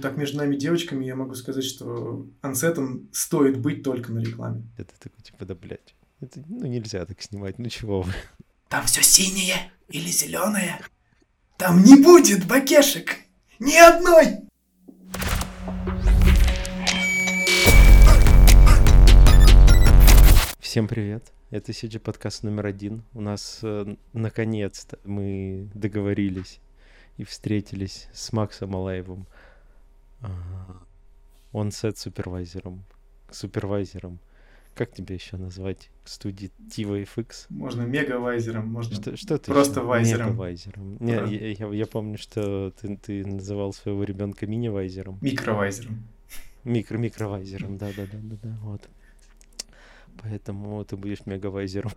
так между нами девочками я могу сказать, что ансетом стоит быть только на рекламе. Это такой, типа, да, блядь. Это, нельзя так снимать, чего вы. Там все синее или зеленое. Там не будет бакешек. Ни одной. Всем привет. Это CG подкаст номер 1. У нас наконец-то мы договорились и встретились с Максом Алаевым, онсет-супервайзером. Как тебя еще назвать? Студии TivoFX? Можно мегавайзером, можно что ты просто еще? вайзером. Мегавайзером. Я помню, что ты называл своего ребенка мини-вайзером. Микровайзером. Микровайзером, да, вот. Поэтому ты будешь мегавайзером.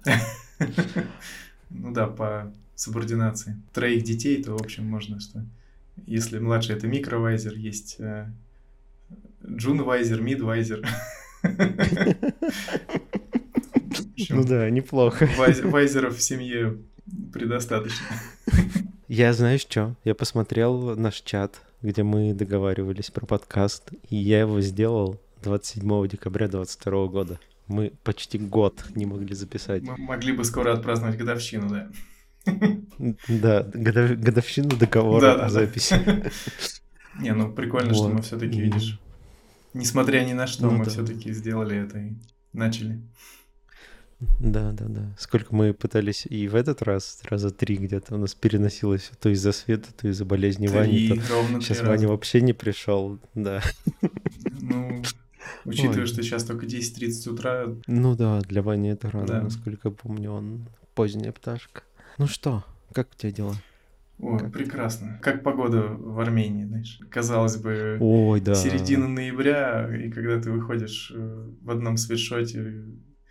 Ну да, по субординации. 3 детей, то, в общем, можно, что если младший это микровайзер, есть джунвайзер, мидвайзер. Ну да, неплохо. Вайзеров в семье предостаточно. Я, знаешь что, я посмотрел наш чат, где мы договаривались про подкаст, и я его сделал 27 декабря 2022 года. Мы почти год не могли записать. Мы могли бы скоро отпраздновать годовщину, да. Да, годовщину договора о записи. Не, ну прикольно, что мы все-таки, видишь, несмотря ни на что, мы все-таки сделали это и начали. Да. Сколько мы пытались и в этот раз, раза 3 где-то у нас переносилось, то из-за света, то из-за болезни Вани. Сейчас Ваня вообще не пришел, да. Ну, учитывая, что сейчас только 10:30 утра. Ну да, для Вани это рано, да. Насколько я помню, он поздняя пташка. Ну что, как у тебя дела? Ой, прекрасно. Как погода в Армении, знаешь. Казалось бы, да. середина ноября, и когда ты выходишь в одном свитшоте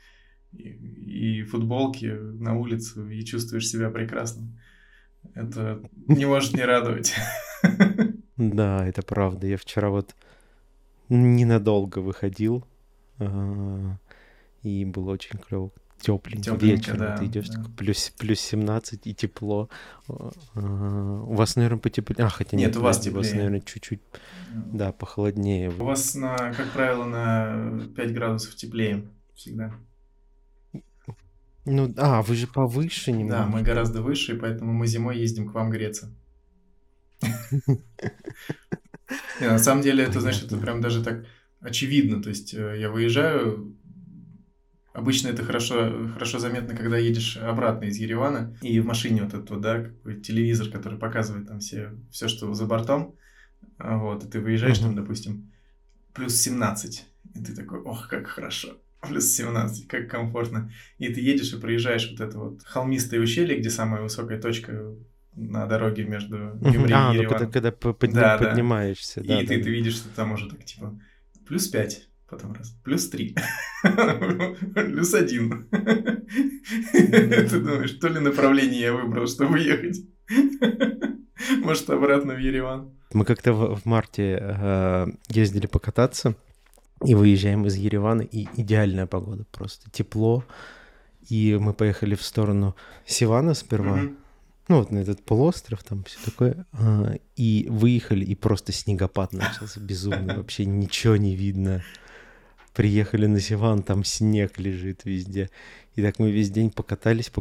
и футболке на улицу и чувствуешь себя прекрасно, это не может не радовать. Да, это правда. Я вчера вот ненадолго выходил, и было очень клево. Тепленько вечером, да, ты идешь, да. плюс 17 и тепло. У вас, наверное, потеплее. Хотя нет, у вас теплее. У вас, наверное, чуть-чуть, да, похолоднее. У вас, как правило, на 5 градусов теплее всегда. Ну, вы же повыше немного. Да, мы гораздо выше, и поэтому мы зимой ездим к вам греться. На самом деле, это, знаешь, это прям даже так очевидно. То есть я выезжаю. Обычно это хорошо заметно, когда едешь обратно из Еревана, и в машине вот этот, да, какой телевизор, который показывает там все, что за бортом, вот, и ты выезжаешь там, допустим, плюс 17, и ты такой, ох, как хорошо, плюс 17, как комфортно, и ты едешь и проезжаешь вот это вот холмистое ущелье, где самая высокая точка на дороге между Гюмри и Ереваном. Когда поднимаешься, да. И ты видишь, что там уже так, типа, плюс 5. Потом раз. Плюс 3. Плюс 1. Ты думаешь, то ли направление я выбрал, чтобы ехать? Может, обратно в Ереван? Мы как-то в марте ездили покататься и выезжаем из Еревана, и идеальная погода, просто тепло. И мы поехали в сторону Севана сперва. Ну, вот на этот полуостров, там все такое. И выехали, и просто снегопад начался безумный. Вообще ничего не видно. Приехали на Севан, там снег лежит везде. И так мы весь день покатались,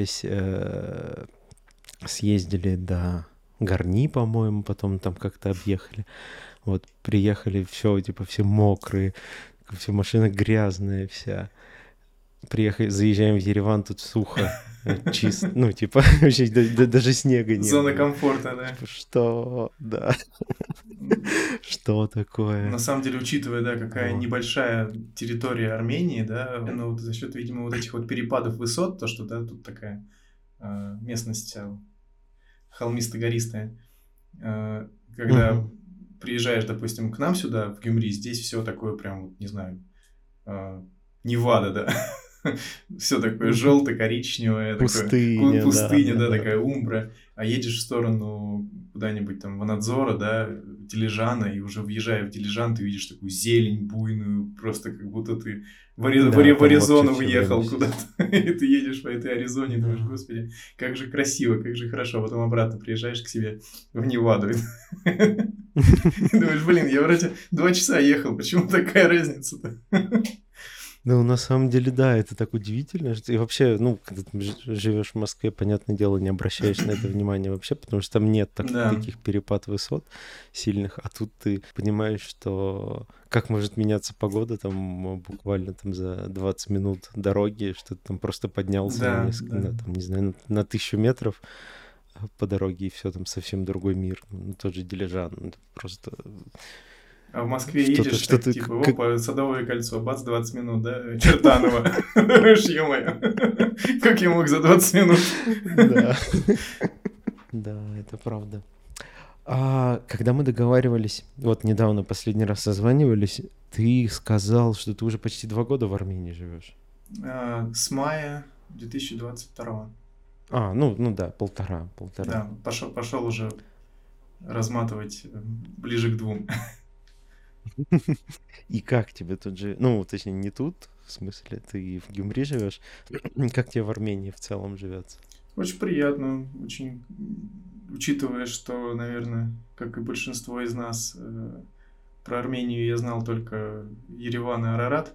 съездили до Гарни, по-моему, потом там как-то объехали. Вот, приехали, все мокрые, все машина грязная вся. Заезжаем в Ереван, тут сухо, чисто, вообще даже снега нет. Зона комфорта, да. Что? Да. Что такое? На самом деле, учитывая, да, какая небольшая территория Армении, да, но вот за счет, видимо, вот этих вот перепадов высот, то, что, да, тут такая местность холмисто-гористая, когда приезжаешь, допустим, к нам сюда, в Гюмри, здесь все такое прям, не знаю, Невада, да, все такое желто-коричневое, пустыня, да, такая Умбра, а едешь в сторону куда-нибудь там в Ванадзора, да, Дилижана, и уже въезжая в Дилижан, ты видишь такую зелень буйную, просто как будто ты в Аризону въехал куда-то, и ты едешь по этой Аризоне, думаешь, господи, как же красиво, как же хорошо, потом обратно приезжаешь к себе в Неваду. Думаешь, блин, я вроде 2 часа ехал, почему такая разница-то? Ну, на самом деле, да, это так удивительно. И вообще, ну, когда ты живешь в Москве, понятное дело, не обращаешь на это внимания вообще, потому что там нет Да, таких перепад высот сильных, а тут ты понимаешь, что как может меняться погода там буквально там за 20 минут дороги, что ты там просто поднялся на да, несколько, да. там, не знаю, на 1000 метров по дороге, и все там совсем другой мир. Ну, тот же Дилижан, это просто А в Москве едешь, так что-то, типа, опа, Садовое кольцо, бац, 20 минут, да? Чертаново. Ё-моё. Как я мог за 20 минут? Да. Да, это правда. А когда мы договаривались, вот недавно последний раз созванивались, ты сказал, что ты уже почти 2 года в Армении живешь. С мая 2022. Ну да, полтора. Да, пошел уже разматывать ближе к 2. И как тебе тут же, ну, точнее, не тут, в смысле, ты в Гюмри живешь, как тебе в Армении в целом живется? Очень приятно, очень, учитывая, что, наверное, как и большинство из нас, про Армению я знал только Ереван и Арарат.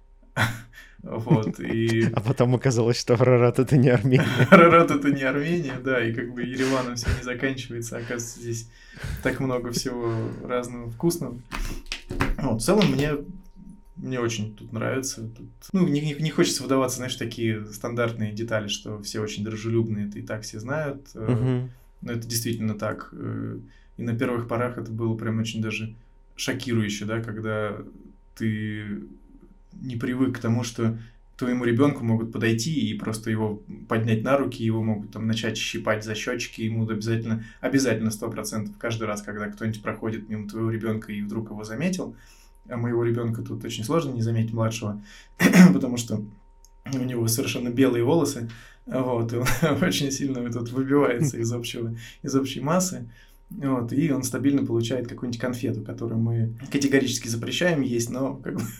Вот, и А потом оказалось, что Арарат — это не Армения. Арарат это не Армения, да, и как бы Ереваном все не заканчивается, оказывается, здесь так много всего разного вкусного. Вот, в целом мне очень тут нравится. Тут, ну, не хочется выдаваться, знаешь, такие стандартные детали, что все очень дружелюбные, это и так все знают. Мгм. Но это действительно так. И на первых порах это было прям очень даже шокирующе, да, когда ты не привык к тому, что к твоему ребенку могут подойти и просто его поднять на руки, его могут там начать щипать за щечки, ему обязательно 100% каждый раз, когда кто-нибудь проходит мимо твоего ребенка и вдруг его заметил, а моего ребенка тут очень сложно не заметить младшего, потому что у него совершенно белые волосы, вот, и он очень сильно тут выбивается из общей массы, вот, и он стабильно получает какую-нибудь конфету, которую мы категорически запрещаем есть, но как бы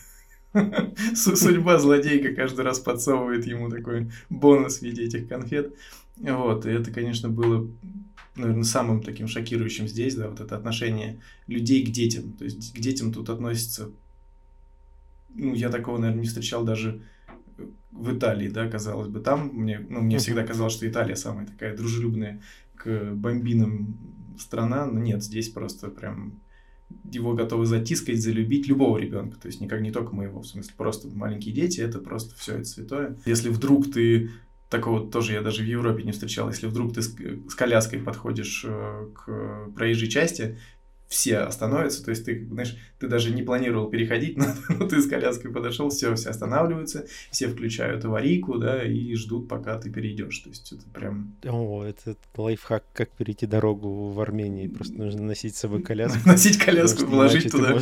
судьба злодейка каждый раз подсовывает ему такой бонус в виде этих конфет. Вот, и это, конечно, было, наверное, самым таким шокирующим здесь, да, вот это отношение людей к детям. То есть к детям тут относятся, ну, я такого, наверное, не встречал даже в Италии, да, казалось бы. Там мне всегда казалось, что Италия самая такая дружелюбная к бомбинам страна, но нет, здесь просто прям его готовы затискать, залюбить любого ребенка, то есть никак не только моего, в смысле, просто маленькие дети, это просто все, это святое. Если вдруг ты, такого тоже я даже в Европе не встречал, если вдруг ты с коляской подходишь к проезжей части, все остановятся, то есть ты, знаешь, ты даже не планировал переходить, но ты с коляской подошел, все останавливаются, все включают аварийку, да, и ждут, пока ты перейдешь, то есть это прям... О, это лайфхак, как перейти дорогу в Армении. Просто нужно носить с собой коляску. Носить коляску, вложить туда.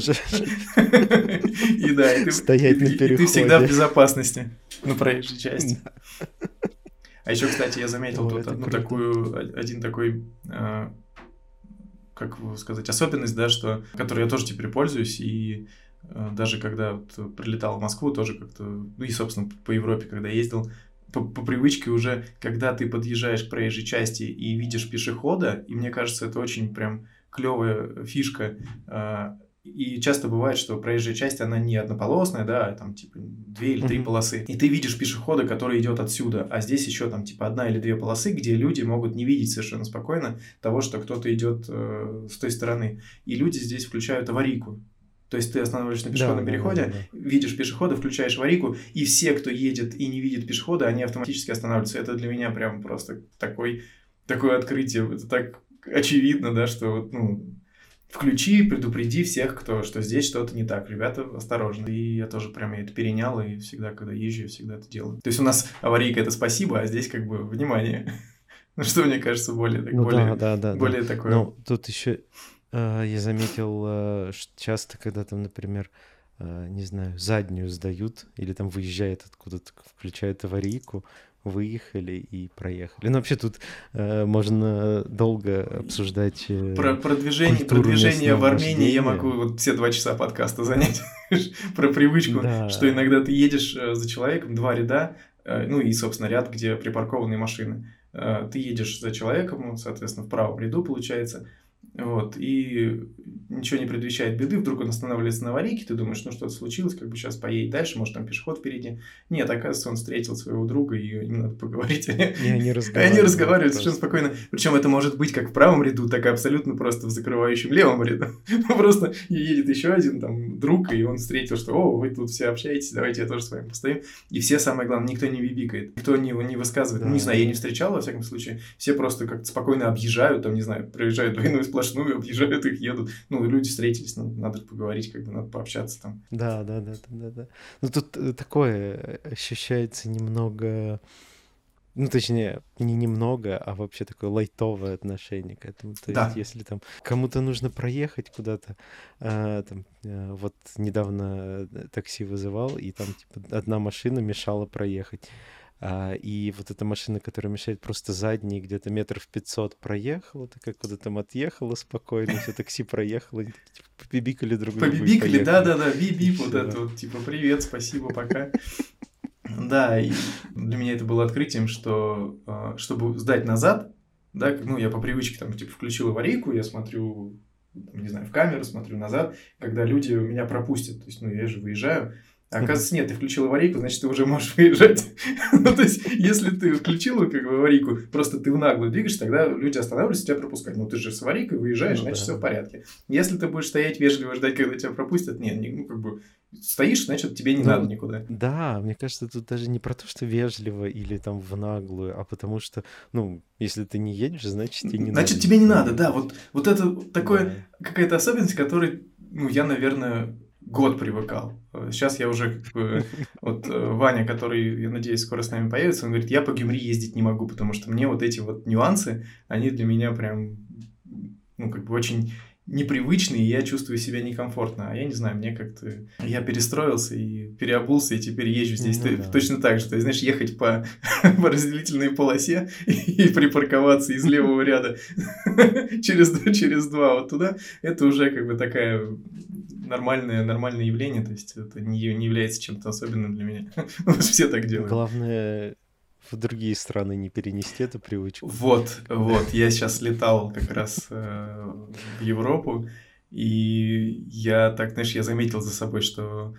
И да, и стоять на переходе. Ты всегда в безопасности на проезжей части. А еще, кстати, я заметил тут один такой, как сказать, особенность, да, которой я тоже теперь пользуюсь, и даже когда вот прилетал в Москву, тоже как-то, ну и, собственно, по Европе, когда ездил, по привычке уже, когда ты подъезжаешь к проезжей части и видишь пешехода, и мне кажется, это очень прям клевая фишка. И часто бывает, что проезжая часть, она не однополосная, да, там типа 2 или 3 полосы. И ты видишь пешехода, который идет отсюда, а здесь еще там типа 1 или 2 полосы, где люди могут не видеть совершенно спокойно того, что кто-то идет с той стороны. И люди здесь включают аварийку. То есть ты останавливаешься на пешеходном переходе, видишь пешехода, включаешь аварийку, и все, кто едет и не видит пешехода, они автоматически останавливаются. Это для меня прям просто такое открытие. Это так очевидно, да, что вот, ну, включи, предупреди всех, что здесь что-то не так. Ребята, осторожно. И я тоже прям это перенял, и всегда, когда езжу, я всегда это делаю. То есть у нас аварийка — это спасибо, а здесь как бы внимание. Ну, что мне кажется более такое... Ну, тут еще... Я заметил, что часто, когда там, например, не знаю, заднюю сдают или там выезжает откуда-то, включают аварийку, выехали и проехали. Ну, вообще тут можно долго обсуждать Про движение в Армении я могу вот все 2 часа подкаста занять. Про привычку, что иногда ты едешь за человеком, 2 ряда, ну и, собственно, ряд, где припаркованы машины. Ты едешь за человеком, соответственно, в правом ряду, получается. Вот, и ничего не предвещает беды, вдруг он останавливается на аварийке, ты думаешь, ну что-то случилось, как бы сейчас поедет дальше, может там пешеход впереди. Нет, оказывается, он встретил своего друга, и им надо поговорить. И они Они разговаривают разговаривают совершенно просто. спокойно. Причем это может быть как в правом ряду, так и абсолютно просто в закрывающем левом ряду. Просто едет еще один там друг, и он встретил, что о, вы тут все общаетесь, давайте я тоже с вами постою. И все, самое главное, никто не бибикает, никто не высказывает. Ну, не знаю, я не встречал, во всяком случае. Все просто как-то спокойно объезжают, там, не знаю, проезжают двойную сплошную, объезжают их, едут. Ну, люди встретились, ну, надо поговорить, как бы надо пообщаться там. Да. Ну, тут такое ощущается немного, ну, точнее, не немного, а вообще такое лайтовое отношение к этому. То есть, Да. если там кому-то нужно проехать куда-то, вот недавно такси вызывал, и там, типа, одна машина мешала проехать. И вот эта машина, которая мешает, просто задней где-то 500 метров проехала, такая куда-то там отъехала спокойно, все такси проехало, они такие, типа, побибикали друг другу и Побибикали, поехали. да, бип-бип, вот Всё. это вот, типа, привет, спасибо, пока. Да, и для меня это было открытием, что чтобы сдать назад, да, ну, я по привычке там, типа, включил аварийку, я смотрю, не знаю, в камеру, смотрю назад, когда люди меня пропустят, то есть, ну, я же выезжаю, а оказывается, нет, ты включил аварийку, значит, ты уже можешь выезжать. Ну, то есть, если ты включил как бы аварийку, просто ты в наглую двигаешь, тогда люди останавливаются, тебя пропускают. Ну, ты же с аварийкой выезжаешь, Ну значит, да. все в порядке. Если ты будешь стоять вежливо ждать, когда тебя пропустят, нет, ну, как бы, стоишь, значит, тебе не Ну, надо никуда. да, мне кажется, тут даже не про то, что вежливо или там в наглую, а потому что, ну, если ты не едешь, значит, тебе не надо. Значит, тебе не никуда надо, да. ехать. Вот это такое, Да. какая-то особенность, к которой, ну, я, наверное, год привыкал. Сейчас я уже, как бы, вот Ваня, который, я надеюсь, скоро с нами появится, он говорит, я по Гюмри ездить не могу, потому что мне вот эти вот нюансы, они для меня прям, ну, как бы очень непривычные, и я чувствую себя некомфортно. А я не знаю, мне как-то... Я перестроился и переобулся, и теперь езжу здесь Ну да. точно так же. То есть, знаешь, ехать по разделительной полосе и припарковаться из левого ряда через два вот туда, это уже как бы такая нормальное явление, то есть это не является чем-то особенным для меня. Все так делают. Главное, в другие страны не перенести эту привычку. Вот, я сейчас летал как раз в Европу, и я так, знаешь, я заметил за собой, что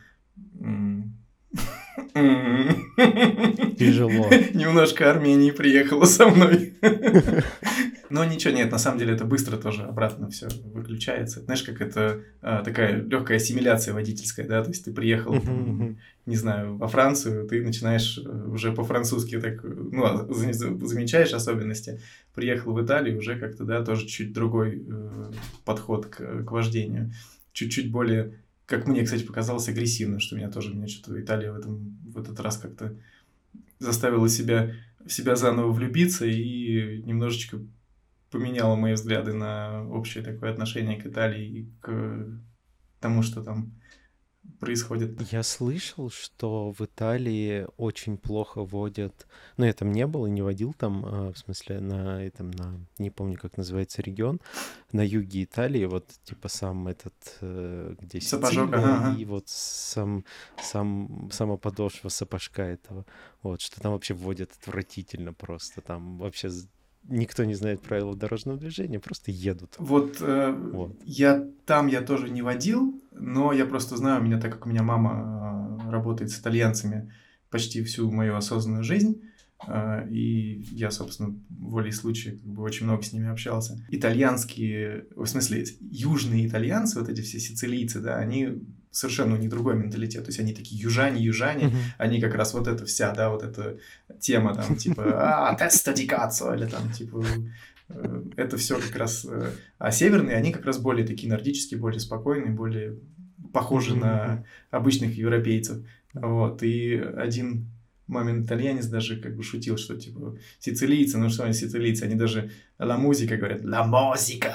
Тяжело. немножко Армении приехала со мной. Но ничего, нет, на самом деле это быстро тоже обратно все выключается. Знаешь, как это такая легкая ассимиляция водительская, да, то есть ты приехал, там, не знаю, во Францию, ты начинаешь уже по-французски так, ну, замечаешь особенности. Приехал в Италию, уже как-то, да, тоже чуть другой подход к вождению. Чуть-чуть более, как мне, кстати, показалось, агрессивно, что меня что-то Италия в этот раз как-то заставила в себя заново влюбиться и немножечко поменяла мои взгляды на общее такое отношение к Италии и к тому, что там происходит. Я слышал, что в Италии очень плохо водят, ну, я там не был и не водил там, в смысле, не помню, как называется регион, на юге Италии, вот, типа, сам этот, где Сапожок, Сицилия, ага. и вот сама подошва сапожка этого, вот, что там вообще водят отвратительно просто, там вообще никто не знает правила дорожного движения, просто едут. Вот, я тоже не водил, но я просто знаю, так как у меня мама работает с итальянцами почти всю мою осознанную жизнь, и я, собственно, волей случая как бы очень много с ними общался. Итальянские, в смысле, южные итальянцы, вот эти все сицилийцы, да, они совершенно у них другой менталитет, то есть они такие южане, они как раз вот эта вся, да, вот эта тема там, типа, тесто ди каццо, или там, типа, это все как раз, а северные, они как раз более такие нордические, более спокойные, более похожи на обычных европейцев, вот, и один мамин итальянец даже как бы шутил, что, типа, сицилийцы, ну что они сицилийцы, они даже «la musica» говорят, «la musica».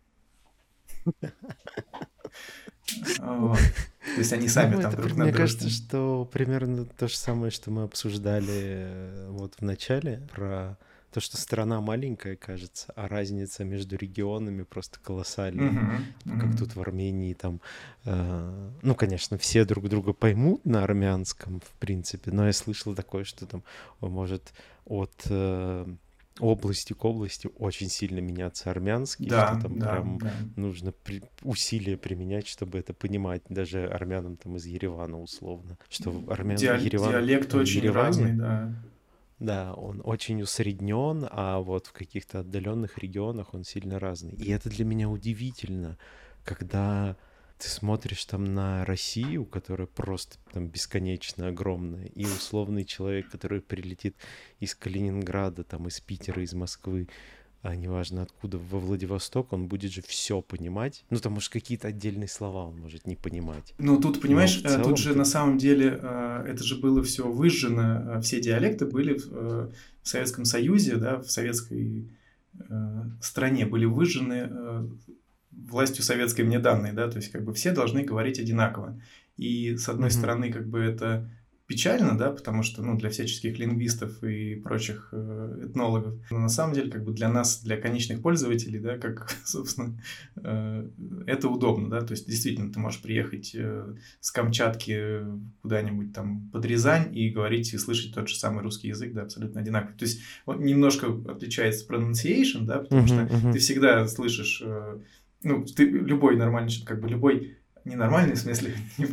Вот. То есть они сами там друг на друга. Мне кажется, что примерно то же самое, что мы обсуждали вот в начале, про то, что страна маленькая, кажется, а разница между регионами просто колоссальная. Как тут в Армении там, ну, конечно, все друг друга поймут на армянском, в принципе, но я слышал такое, что там, может, от области к области очень сильно меняться армянский, что Да, там да, прям да. нужно усилия применять, чтобы это понимать, даже армянам там из Еревана условно. Что Ереван Диалект в очень разный, Ереване, да. да, он очень усреднен, а вот в каких-то отдаленных регионах он сильно разный. И это для меня удивительно, когда ты смотришь там на Россию, которая просто там бесконечно огромная, и условный человек, который прилетит из Калининграда, там из Питера, из Москвы, а неважно откуда, во Владивосток, он будет же все понимать. Ну, там, может, какие-то отдельные слова он может не понимать. Ну, тут, Но понимаешь, в тут целом же на самом деле это же было все выжжено, все диалекты были в Советском Союзе, да, в советской стране были выжжены властью советской мне данные, да, то есть как бы все должны говорить одинаково. И с одной Мгм. стороны, как бы это печально, да, потому что, ну, для всяческих лингвистов и прочих этнологов, но на самом деле, как бы для нас, для конечных пользователей, да, как, собственно, это удобно, да, то есть действительно ты можешь приехать с Камчатки куда-нибудь там под Рязань и говорить и слышать тот же самый русский язык, да, абсолютно одинаковый. То есть вот немножко отличается pronunciation, да, потому Мгм, что ты мгм. всегда слышишь, ну, ты любой нормальный, как бы любой ненормальный, в смысле,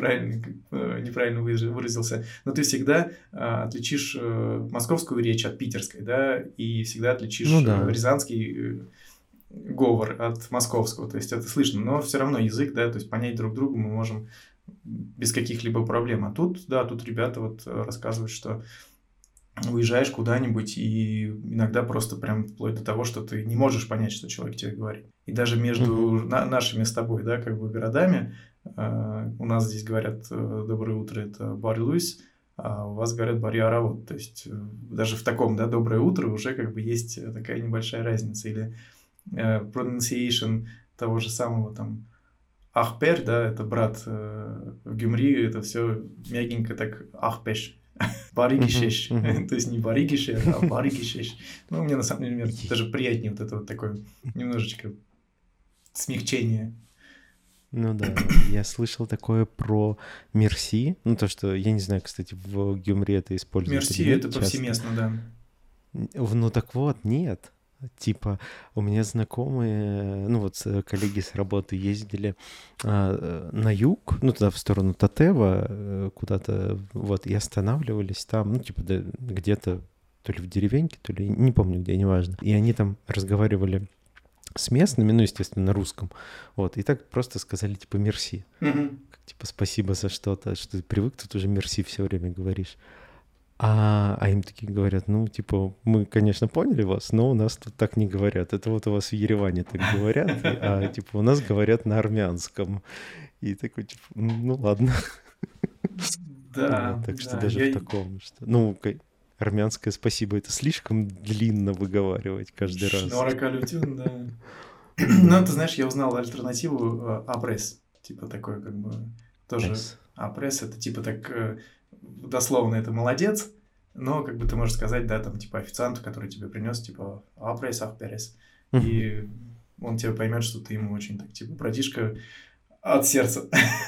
неправильно выразился, но ты всегда отличишь московскую речь от питерской, да, и всегда Ну отличишь да. рязанский говор от московского, то есть это слышно, но все равно язык, да, то есть понять друг друга мы можем без каких-либо проблем. А тут, да, тут ребята вот рассказывают, что уезжаешь куда-нибудь, и иногда просто прям вплоть до того, что ты не можешь понять, что человек тебе говорит. И даже Мгм. между нашими с тобой, да, как бы городами, у нас здесь говорят «доброе утро» — это Бари Луис, а у вас говорят Бари Аравот. То есть даже в таком, да, «доброе утро» уже как бы есть такая небольшая разница. Или pronunciation того же самого там Ахпер, да, это брат в Гюмри, это все мягенько так Ахпеш. Мгм. Баригишеш. Мгм. То есть не баригишеш, а баригишеш. Ну, мне на самом деле Е- даже приятнее вот это вот такое немножечко смягчение. Ну да, я слышал такое про Мерси. Ну, то, что, я не знаю, кстати, в Гюмре это используют или Мерси это нет часто. повсеместно, да. Ну так вот, нет. Типа, у меня знакомые, ну вот коллеги с работы ездили на юг, ну туда в сторону Татева, куда-то, вот, и останавливались там, ну типа где-то то ли в деревеньке, то ли, не помню где, неважно. И они там разговаривали с местными, ну, естественно, на русском, вот, и так просто сказали, типа, мерси, Мгм. как, типа, спасибо за что-то, что ты привык, тут уже мерси все время говоришь. А им такие говорят, ну, типа, мы, конечно, поняли вас, но у нас тут так не говорят. Это вот у вас в Ереване так говорят, типа, у нас говорят на армянском. И такой, типа, ну, ладно. Вот, Да, так что да, даже в таком, что... Ну, армянское спасибо, это слишком длинно выговаривать каждый раз. Шнора Калютин, да. Ну, Да. ты знаешь, я узнал альтернативу апресс. Типа такой, как бы, тоже С. апресс, это типа так, дословно это молодец, но как бы ты можешь сказать, да, там, типа официанту, который тебе принес, типа апресс, ахперес. Мгм. И он тебе поймет, что ты ему очень так, типа, братишка от сердца.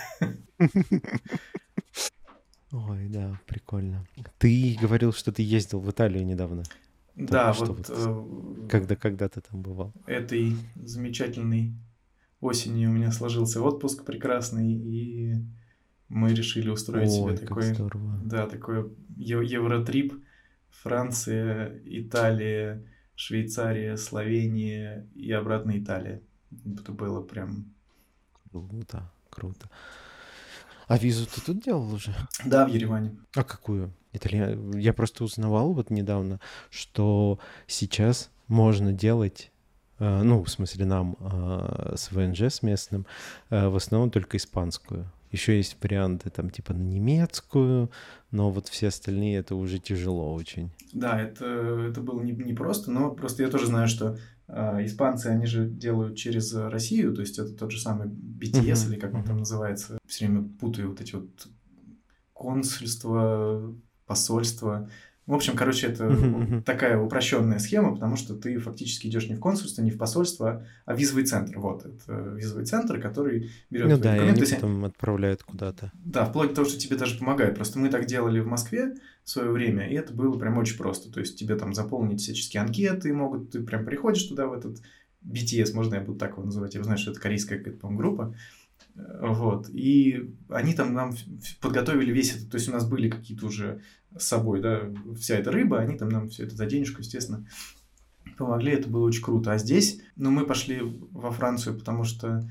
Ой, да, прикольно. Ты говорил, что ты ездил в Италию недавно. Да, Только что вот вот, когда ты там бывал? этой замечательной осенью у меня сложился отпуск прекрасный, и мы решили устроить себе Ой, как такой, здорово. да, такой евротрип. Франция, Италия, Швейцария, Словения и обратно Италия. Это было прям... Круто, круто. А визу ты тут делал уже? Да, в Ереване. А какую? Я просто узнавал вот недавно, что сейчас можно делать, ну, в смысле нам с ВНЖ, с местным, в основном только испанскую. Еще есть варианты там типа на немецкую, но вот все остальные это уже тяжело очень. Да, это было не просто, но просто я тоже знаю, что испанцы, они же делают через Россию, то есть это тот же самый BTS, Мгм, или как он там мгм. называется. Все время путаю вот эти вот консульства, посольства. В общем, короче, это такая упрощенная схема, потому что ты фактически идешь не в консульство, не в посольство, а в визовый центр. Вот, это визовый центр, который берет Ну твои да, и документы. они потом отправляют куда-то. Да, вплоть до того, что тебе даже помогают. Просто мы так делали в Москве в свое время, и это было прям очень просто. То есть тебе там заполнить всяческие анкеты могут, ты прям приходишь туда, в этот BTS, можно я буду так его называть, я знаю, что это корейская какая-то, по-моему, группа. Вот, и они там нам подготовили весь этот, то есть у нас были какие-то уже с собой, да, вся эта рыба, они там нам все это за денежку, естественно, помогли, это было очень круто. А здесь, ну, мы пошли во Францию, потому что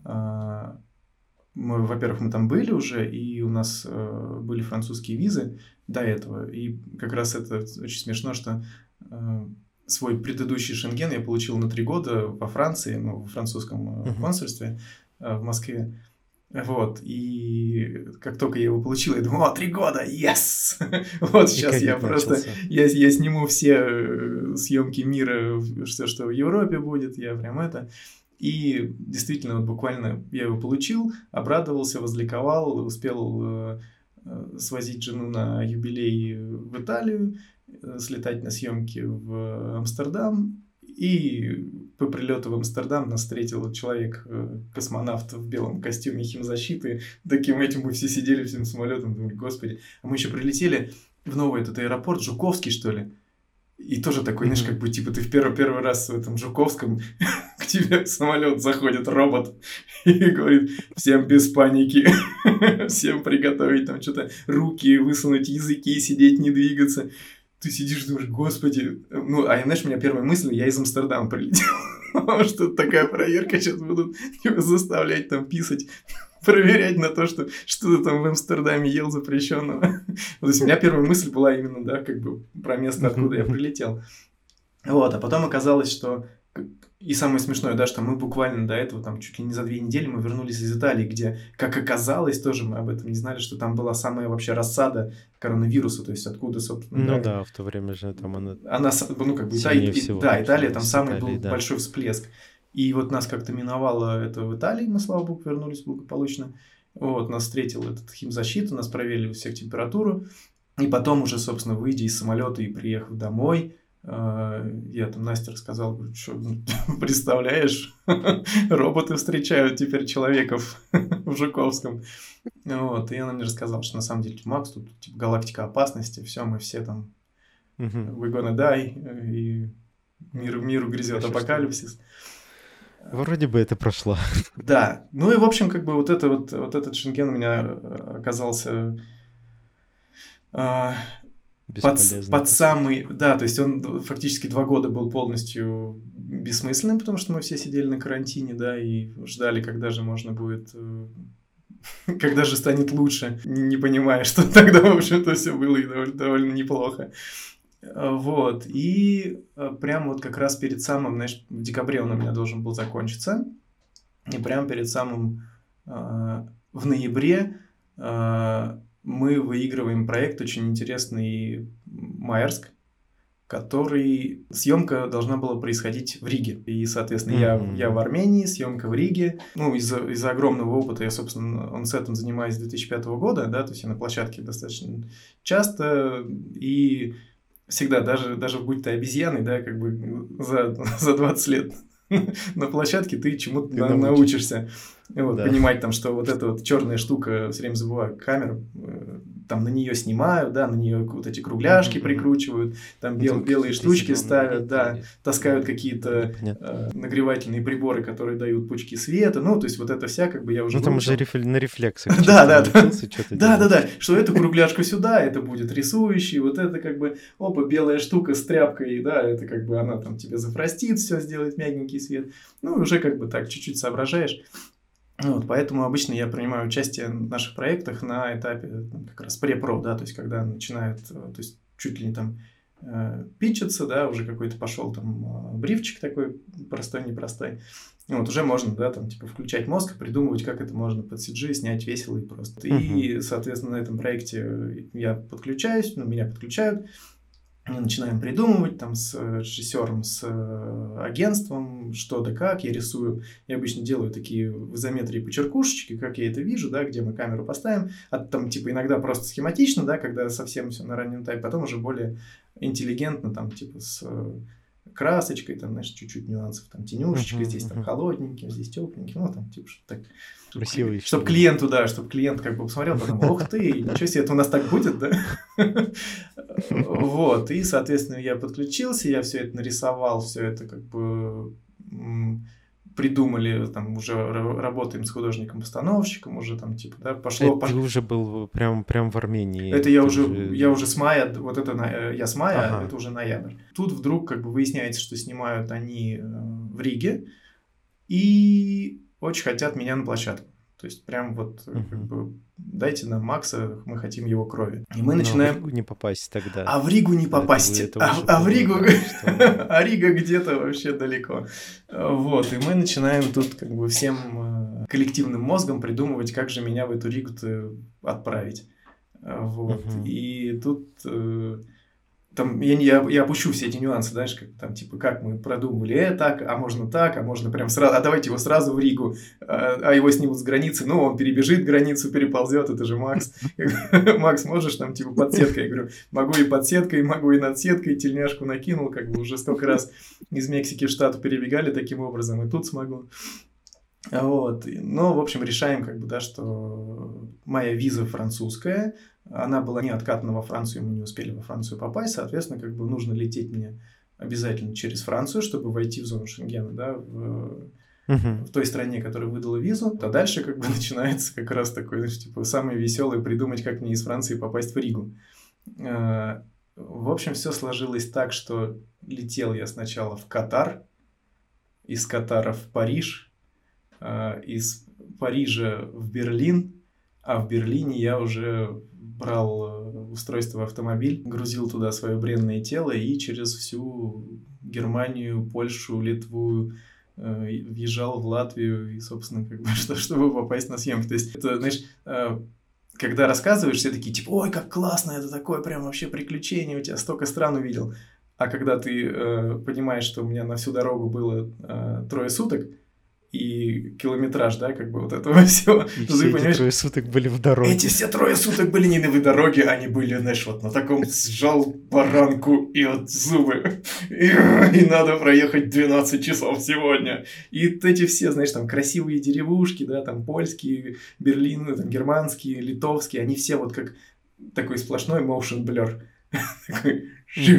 мы, во-первых, мы там были уже, и у нас были французские визы до этого, и как раз это очень смешно, что свой предыдущий Шенген я получил на 3 года во Франции, ну, в французском консульстве в Москве. Вот, и как только я его получил, я думал, 3 года, yes! Вот сейчас я просто, я сниму все съемки мира, все, что в Европе будет, я прям это... И действительно, вот буквально я его получил, обрадовался, возликовал, успел свозить жену на юбилей в Италию, слетать на съемки в Амстердам. И по прилету в Амстердам нас встретил человек, космонавт в белом костюме химзащиты. Таким этим мы все сидели всем самолетом, думали, господи. А мы еще прилетели в новый этот аэропорт, Жуковский, что ли. И тоже такой, знаешь, как бы, типа, ты в первый раз в этом Жуковском, к тебе в самолет заходит робот и говорит, всем без паники, всем приготовить там что-то, руки высунуть, языки, сидеть, не двигаться. Ты сидишь, думаешь, господи. Ну, а знаешь, у меня первая мысль, я из Амстердама прилетел. Что такая проверка, сейчас будут заставлять там писать, проверять на то, что ты там в Амстердаме ел запрещенного. То есть у меня первая мысль была именно, да, как бы про место, откуда я прилетел. Вот, а потом оказалось, что... И самое смешное, да, что мы буквально до этого, там, чуть ли не за 2 недели мы вернулись из Италии, где, как оказалось, тоже мы об этом не знали, что там была самая вообще рассада коронавируса, то есть откуда, собственно... Ну да, в то время же там она ну, как бы, Италия, там самый был большой всплеск. И вот нас как-то миновало это в Италии, мы, слава богу, вернулись благополучно. Вот, нас встретил этот химзащита, нас проверили у всех температуру. И потом уже, собственно, выйдя из самолета и приехав домой, я там Насте рассказал, говорю, что, представляешь, роботы встречают теперь человеков в Жуковском. Вот, и она мне рассказала, что на самом деле, Макс, тут типа галактика опасности, все, мы все там we're gonna die, и миру грязет апокалипсис. Вроде бы это прошло. Да, ну и в общем, как бы вот этот Шенген у меня оказался... Под самый... Да, то есть он фактически 2 года был полностью бессмысленным, потому что мы все сидели на карантине, да, и ждали, когда же можно будет... Когда же станет лучше, не понимая, что тогда, в общем-то, все было и довольно неплохо. Вот, и прямо вот как раз перед самым, знаешь, в декабре он у меня должен был закончиться, и прямо перед самым в ноябре... мы выигрываем проект очень интересный Маерск, который... Съемка должна была происходить в Риге. И, соответственно, я в Армении, съемка в Риге. Ну, из-за огромного опыта я, собственно, он с этим занимаюсь с 2005 года, да, то есть я на площадке достаточно часто, и всегда, даже будь ты обезьяной, да, как бы за 20 лет на площадке ты чему-то научишься. Вот, да. Понимать там, что вот эта вот черная штука, все время забываю, камеру, там на нее снимают, да, на нее вот эти кругляшки прикручивают, там белые штучки ставят, да, таскают какие-то нагревательные приборы, которые дают пучки света, ну, то есть вот это вся, как бы я уже... Ну, там уже на рефлексах. Да, что эту кругляшку сюда, это будет рисующий, вот это как бы, опа, белая штука с тряпкой, да, это как бы она там тебе зафростит, все сделает мягенький свет, ну, уже как бы так чуть-чуть соображаешь. Вот, поэтому обычно я принимаю участие в наших проектах на этапе как раз пре-про, да, то есть когда начинают, то есть чуть ли не там питчиться, да, уже какой-то пошел там брифчик такой простой-непростой. Вот, уже можно, да, там, типа, включать мозг и придумывать, как это можно под CG снять весело и просто. И, соответственно, на этом проекте я подключаюсь, меня подключают, Мы начинаем придумывать там с режиссером, с агентством, что да как. Я рисую, я обычно делаю такие в изометрии почеркушечки, как я это вижу, да, где мы камеру поставим. Там типа иногда просто схематично, да, когда совсем все на раннем этапе, потом уже более интеллигентно, там типа с красочкой, там, знаешь, чуть-чуть нюансов, там тенюшечка, здесь там холодненьким, здесь тепленьким, ну там типа что-то так. Красивый. Чтобы клиенту, да, чтобы клиент как бы посмотрел, подумал, ух ты, ничего себе, это у нас так будет, да? Вот, и, соответственно, я подключился, я все это нарисовал, все это как бы придумали, там уже работаем с художником-постановщиком, уже там типа, да, пошло. Ты уже был прям в Армении. Это я уже с мая, вот это я с мая, это уже ноябрь. Тут вдруг как бы выясняется, что снимают они в Риге и очень хотят меня на площадку. То есть прям вот как бы дайте нам Макса, мы хотим его крови. И мы начинаем... в Ригу не попасть тогда. А в Ригу не попасть. А в Ригу... А Рига где-то вообще далеко. Вот, и мы начинаем тут как бы всем коллективным мозгом придумывать, как же меня в эту Ригу-то отправить. Вот, и тут... Там я опущу все эти нюансы, знаешь, как там, типа, как мы продумали так, а можно прям сразу, а давайте его сразу в Ригу, а его снимут с границы, ну, он перебежит границу, переползет, это же Макс. Макс, можешь там, типа, подсеткой? Я говорю, могу и подсеткой, могу и надсеткой, тельняшку накинул, как бы уже столько раз из Мексики в Штату перебегали таким образом, и тут смогу. Вот, ну, в общем, решаем, как бы, да, что моя виза французская, она была не откатана во Францию, мы не успели во Францию попасть, соответственно, как бы нужно лететь мне обязательно через Францию, чтобы войти в зону Шенгена, да, в той стране, которая выдала визу. А дальше как бы начинается как раз такой, значит, типа, самое веселое придумать, как мне из Франции попасть в Ригу. В общем, все сложилось так, что летел я сначала в Катар, из Катара в Париж, из Парижа в Берлин, а в Берлине я уже брал устройство в автомобиль, грузил туда свое бренное тело и через всю Германию, Польшу, Литву въезжал в Латвию, и, собственно, как бы, чтобы попасть на съемки. То есть, это, знаешь, когда рассказываешь, все такие, типа, ой, как классно, это такое прям вообще приключение, у тебя столько стран увидел. А когда ты понимаешь, что у меня на всю дорогу было 3 суток, и километраж, да, как бы вот этого всего. И все эти 3 суток были в дороге. Эти все 3 суток были не в дороге, они были, знаешь, вот на таком сжал баранку и вот зубы. И надо проехать 12 часов сегодня. И эти все, знаешь, там красивые деревушки, да, там польские, Берлин, там германские, литовские, они все вот как такой сплошной motion blur. Такой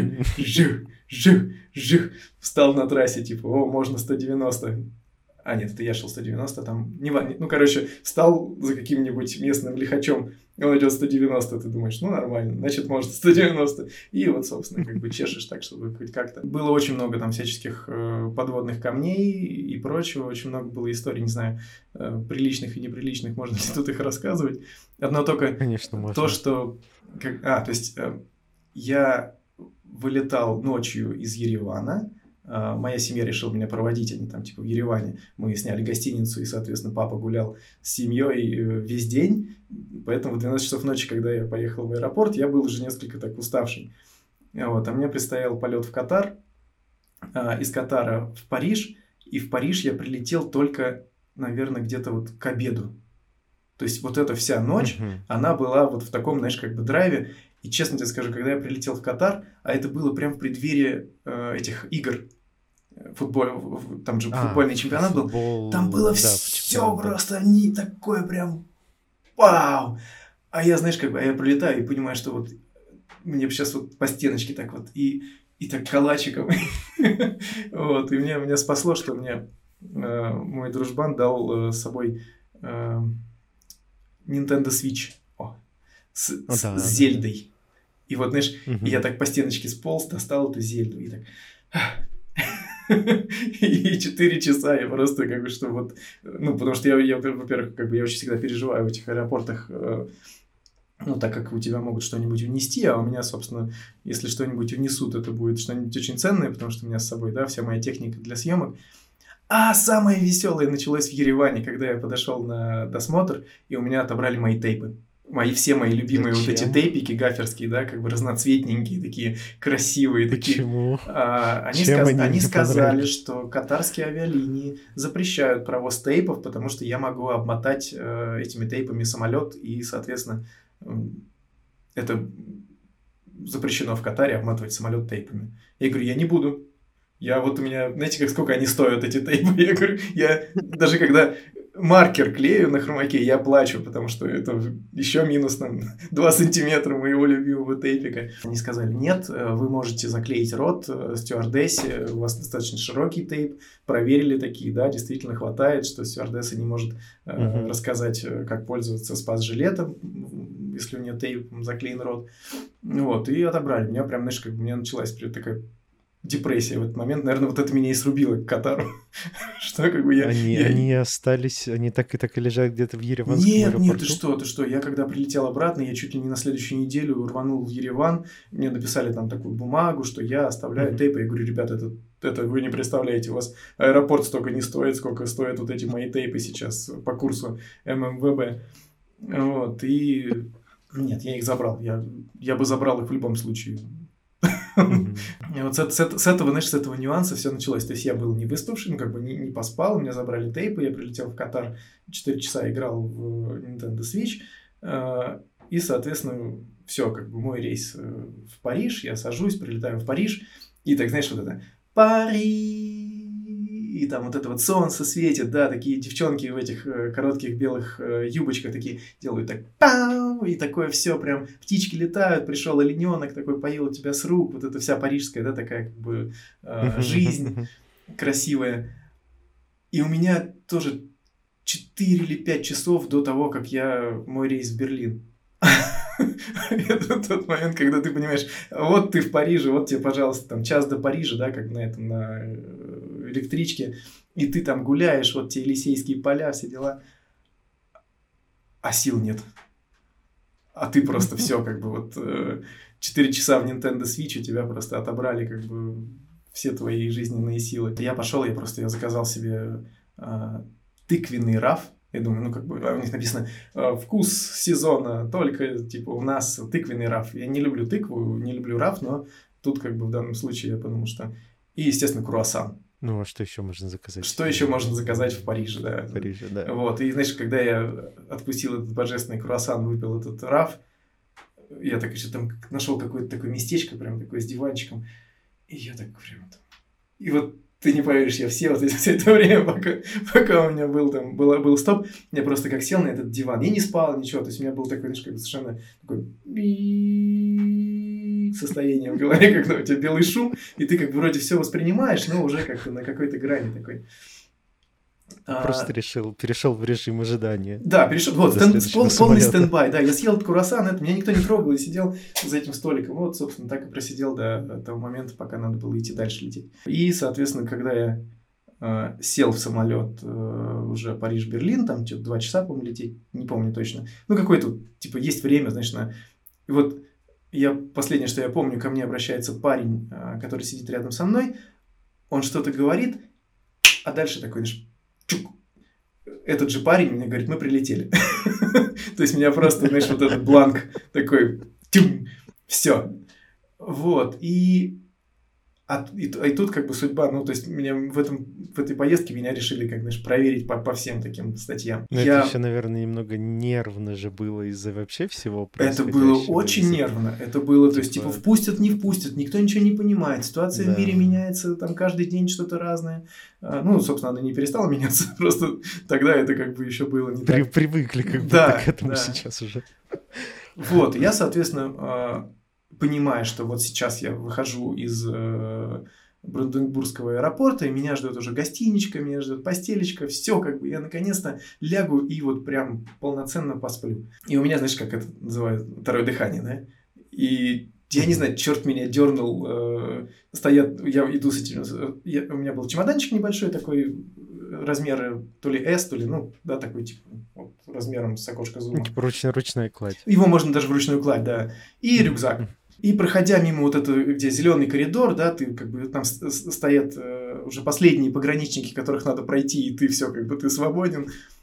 жих. Встал на трассе, типа, о, можно 190. А, нет, это я шел 190, там... Ну, короче, встал за каким-нибудь местным лихачом, он идет 190, ты думаешь, ну, нормально, значит, может 190. И вот, собственно, как бы чешешь так, чтобы хоть как-то... Было очень много там всяческих подводных камней и прочего, очень много было историй, не знаю, приличных и неприличных, можно ли тут их рассказывать. Одно только... Конечно, можно. То, что... то есть, я вылетал ночью из Еревана. Моя семья решила меня проводить, они там типа в Ереване. Мы сняли гостиницу, и, соответственно, папа гулял с семьей весь день. Поэтому в 12 часов ночи, когда я поехал в аэропорт, я был уже несколько так уставший. Вот. А мне предстоял полет в Катар, из Катара в Париж. И в Париж я прилетел только, наверное, где-то вот к обеду. То есть вот эта вся ночь, она была вот в таком, знаешь, как бы драйве. И честно тебе скажу, когда я прилетел в Катар, а это было прям в преддверии этих игр, там же футбольный чемпионат был, там было все просто не такое прям вау. А я, знаешь, как бы, я прилетаю и понимаю, что вот мне сейчас вот по стеночке так вот и так калачиком. Вот, и меня спасло, что мне мой дружбан дал с собой Nintendo Switch с Зельдой. И вот, знаешь, я так по стеночке сполз, достал эту Зельду и так... И 4 часа я просто как бы, что вот... Ну, потому что я во-первых, как бы я очень всегда переживаю в этих аэропортах, ну, так как у тебя могут что-нибудь унести, а у меня, собственно, если что-нибудь унесут, это будет что-нибудь очень ценное, потому что у меня с собой, да, вся моя техника для съемок. А самое веселое началось в Ереване, когда я подошел на досмотр, и у меня отобрали мои тейпы. все мои любимые вот эти Зачем? тейпики гаферские, да, как бы разноцветненькие, такие красивые. Почему? Они Чем они они не сказали, понравились? что катарские авиалинии запрещают провоз тейпов, потому что я могу обмотать этими тейпами самолет, и, соответственно, это запрещено в Катаре обматывать самолет тейпами. Я говорю, я не буду. У меня, знаете, сколько они стоят, эти тейпы? Я говорю, я даже когда маркер клею на хромаке, я плачу, потому что это еще минус там 2 сантиметра моего любимого тейпика. Они сказали, нет, вы можете заклеить рот стюардессе, у вас достаточно широкий тейп. Проверили такие, да, действительно хватает, что стюардесса не может рассказать, как пользоваться спас-жилетом, если у нее тейпом заклеен рот. Вот, и отобрали. У меня прям, знаешь, как бы у меня началась такая депрессия в этот момент. Наверное, вот это меня и срубило к Катару. Что как бы Они остались, они так и лежат где-то в Ереванском Нет, аэропорту? ты что. Я когда прилетел обратно, я чуть ли не на следующую неделю рванул в Ереван. Мне написали там такую бумагу, что я оставляю тейпы. Я говорю, ребята, это вы не представляете, у вас аэропорт столько не стоит, сколько стоят вот эти мои тейпы сейчас по курсу ММВБ. Вот, и... Нет, я их забрал. Я бы забрал их в любом случае. И вот с этого, знаешь, с этого нюанса все началось. То есть я был не выспавшим, как бы не поспал, у меня забрали тейпы, я прилетел в Катар, 4 часа играл в Nintendo Switch, и, соответственно, все, как бы мой рейс в Париж, я сажусь, прилетаю в Париж, и так, знаешь, вот это Париж, и там вот это вот солнце светит, да, такие девчонки в этих коротких белых юбочках такие делают так пау, и такое все прям, птички летают, пришел олененок такой, поел у тебя с рук, вот эта вся парижская, да, такая как бы жизнь красивая. И у меня тоже 4 или 5 часов до того, как мой рейс в Берлин. Это тот момент, когда ты понимаешь, вот ты в Париже, вот тебе, пожалуйста, там час до Парижа, да, как на электричке, и ты там гуляешь, вот те Елисейские поля, все дела, а сил нет. А ты просто все, как бы вот 4 часа в Nintendo Switch у тебя просто отобрали как бы все твои жизненные силы. Я пошел, я заказал себе тыквенный раф. Я думаю, ну, как бы, у них написано вкус сезона, только, типа, у нас тыквенный раф. Я не люблю тыкву, не люблю раф, но тут, как бы, в данном случае, я подумал, что... И, естественно, круассан. Ну, а что еще можно заказать? Что еще можно заказать в Париже, да. В Париже, да. Вот, и, знаешь, когда я откусил этот божественный круассан, выпил этот раф, я так еще там нашел какое-то такое местечко, прям такое с диванчиком, и я так прям... И вот ты не поверишь, я все это время, пока у меня был стоп, я просто как сел на этот диван, я не спал, ничего, то есть у меня был такой, знаешь, как бы совершенно такой состояние в голове, когда у тебя белый шум, и ты как бы вроде все воспринимаешь, но уже как-то на какой-то грани такой. Просто перешел в режим ожидания. Да, перешел, вот, полный стендбай, да, я съел круассан, меня никто не трогал, и сидел за этим столиком, вот, собственно, так и просидел до того момента, пока надо было идти дальше лететь. И, соответственно, когда я сел в самолет уже Париж-Берлин, там что-то 2 часа, по-моему, лететь, не помню точно, ну, какое-то, типа, есть время, знаешь, и вот последнее, что я помню, ко мне обращается парень, который сидит рядом со мной, он что-то говорит, а дальше такой, знаешь, этот же парень мне говорит, мы прилетели. То есть, меня просто, знаешь, вот этот бланк такой, все. Вот, и тут как бы судьба, ну, то есть, меня в этой поездке меня решили, как, знаешь, проверить по всем таким статьям. Но это еще, наверное, немного нервно же было из-за вообще всего происходящего. Это было очень нервно. Это было, то есть, типа, впустят, не впустят, никто ничего не понимает. Ситуация в мире меняется, там каждый день что-то разное. Ну, собственно, она не перестала меняться, просто тогда это как бы еще было не так. Привыкли как будто к этому сейчас уже. Вот, я, соответственно, понимая, что вот сейчас я выхожу из Бранденбургского аэропорта, и меня ждет уже гостиничка, меня ждет постелечка, все, как бы я наконец-то лягу и вот прям полноценно посплю. И у меня, знаешь, как это называют, второе дыхание, да? И я не знаю, черт меня дернул, я иду с этим, у меня был чемоданчик небольшой такой, размера то ли S, то ли, ну, да, такой типа, вот, размером с окошко зума. Типа ручная кладь. Его можно даже вручную кладь, да. И рюкзак. И проходя мимо вот этого, где зеленый коридор, да, ты как бы там стоят уже последние пограничники, которых надо пройти, и ты все, как бы ты свободен.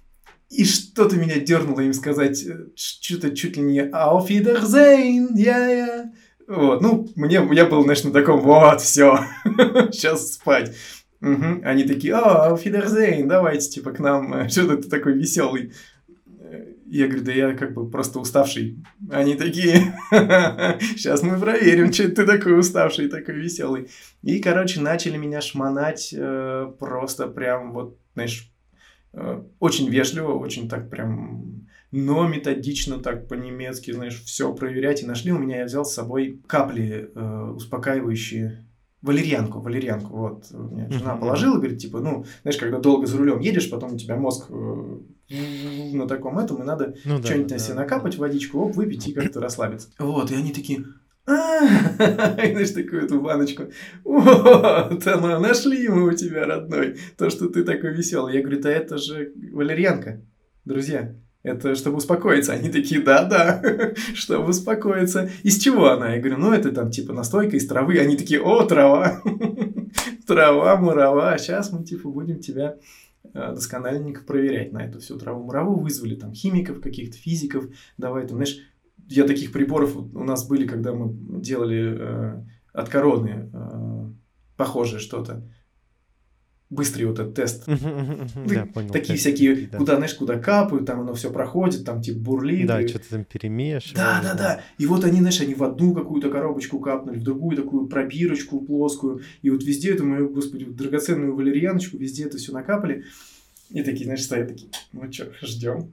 И что-то меня дернуло им сказать, что-то чуть ли не «Auf Wiedersehen», я. Вот, ну, я был, знаешь, на таком, вот, все, сейчас спать. Угу. Они такие, «Auf Wiedersehen», давайте, типа, к нам, что-то ты такой веселый. Я говорю, да я как бы просто уставший. Они такие, сейчас мы проверим, что ты такой уставший, такой веселый. И, короче, начали меня шмонать просто прям вот, знаешь, очень вежливо, очень так прям, но методично так по-немецки, знаешь, все проверять. И нашли у меня, я взял с собой капли успокаивающие. Валерьянку, вот. У меня жена положила, говорит, типа, ну, знаешь, когда долго за рулем едешь, потом у тебя мозг на таком этом, и надо что-нибудь на себя накапать, водичку, оп, выпить и как-то расслабиться. Вот, и они такие, и, знаешь, такую эту баночку, вот, оно, нашли мы у тебя, родной, то, что ты такой веселый. Я говорю, да это же валерьянка, друзья. Это чтобы успокоиться. Они такие, да, чтобы успокоиться. Из чего она? Я говорю, ну, это там типа настойка из травы. Они такие, о, трава. Трава, мурава. Сейчас мы типа будем тебя доскональненько проверять на эту всю траву. Мураву вызвали там химиков каких-то, физиков. Давай там, знаешь, я таких приборов у нас были, когда мы делали от короны похожее что-то. Быстрый вот этот тест. Да, понял. Такие всякие, куда, знаешь, куда капают, там оно все проходит, там типа бурлит. Да, что-то там перемешивают. Да. И вот они, знаешь, они в одну какую-то коробочку капнули, в другую такую пробирочку плоскую. И вот везде эту мою, господи, драгоценную валерьяночку, везде это все накапали. И такие, знаешь, стоят такие, ну что, ждем.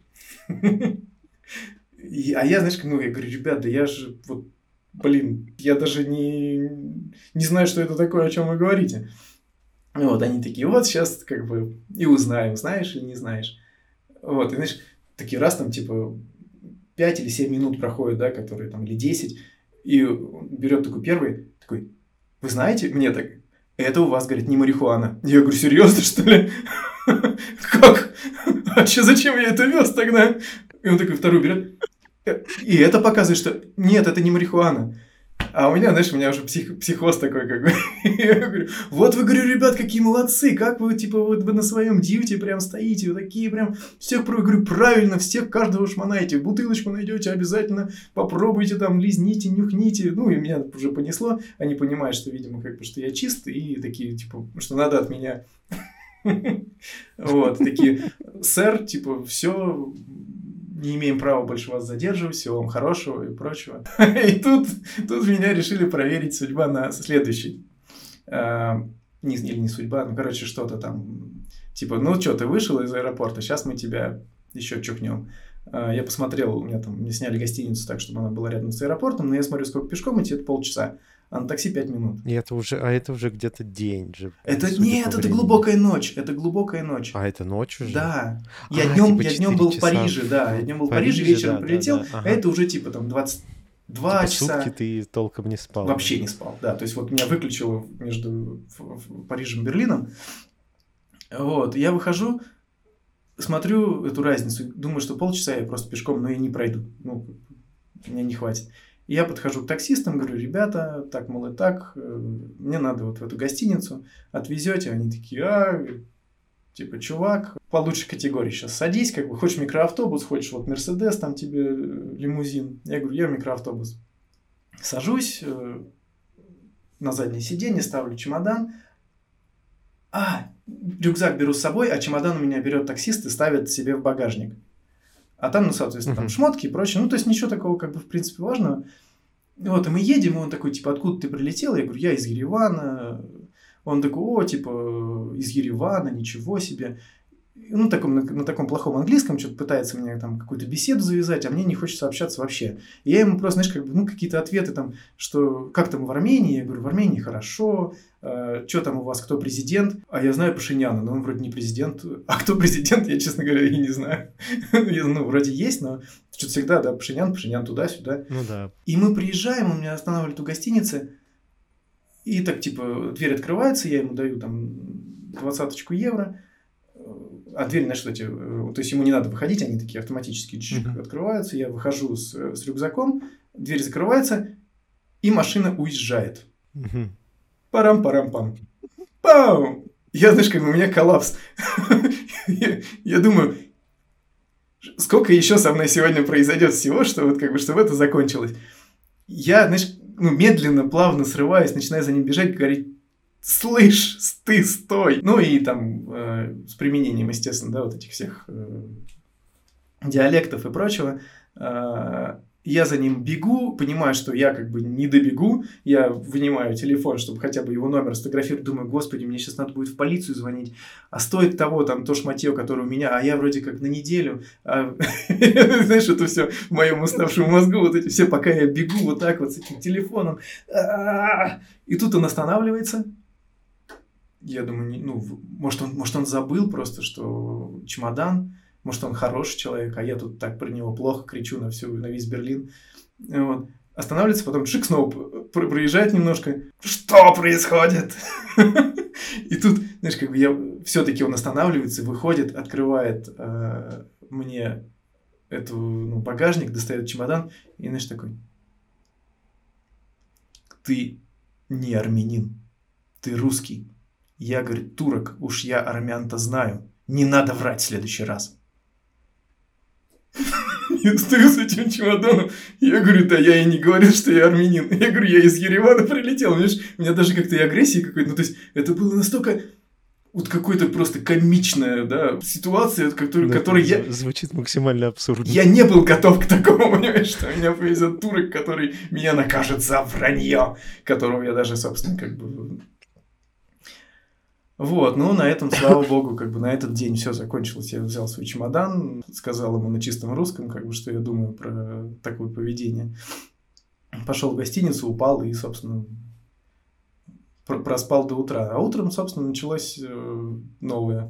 А я, знаешь, я говорю, ребят, да я же, вот, блин, я даже не знаю, что это такое, о чем вы говорите. Вот, они такие, вот сейчас как бы и узнаем, знаешь или не знаешь. Вот, и знаешь, такие раз там типа 5 или 7 минут проходит, да, которые там, или 10, и берет такой первый, такой, вы знаете, мне так, это у вас, говорит, не марихуана. Я говорю, серьезно, что ли? Как? А зачем я это вез тогда? И он такой второй берет, и это показывает, что нет, это не марихуана. А у меня, знаешь, у меня уже психоз такой, как бы. Я говорю, вот вы, говорю, ребят, какие молодцы, как вы, типа, вот вы на своем дьюти прям стоите, вы такие прям, всех, говорю, правильно, всех, каждого шмонаете, бутылочку найдете, обязательно попробуйте там, лизните, нюхните. Ну, и меня уже понесло, они понимают, что, видимо, как бы, что я чист, и такие, типа, что надо от меня. Вот, такие, сэр, типа, все... Не имеем права больше вас задерживать, всего вам хорошего и прочего. И тут меня решили проверить судьба на следующий. Или не судьба, ну, короче, что-то там. Типа, ну, что, ты вышел из аэропорта, сейчас мы тебя еще чухнем. Я посмотрел, мне сняли гостиницу так, чтобы она была рядом с аэропортом, но я смотрю, сколько пешком идти, это полчаса. А на такси 5 минут. И это уже где-то день же. Нет, это глубокая ночь. А это ночь уже? Да. Я днем был в Париже, да. Я днем был в Париже, вечером прилетел, да. А это уже типа там 22 часа. Сутки ты толком не спал. Вообще не спал, да. То есть вот меня выключило между Парижем и Берлином. Вот, я выхожу, смотрю эту разницу, думаю, что полчаса я просто пешком, но я не пройду. Ну, мне не хватит. Я подхожу к таксистам, говорю, ребята, так, мол, и так, мне надо вот в эту гостиницу, отвезете? Они такие, типа, чувак, получше категории сейчас садись, как бы, хочешь микроавтобус, хочешь вот Мерседес, там тебе лимузин. Я говорю, я в микроавтобус. Сажусь на заднее сиденье, ставлю чемодан. Рюкзак беру с собой, а чемодан у меня берет таксист и ставит себе в багажник. А там, ну, соответственно, там шмотки и прочее. Ну, то есть, ничего такого, как бы, в принципе, важного. Вот, и мы едем, и он такой, типа, откуда ты прилетел? Я говорю, я из Еревана. Он такой, типа, из Еревана, ничего себе. Ну, на таком плохом английском что-то пытается мне там какую-то беседу завязать, а мне не хочется общаться вообще. И я ему просто, знаешь, как бы, какие-то ответы там, что как там в Армении? Я говорю, в Армении хорошо. Что там у вас, кто президент? А я знаю Пашиняна, но он вроде не президент. А кто президент, я, честно говоря, и не знаю. Ну, вроде есть, но что-то всегда, да, Пашинян туда-сюда. Ну да. И мы приезжаем, он меня останавливает у гостиницы, и так, типа, дверь открывается, я ему даю там 20 евро, а дверь, знаешь, то есть ему не надо выходить, они такие автоматически открываются, я выхожу с рюкзаком, дверь закрывается, и машина уезжает. Парам-парам-пам. Пау! Я, знаешь, как у меня коллапс. Я думаю, сколько еще со мной сегодня произойдет всего, что вот как бы, чтобы это закончилось. Я, знаешь, медленно, плавно срываюсь, начинаю за ним бежать, говорить: слышь, ты стой! Ну и там с применением, естественно, да, вот этих всех диалектов и прочего. Я за ним бегу, понимаю, что я как бы не добегу, я вынимаю телефон, чтобы хотя бы его номер сфотографировать, думаю: господи, мне сейчас надо будет в полицию звонить, а стоит того, там, то шматье, которое у меня, а я вроде как на неделю, знаешь, это все в моем уставшем мозгу, вот эти все, пока я бегу вот так вот с этим телефоном, и тут он останавливается. Я думаю, может он забыл просто, что чемодан. Может, он хороший человек, а я тут так про него плохо кричу на весь Берлин. Вот. Останавливается, потом чик снова проезжает немножко. Что происходит? И тут, знаешь, как бы все-таки он останавливается, выходит, открывает мне багажник, достает чемодан и, знаешь, такой: ты не армянин, ты русский. Я, говорит, турок, уж я армян-то знаю. Не надо врать в следующий раз. Я стою с этим чемоданом, я говорю: да я и не говорил, что я армянин. Я говорю: я из Еревана прилетел. Понимаешь, у меня даже как-то и агрессии какой-то, то есть это было настолько вот какой-то просто комичная, да, ситуация, которой я... Звучит максимально абсурдно. Я не был готов к такому, понимаешь, что меня повезет турок, который меня накажет за вранье, которого я даже, собственно, как бы... Вот, на этом, слава богу, как бы на этот день все закончилось. Я взял свой чемодан, сказал ему на чистом русском, как бы, что я думаю про такое поведение. Пошел в гостиницу, упал и, собственно, проспал до утра. А утром, собственно, началось новое.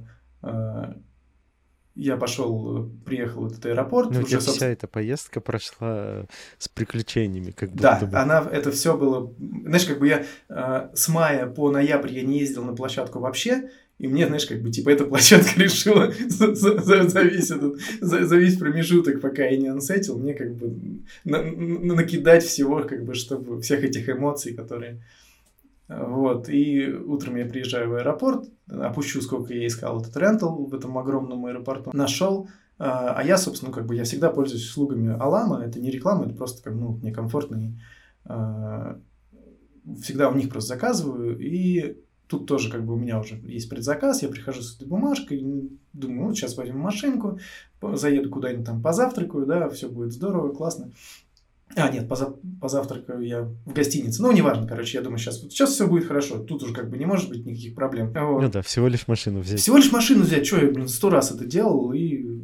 Я приехал в этот аэропорт. У тебя вся эта поездка прошла с приключениями, как будто да, бы. Это все было... Знаешь, как бы я с мая по ноябрь я не ездил на площадку вообще, и мне, знаешь, как бы, типа, эта площадка решила за весь промежуток, пока я не ансетил, мне как бы накидать всего, как бы, чтобы всех этих эмоций, которые... Вот, и утром я приезжаю в аэропорт, опущу, сколько я искал этот рентал в этом огромном аэропорту, нашел, а я, собственно, как бы, я всегда пользуюсь услугами Алама, это не реклама, это просто, как, мне комфортно, всегда у них просто заказываю, и тут тоже, как бы, у меня уже есть предзаказ, я прихожу с этой бумажкой, думаю, вот сейчас возьму машинку, заеду куда-нибудь там позавтракаю, да, все будет здорово, классно. Нет, позавтракаю я в гостинице. Неважно, короче, я думаю, сейчас все будет хорошо. Тут уже как бы не может быть никаких проблем. Вот. Да, всего лишь машину взять. Всего лишь машину взять. Что я, 100 раз это делал. И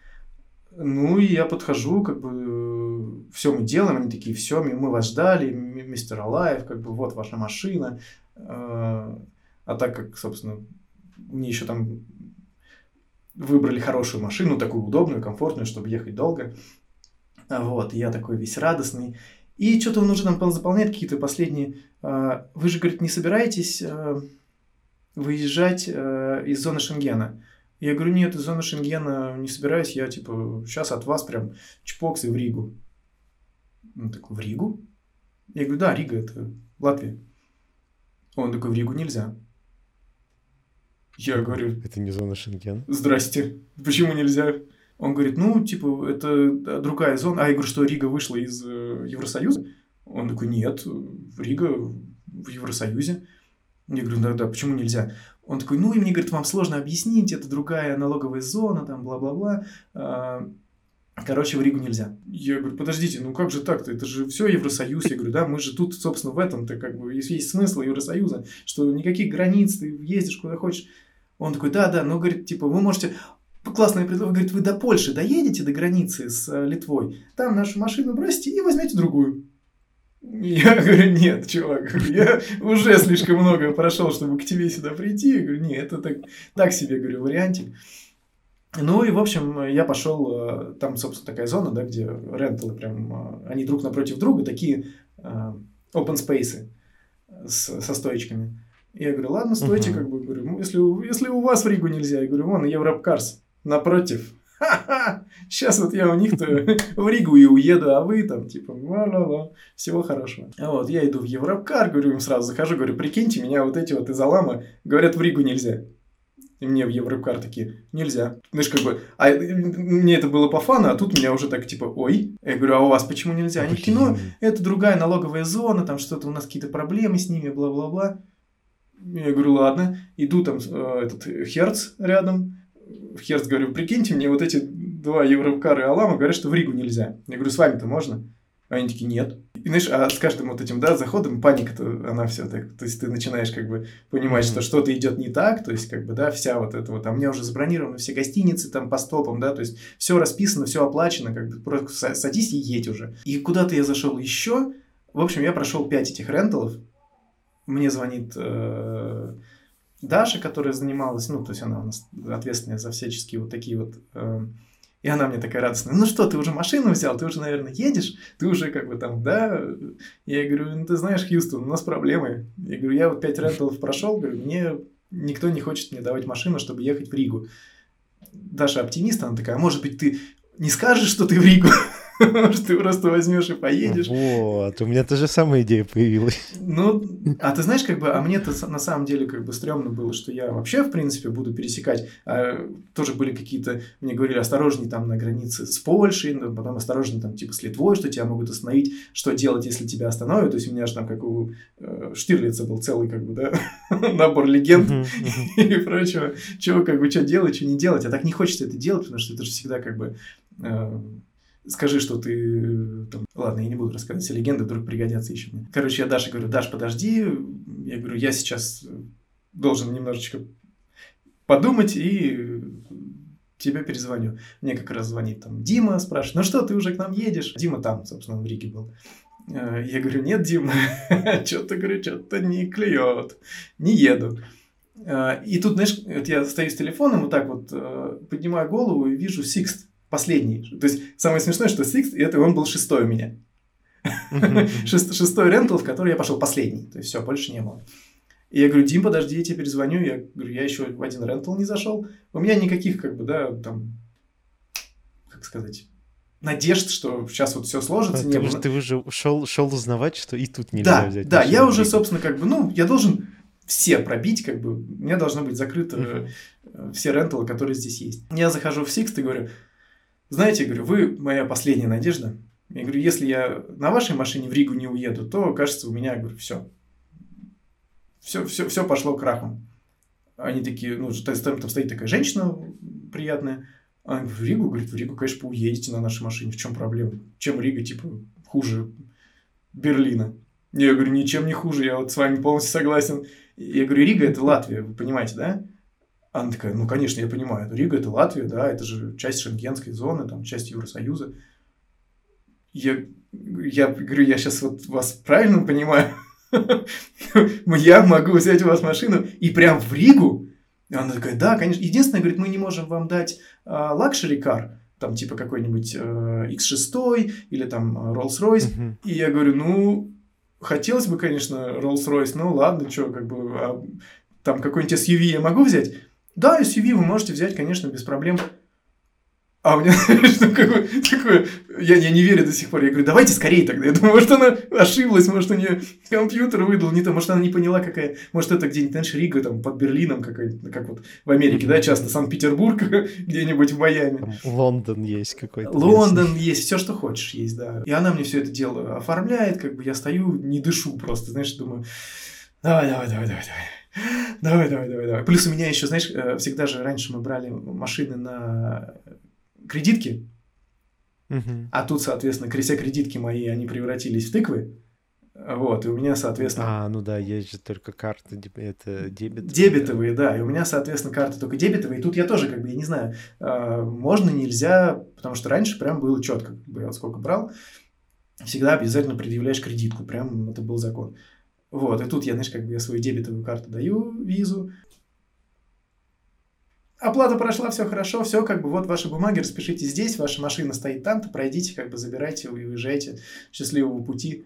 я подхожу, как бы, все мы делаем. Они такие: все, мы вас ждали, мистер Алаев, как бы, вот ваша машина. А так как, собственно, мне еще там выбрали хорошую машину, такую удобную, комфортную, чтобы ехать долго. Вот, я такой весь радостный. И что-то он уже там заполняет какие-то последние... Вы же, говорит, не собираетесь выезжать из зоны Шенгена? Я говорю: нет, из зоны Шенгена не собираюсь. Я, типа, сейчас от вас прям чпокс и в Ригу. Он такой: в Ригу? Я говорю: да, Рига, это Латвия. Он такой: в Ригу нельзя. Я говорю: это не зона Шенгена. Здрасте, почему нельзя? Он говорит: это другая зона. Я говорю: что Рига вышла из Евросоюза? Он такой: нет, Рига в Евросоюзе. Я говорю: да, почему нельзя? Он такой: и мне, говорит, вам сложно объяснить, это другая налоговая зона, там, бла-бла-бла. Короче, в Ригу нельзя. Я говорю: подождите, как же так-то? Это же все Евросоюз. Я говорю: да, мы же тут, собственно, в этом-то, как бы, есть смысл Евросоюза, что никаких границ, ты ездишь куда хочешь. Он такой: да, говорит, типа, вы можете... Классное предложение. Говорит: вы до Польши доедете, до границы с Литвой, там нашу машину бросите и возьмете другую. Я говорю: нет, чувак, я уже слишком много прошел, чтобы к тебе сюда прийти. Я говорю: нет, это так себе, говорю, вариантик. И, в общем, я пошел, там, собственно, такая зона, да, где ренталы прям, они друг напротив друга, такие open space со стоечками. Я говорю: ладно, стойте, как бы, говорю, если у вас в Ригу нельзя, я говорю: вон, Европкарс напротив. Ха-ха! Сейчас вот я у них-то в Ригу и уеду, а вы там, типа, ла-ла-ла, всего хорошего. Вот, я иду в Европкар, говорю, им сразу захожу, говорю: прикиньте, меня вот эти вот из Алама говорят: в Ригу нельзя. И мне в Еврокар такие, нельзя. Знаешь, как бы, а мне это было по фану, а тут меня уже так, типа, ой. Я говорю, а у вас почему нельзя? Они такие, ну, это другая налоговая зона, там что-то у нас какие-то проблемы с ними, бла-бла-бла. Я говорю, ладно. Иду там, этот Херц рядом. В Херц говорю, прикиньте мне, вот эти 2 Еврокара и Алама говорят, что в Ригу нельзя. Я говорю, с вами-то можно? А они такие, нет. И знаешь, а с каждым вот этим, да, заходом паника-то, она все так, то есть ты начинаешь как бы понимать, что что-то идет не так, то есть как бы, да, вся вот эта вот, а у меня уже забронированы все гостиницы там по стопам, да, то есть все расписано, все оплачено, как бы просто садись и едь уже. И куда-то я зашел еще, в общем, я прошел 5 этих ренталов, мне звонит Даша, которая занималась, ну, то есть она у нас ответственная за всяческие вот такие вот... И она мне такая радостная, ну что, ты уже машину взял, ты уже, наверное, едешь, ты уже как бы там, да. Я говорю, ну ты знаешь, Хьюстон, у нас проблемы. Я говорю, я вот 5 ренталов прошел, говорю, мне никто не хочет мне давать машину, чтобы ехать в Ригу. Даша оптимист, она такая, а может быть, ты не скажешь, что ты в Ригу? Может, ты просто возьмешь и поедешь. Вот, у меня та же самая идея появилась. Ну, а ты знаешь, как бы, а мне-то на самом деле как бы стрёмно было, что я вообще, в принципе, буду пересекать. Тоже были какие-то, мне говорили, осторожней там на границе с Польшей, потом осторожней там типа с Литвой, что тебя могут остановить, что делать, если тебя остановят. То есть у меня же там, как у Штирлица был целый, как бы, да, набор легенд и прочего. Чего, как бы, что делать, что не делать. А так не хочется это делать, потому что это же всегда как бы... Скажи, что ты... Там... Ладно, я не буду рассказывать все легенды, вдруг пригодятся еще мне. Короче, я Даше говорю, Даш, подожди. Я говорю, я сейчас должен немножечко подумать и тебе перезвоню. Мне как раз звонит там Дима, спрашивает, ну что, ты уже к нам едешь? Дима там, собственно, в Риге был. Я говорю, нет, Дима, что-то, говорю, что-то не клюет, не еду. И тут, знаешь, вот я стою с телефоном, вот так вот поднимаю голову и вижу Sixt. Последний. То есть, самое смешное, что Sixt, это он был 6-й у меня. 6-й рентал, в который я пошел последний. То есть, все, больше не было. И я говорю, Дим, подожди, я тебе перезвоню. Я говорю, я еще в один рентал не зашел. У меня никаких, как бы, да, там, как сказать, надежд, что сейчас вот все сложится. Ты уже шел узнавать, что и тут нельзя взять. Да, я уже, собственно, как бы, ну, я должен все пробить, как бы, у меня должно быть закрыто все ренталы, которые здесь есть. Я захожу в Sixt и говорю, знаете, говорю, вы моя последняя надежда. Я говорю, если я на вашей машине в Ригу не уеду, то, кажется, у меня, говорю, все пошло крахом. Они такие, ну, там стоит такая женщина приятная. Она говорит, в Ригу? Говорит, в Ригу, конечно, уедете на нашей машине. В чем проблема? Чем Рига, типа, хуже Берлина? Я говорю, ничем не хуже, я вот с вами полностью согласен. Я говорю, Рига – это Латвия, вы понимаете, да? Она такая, ну, конечно, я понимаю, Рига – это Латвия, да, это же часть Шенгенской зоны, там, часть Евросоюза. Я говорю, я сейчас вот вас правильно понимаю? Я могу взять у вас машину и прям в Ригу? И она такая, да, конечно. Единственное, говорит, мы не можем вам дать luxury car, там, типа, какой-нибудь X6 или там Rolls-Royce. И я говорю, ну, хотелось бы, конечно, Rolls-Royce, ну, ладно, что, как бы, там, какой-нибудь SUV я могу взять? Да, SUV вы можете взять, конечно, без проблем. А у меня такое, я не верю до сих пор. Я говорю, давайте скорее тогда. Я думаю, может, она ошиблась, может, у нее компьютер выдал не то, может, она не поняла, какая. Может, это где-нибудь, знаешь, Рига, там, под Берлином, как вот в Америке, да, часто Санкт-Петербург, где-нибудь в Майами. Там Лондон есть какой-то. Лондон есть, все, что хочешь есть, да. И она мне все это дело оформляет, как бы я стою, не дышу просто, знаешь, думаю, давай. Плюс у меня еще, знаешь, всегда же раньше мы брали машины на кредитки, а тут, соответственно, все кредитки мои, они превратились в тыквы, вот, и у меня, соответственно... ну да, есть же только карты, это дебетовые. Дебетовые, да, и у меня, соответственно, карты только дебетовые, и тут я тоже, как бы, я не знаю, можно, нельзя, потому что раньше прям было четко, как бы, я вот сколько брал, всегда обязательно предъявляешь кредитку, прям это был закон. Вот, и тут я, знаешь, как бы я свою дебетовую карту даю, визу. Оплата прошла, все хорошо, все, как бы, вот ваши бумаги, распишите здесь, ваша машина стоит там-то, пройдите, как бы, забирайте и уезжайте. Счастливого пути.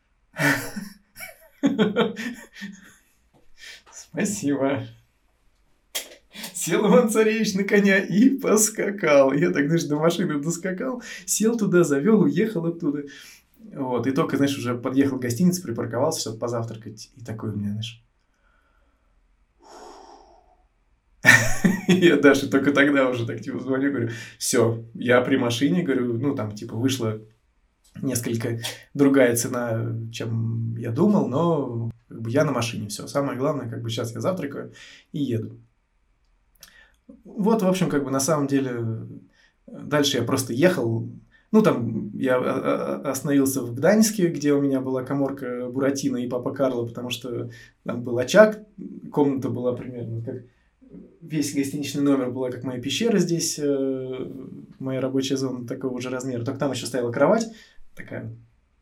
Спасибо. Сел Иван Царевич на коня и поскакал. Я так, знаешь, до машины доскакал, сел туда, завел, уехал оттуда. Вот, и только, знаешь, уже подъехал в гостиницу, припарковался, чтобы позавтракать. И такой у меня, знаешь... Я Даше только тогда уже так типа звоню, говорю, все, я при машине, говорю, ну там типа вышла несколько другая цена, чем я думал, но как бы я на машине, все. Самое главное, как бы сейчас я завтракаю и еду. Вот, в общем, как бы на самом деле дальше я просто ехал. Ну, там я остановился в Гданьске, где у меня была каморка Буратино и Папа Карло, потому что там был очаг, комната была примерно как весь гостиничный номер была как моя пещера здесь, моя рабочая зона такого же размера. Только там еще стояла кровать такая.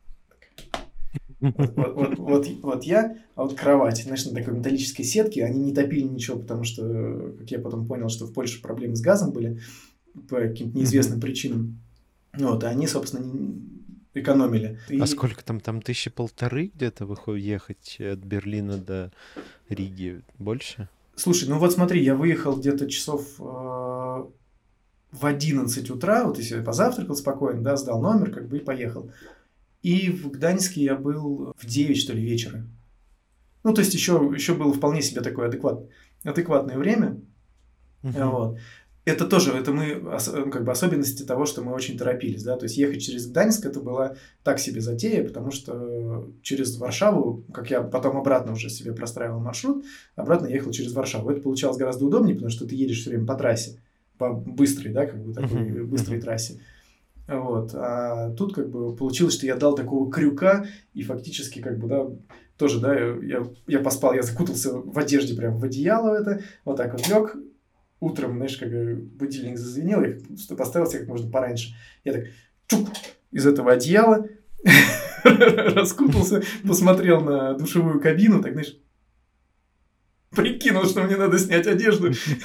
Вот я, а вот кровать, знаешь, на такой металлической сетке, они не топили ничего, потому что, как я потом понял, что в Польше проблемы с газом были по каким-то неизвестным причинам. Вот, и они, собственно, экономили. А сколько там 1500 где-то ехать от Берлина до Риги? Больше? Слушай, ну вот смотри, я выехал где-то часов в 11 утра, вот если я позавтракал спокойно, да, сдал номер, как бы и поехал. И в Гданьске я был в 9, что ли, вечера. Ну, то есть еще было вполне себе такое адекватное время. Вот. Это тоже, это мы, как бы особенности того, что мы очень торопились, да, то есть ехать через Гданьск это была так себе затея, потому что через Варшаву, как я потом обратно уже себе простраивал маршрут, обратно ехал через Варшаву. Это получалось гораздо удобнее, потому что ты едешь все время по трассе, по быстрой, да, как бы такой быстрой трассе. Вот. А тут как бы получилось, что я дал такого крюка, и фактически как бы, да, тоже, да, я поспал, я закутался в одежде прям в одеяло это, вот так вот лег. Утром, знаешь, как будильник зазвенел, я поставил себя как можно пораньше. Я так чук из этого одеяла, раскутался, посмотрел на душевую кабину, так, знаешь, прикинул, что мне надо снять одежду.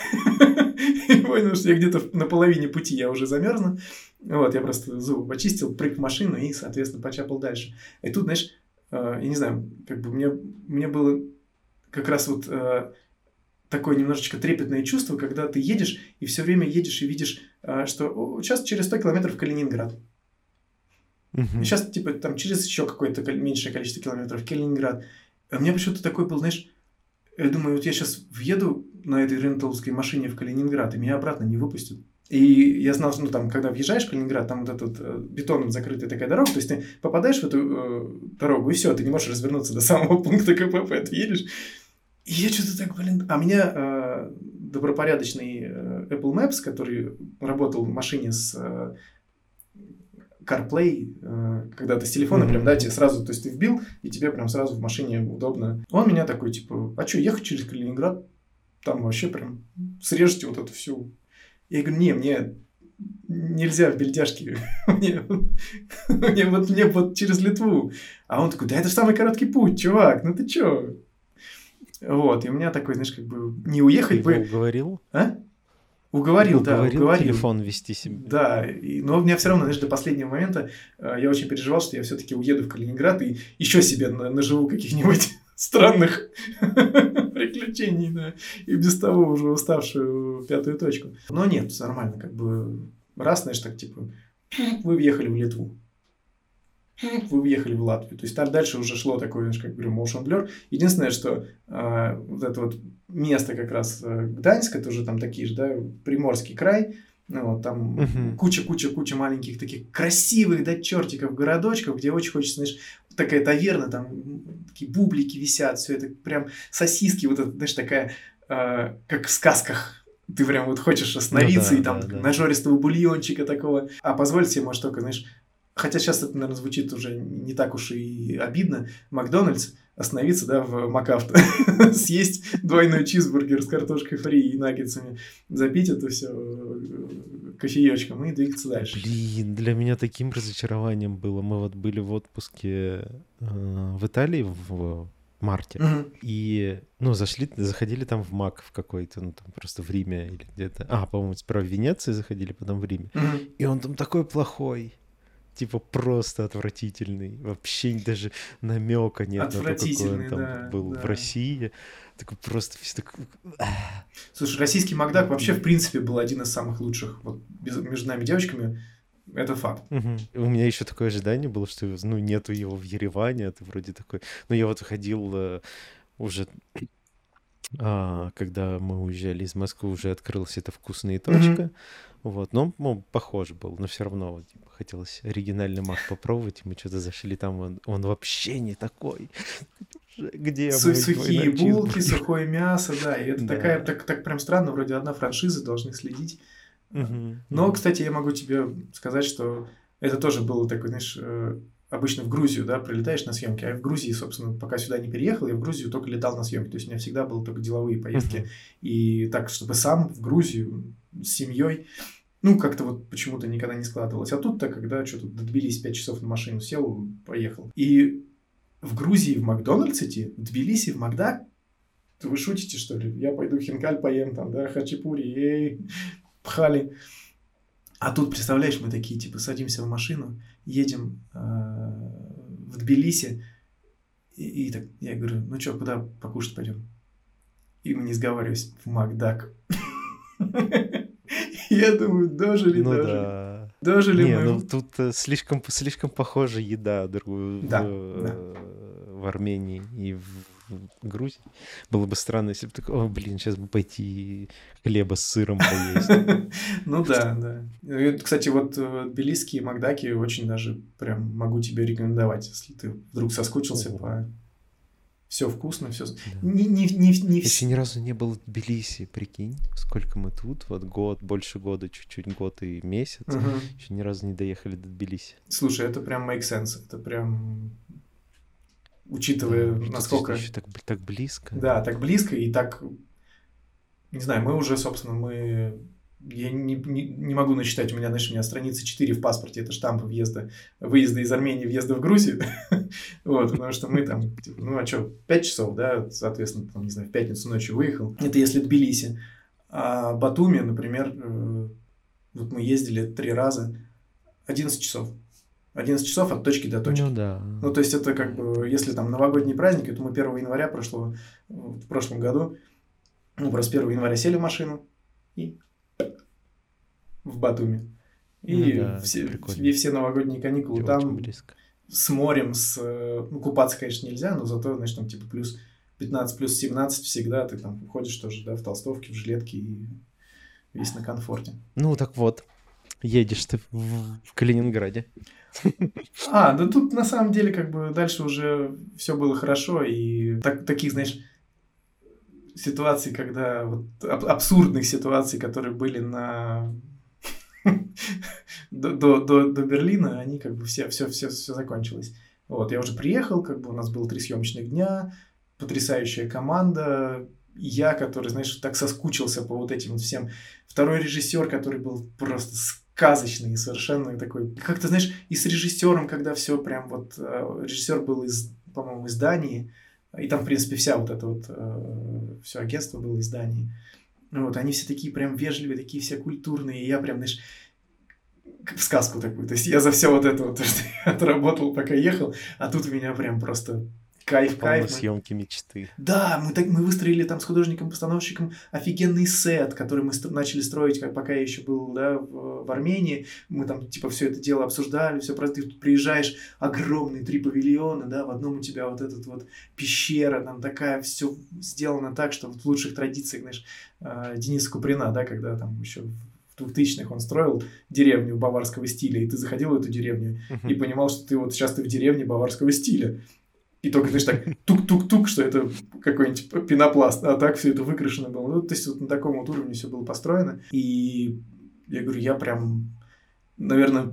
И понял, что я где-то на половине пути я уже замерзну. Вот, я просто зубы почистил, прыг в машину и, соответственно, почапал дальше. И тут, знаешь, я не знаю, как бы мне было как раз вот... такое немножечко трепетное чувство, когда ты едешь, и все время едешь и видишь, что сейчас через 100 километров Калининград. И сейчас, типа, там через еще какое-то меньшее количество километров Калининград. А у меня почему-то такой был, знаешь, я думаю, вот я сейчас въеду на этой ренталовской машине в Калининград, и меня обратно не выпустят. И я знал, что, ну, там, когда въезжаешь в Калининград, там вот эта вот бетоном закрытая такая дорога, то есть ты попадаешь в эту дорогу, и все, ты не можешь развернуться до самого пункта КПП, ты едешь. И я что-то так, а меня добропорядочный Apple Maps, который работал в машине с CarPlay, когда ты с телефона прям, да, тебе сразу, то есть ты вбил, и тебе прям сразу в машине удобно. Он меня такой, типа, а что, ехать через Калининград? Там вообще прям срежете вот эту всю. Я говорю, мне нельзя в бельдяшке, мне вот через Литву. А он такой, да это же самый короткий путь, чувак, ну ты чё? Вот, и у меня такой, знаешь, как бы не уехать бы... Ты его уговорил? А? Уговорил. Телефон вести себе. Да, но у меня все равно, знаешь, до последнего момента я очень переживал, что я все-таки уеду в Калининград и еще себе наживу каких-нибудь странных приключений, да, и без того уже уставшую пятую точку. Но нет, все нормально, как бы раз, знаешь, так типа, вы въехали в Литву. Вы въехали в Латвию. То есть там дальше уже шло такое, знаешь, как говорю, motion blur. Единственное, что вот это вот место как раз Гданьск, это уже там такие же, да, Приморский край, ну, вот там куча маленьких таких красивых, да, чертиков, городочков, где очень хочется, знаешь, такая таверна, там такие бублики висят, все это прям сосиски, вот это, знаешь, такая, как в сказках. Ты прям вот хочешь остановиться и там нажористого бульончика такого. А позволь себе, может, только, знаешь, хотя сейчас это, наверное, звучит уже не так уж и обидно, Макдональдс, остановиться, да, в МакАвто, съесть двойной чизбургер с картошкой фри и наггетсами, запить это все кофеечком и двигаться дальше. Блин, для меня таким разочарованием было. Мы вот были в отпуске в Италии в марте, и, ну, заходили там в Мак в какой-то, ну, там просто в Риме или где-то. По-моему, сперва в Венеции заходили, потом в Риме. И он там такой плохой. Типа просто отвратительный. Вообще даже намека нет на то, какой он там был в России. Такой просто все такой... Слушай, российский Макдак вообще, в принципе, был один из самых лучших. Вот между нами девочками это факт. У меня еще такое ожидание было, что, ну, нету его в Ереване. Это вроде такой... Ну, я вот ходил уже Когда мы уезжали из Москвы, уже открылась эта вкусная точка. Вот, но похож был, но все равно вот, типа, хотелось оригинальный мак попробовать, и мы что-то зашли там, он вообще не такой. Где Сухие булки, сухое мясо, да, и это такая, так прям странно, вроде одна франшиза, должны следить. Но, кстати, я могу тебе сказать, что это тоже было такое, знаешь, обычно в Грузию, да, прилетаешь на съемки, а в Грузии, собственно, пока сюда не переехал, я в Грузию только летал на съемки, то есть у меня всегда были только деловые поездки, и так, чтобы сам в Грузию с семьей, ну, как-то вот почему-то никогда не складывалось. А тут-то, когда что-то до Тбилиси 5 часов на машину сел, поехал. И в Грузии в Макдональдс идти, в Тбилиси в Макдак, вы шутите, что ли? Я пойду хинкаль поем там, да, хачапури, пхали. А тут, представляешь, мы такие, типа, садимся в машину, едем в Тбилиси, и так, я говорю, ну что, куда покушать пойдем? И мы не сговариваемся, в Макдак. Я думаю, дожили. Дожили мы. Ну тут слишком похожа еда в Армении и в Грузии. Было бы странно, если бы такое, сейчас бы пойти хлеба с сыром поесть. Ну да. Кстати, вот тбилисские макдаки очень даже прям могу тебе рекомендовать, если ты вдруг соскучился по... Все вкусно, все. Еще ни разу не был в Тбилиси, прикинь, сколько мы тут, вот больше года, чуть-чуть год и месяц, еще ни разу не доехали до Тбилиси. Слушай, это прям make sense, это прям, учитывая, насколько... Еще так близко. Да, так близко и так, не знаю, мы уже, собственно, я не могу насчитать, у меня страница 4 в паспорте, это штампы выезда из Армении, въезда в Грузию, вот, потому что мы там, 5 часов, да, соответственно, там, не знаю, в пятницу ночью выехал, это если Тбилиси, а Батуми, например, вот мы ездили 3 раза, 11 часов от точки до точки. Ну да. Ну, то есть это как бы, если там новогодний праздник, это мы 1 января в прошлом году, просто 1 января сели в машину и в Батуми. И все новогодние каникулы там с морем, купаться, конечно, нельзя, но зато, значит, там типа плюс 15, плюс 17 всегда ты там ходишь тоже, да, в толстовке, в жилетке и весь на комфорте. Ну, так вот, едешь ты в Калининграде. Да тут на самом деле как бы дальше уже все было хорошо, и таких, знаешь, ситуаций, когда вот абсурдных ситуаций, которые были до Берлина, они как бы все закончилось. Вот, я уже приехал, как бы у нас было 3 съемочных дня, потрясающая команда, я, который, знаешь, так соскучился по вот этим вот всем. Второй режиссер, который был просто сказочный, совершенно такой, как-то, знаешь, и с режиссером, когда все прям вот, режиссер был по-моему, из Дании, и там, в принципе, вся вот это вот, все агентство было из Дании. Вот, они все такие прям вежливые, такие все культурные, и я прям, знаешь, как в сказку такую. То есть я за все вот это вот, что я отработал, пока ехал, а тут у меня прям просто кайф. Съемки мечты. Да, мы выстроили там с художником-постановщиком офигенный сет, который мы начали строить, пока я еще был, да, в Армении. Мы там типа все это дело обсуждали, все просто ты тут приезжаешь, огромные 3 павильона, да, в одном у тебя вот этот вот пещера, там такая, все сделано так, что вот в лучших традициях, знаешь, Дениса Куприна, да, когда там еще в 2000-х он строил деревню баварского стиля, и ты заходил в эту деревню и понимал, что ты вот сейчас ты в деревне баварского стиля. И только, знаешь, так тук-тук-тук, что это какой-нибудь пенопласт, а так все это выкрашено было. Ну, то есть вот на таком вот уровне все было построено. И я говорю, я прям, наверное,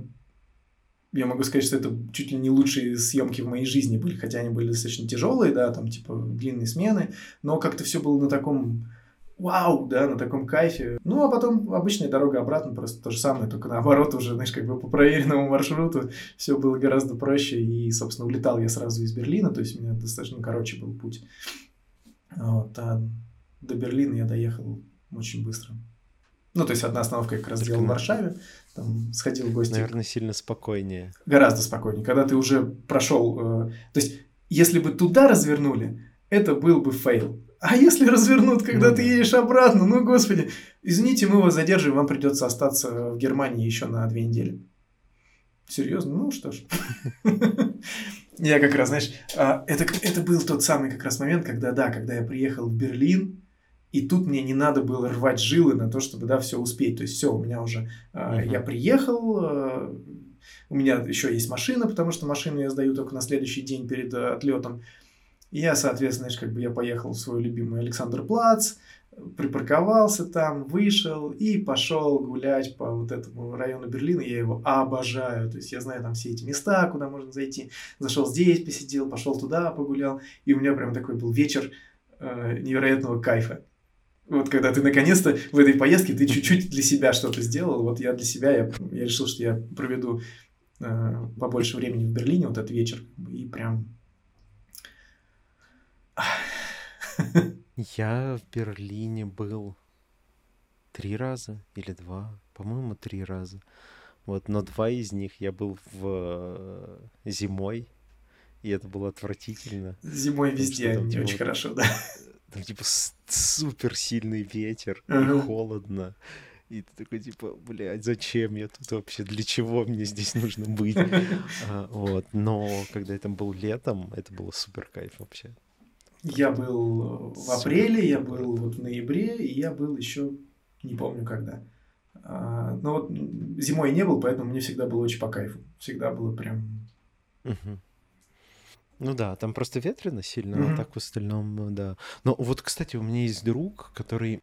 я могу сказать, что это чуть ли не лучшие съемки в моей жизни были, хотя они были достаточно тяжелые, да, там типа длинные смены, но как-то все было на таком вау, да, на таком кайфе. Ну, а потом обычная дорога обратно, просто то же самое, только наоборот уже, знаешь, как бы по проверенному маршруту все было гораздо проще, и, собственно, улетал я сразу из Берлина, то есть у меня достаточно короче был путь. Вот, а до Берлина я доехал очень быстро. Ну, то есть одна остановка я как раз сделал в Варшаве, там сходил в гости. Наверное, сильно спокойнее. Гораздо спокойнее, когда ты уже прошел... то есть, если бы туда развернули, это был бы фейл. А если развернут, когда ты едешь обратно, ну, господи, извините, мы вас задерживаем, вам придется остаться в Германии еще на 2 недели. Серьезно? Ну, что ж. Я как раз, знаешь, это был тот самый как раз момент, когда я приехал в Берлин, И тут мне не надо было рвать жилы на то, чтобы, да, все успеть. То есть все, у меня уже... Я приехал, у меня еще есть машина, потому что машину я сдаю только на следующий день перед отлетом. И я, соответственно, знаешь, как бы я поехал в свой любимый Александр-Плац, припарковался там, вышел и пошел гулять по вот этому району Берлина. Я его обожаю. То есть я знаю там все эти места, куда можно зайти. Зашел здесь, посидел, пошел туда, погулял. И у меня прям такой был вечер невероятного кайфа. Вот когда ты наконец-то в этой поездке ты чуть-чуть для себя что-то сделал. Вот я для себя, я решил, что я проведу побольше времени в Берлине вот этот вечер. И прям... Я в Берлине был 3 раза или 2, по-моему, 3 раза. Вот, но 2 из них я был зимой, и это было отвратительно. Зимой везде не очень хорошо, да. Там типа супер сильный ветер, и холодно. И ты такой, типа, блядь, зачем я тут вообще? Для чего мне здесь нужно быть? Вот. Но когда я там был летом, это было супер кайф вообще. Я был в апреле, я был вот в ноябре, и я был еще не помню когда. Но вот зимой не был, поэтому мне всегда было очень по кайфу. Всегда было прям... Ну да, там просто ветрено сильно, а так в остальном, да. Но вот, кстати, у меня есть друг, который,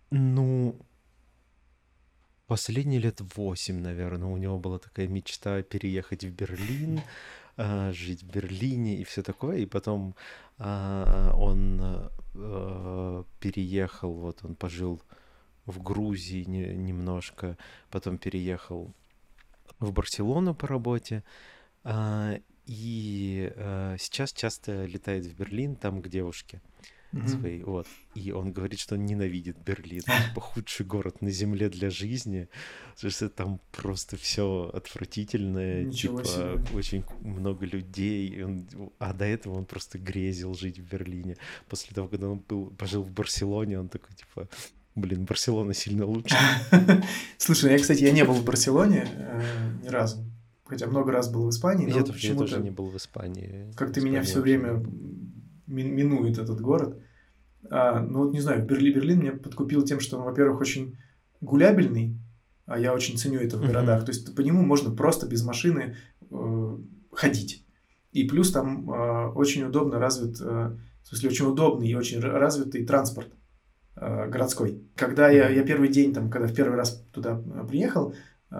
последние лет 8, наверное, у него была такая мечта переехать в Берлин, жить в Берлине и все такое. И потом он переехал, вот он пожил в Грузии немножко, потом переехал в Барселону по работе. И сейчас часто летает в Берлин, там к девушке своей, вот. И он говорит, что он ненавидит Берлин. Типа худший город на земле для жизни. Потому что там просто все отвратительное. Ничего типа себе. очень много людей. А до этого он просто грезил жить в Берлине. После того, когда он пожил в Барселоне, он такой, типа... Блин, Барселона сильно лучше. Слушай, я не был в Барселоне ни разу. Хотя много раз был в Испании, но Я почему-то... тоже не был в Испании. Как-то меня все время минует этот город. Ну вот не знаю, Берлин меня подкупил тем, что он, во-первых, очень гулябельный, а я очень ценю это в городах. То есть по нему можно просто без машины ходить. И плюс там очень удобно развит, в смысле очень удобный и очень развитый транспорт городской. Когда я первый день, там, когда в первый раз туда приехал,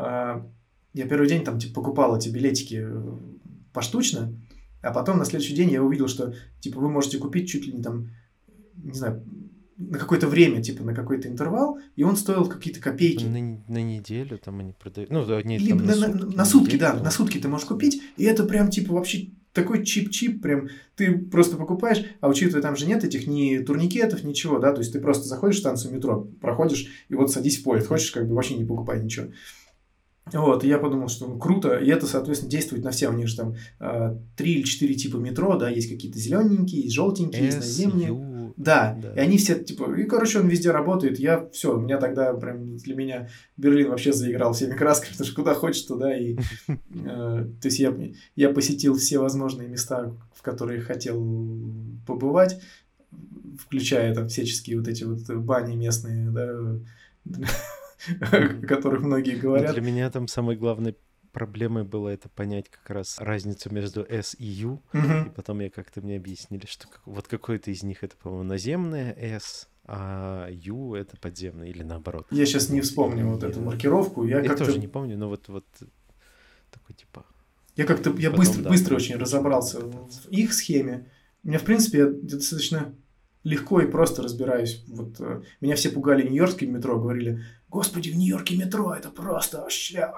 я первый день там типа покупал эти билетики поштучно, а потом на следующий день я увидел, что типа вы можете купить чуть ли не там, не знаю, на какое-то время, типа на какой-то интервал, и он стоил какие-то копейки. На неделю там они продают. Ну, они или там на сутки, да, на сутки ты можешь купить, и это прям типа вообще такой чип-чип, прям ты просто покупаешь, а учитывая, там же нет этих ни турникетов, ничего, да, то есть ты просто заходишь в станцию метро, проходишь, и вот садись в поезд, хочешь, как бы вообще не покупай ничего. Вот, и я подумал, что круто, и это, соответственно, действует на все. У них же там 3 или 4 типа метро, да, есть какие-то зелененькие, есть желтенькие, есть наземные. Да, и они все, типа, и, короче, он везде работает. У меня тогда прям для меня Берлин вообще заиграл всеми красками, потому что куда хочешь, туда. И, то есть я посетил все возможные места, в которые хотел побывать, включая там всяческие вот эти вот бани местные, да, о которых многие говорят. Для меня там самой главной проблемой было это понять как раз разницу между S и U. И потом мне объяснили, что вот какой-то из них это, по-моему, наземное S, а U это подземное или наоборот. Я сейчас не вспомню вот эту маркировку. Я тоже не помню, но вот такой типа... Я быстро очень разобрался в их схеме. У меня, в принципе, я достаточно легко и просто разбираюсь. Вот меня все пугали нью-йоркским метро, говорили: «Господи, в Нью-Йорке метро, это просто вообще...»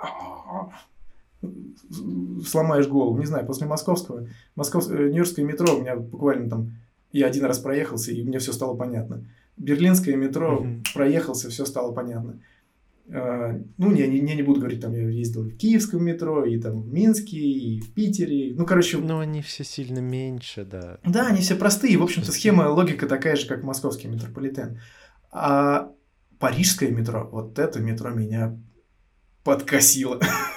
Сломаешь голову. Не знаю, после московского... Нью-Йоркское метро у меня буквально там... Я один раз проехался, и мне все стало понятно. Берлинское метро проехался, все стало понятно. Ну, я не буду говорить, там я ездил в киевском метро, и там в Минске, и в Питере. Ну, короче... Но они все сильно меньше, да. Да, они все простые. В общем-то, схема, логика такая же, как московский метрополитен. А парижское метро, вот это метро меня подкосило.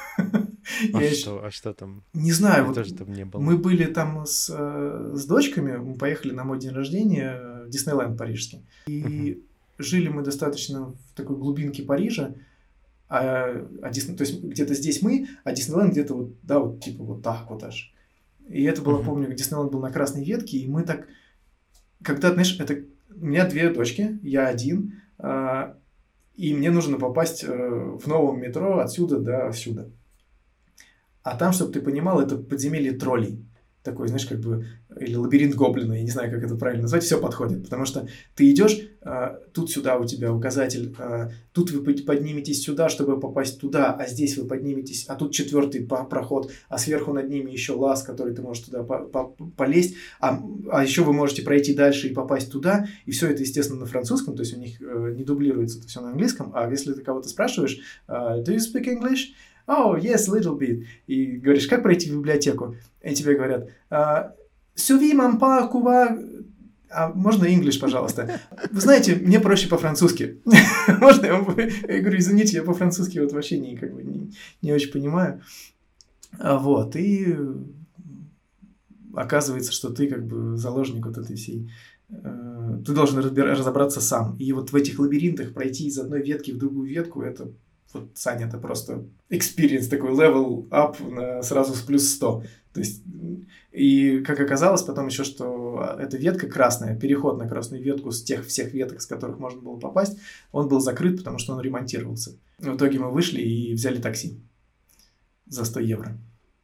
А что там? Не знаю. Я тоже там не был. Мы были там с дочками, мы поехали на мой день рождения в Диснейленд парижский. И жили мы достаточно в такой глубинке Парижа, то есть где-то здесь мы, а Диснейленд где-то вот, да, вот типа вот так вот аж. И это было, помню, Диснейленд был на Красной Ветке, и мы так, когда, знаешь, у меня 2 дочки, я один, и мне нужно попасть в новом метро отсюда до сюда. А там, чтобы ты понимал, это подземелье троллей. Такой, знаешь, как бы, или лабиринт гоблина, я не знаю, как это правильно назвать, все подходит. Потому что ты идешь, тут сюда у тебя указатель, тут вы подниметесь сюда, чтобы попасть туда, а здесь вы подниметесь, а тут 4-й проход, а сверху над ними еще лаз, который ты можешь туда полезть, а еще вы можете пройти дальше и попасть туда, и все это, естественно, на французском, то есть у них не дублируется это все на английском, а если ты кого-то спрашиваешь, do you speak English? Oh, yes, little bit. И говоришь, как пройти в библиотеку? И тебе говорят, «Суви мампа кува...» А можно English, пожалуйста? Вы знаете, мне проще по-французски. Можно я говорю, извините, я по-французски вот вообще не очень понимаю. Вот, и оказывается, что ты как бы заложник вот этой всей... Ты должен разобраться сам. И вот в этих лабиринтах пройти из одной ветки в другую ветку, это... Вот, Саня, это просто experience, такой level up сразу с плюс 100. То есть, и как оказалось потом еще, что эта ветка красная, переход на красную ветку с тех всех веток, с которых можно было попасть, он был закрыт, потому что он ремонтировался. В итоге мы вышли и взяли такси за 100 евро.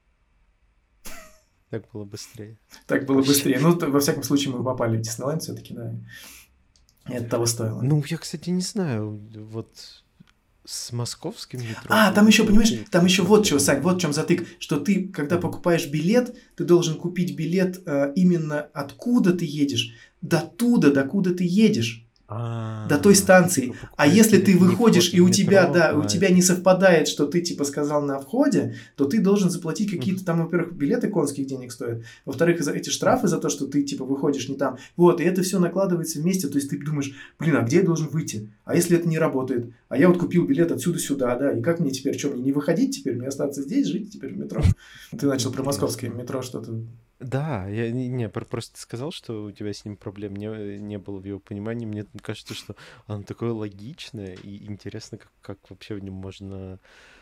Так было быстрее. Так было быстрее. Ну, во всяком случае, мы попали в Диснейленд все-таки, да. И это того стоило. Ну, я, кстати, не знаю, вот... С московским метро. Там еще, понимаешь, там еще вот чего, Сань, вот в чем затык, что ты, когда покупаешь билет, ты должен купить билет именно откуда ты едешь, до туда, докуда ты едешь. До той станции. А если ты выходишь, и у тебя, у тебя не совпадает, что ты типа сказал на входе, то ты должен заплатить какие-то там, во-первых, билеты конских денег стоят, во-вторых, эти штрафы за то, что ты типа выходишь не там. Вот, и это все накладывается вместе, то есть ты думаешь, блин, а где я должен выйти? А если это не работает? А я вот купил билет отсюда сюда, да, и как мне теперь, что, мне не выходить теперь, мне остаться здесь, жить теперь в метро? Ты начал про московское метро что-то... Да, я просто сказал, что у тебя с ним проблем не было в его понимании. Мне кажется, что оно такое логичное и интересно, как вообще в нем можно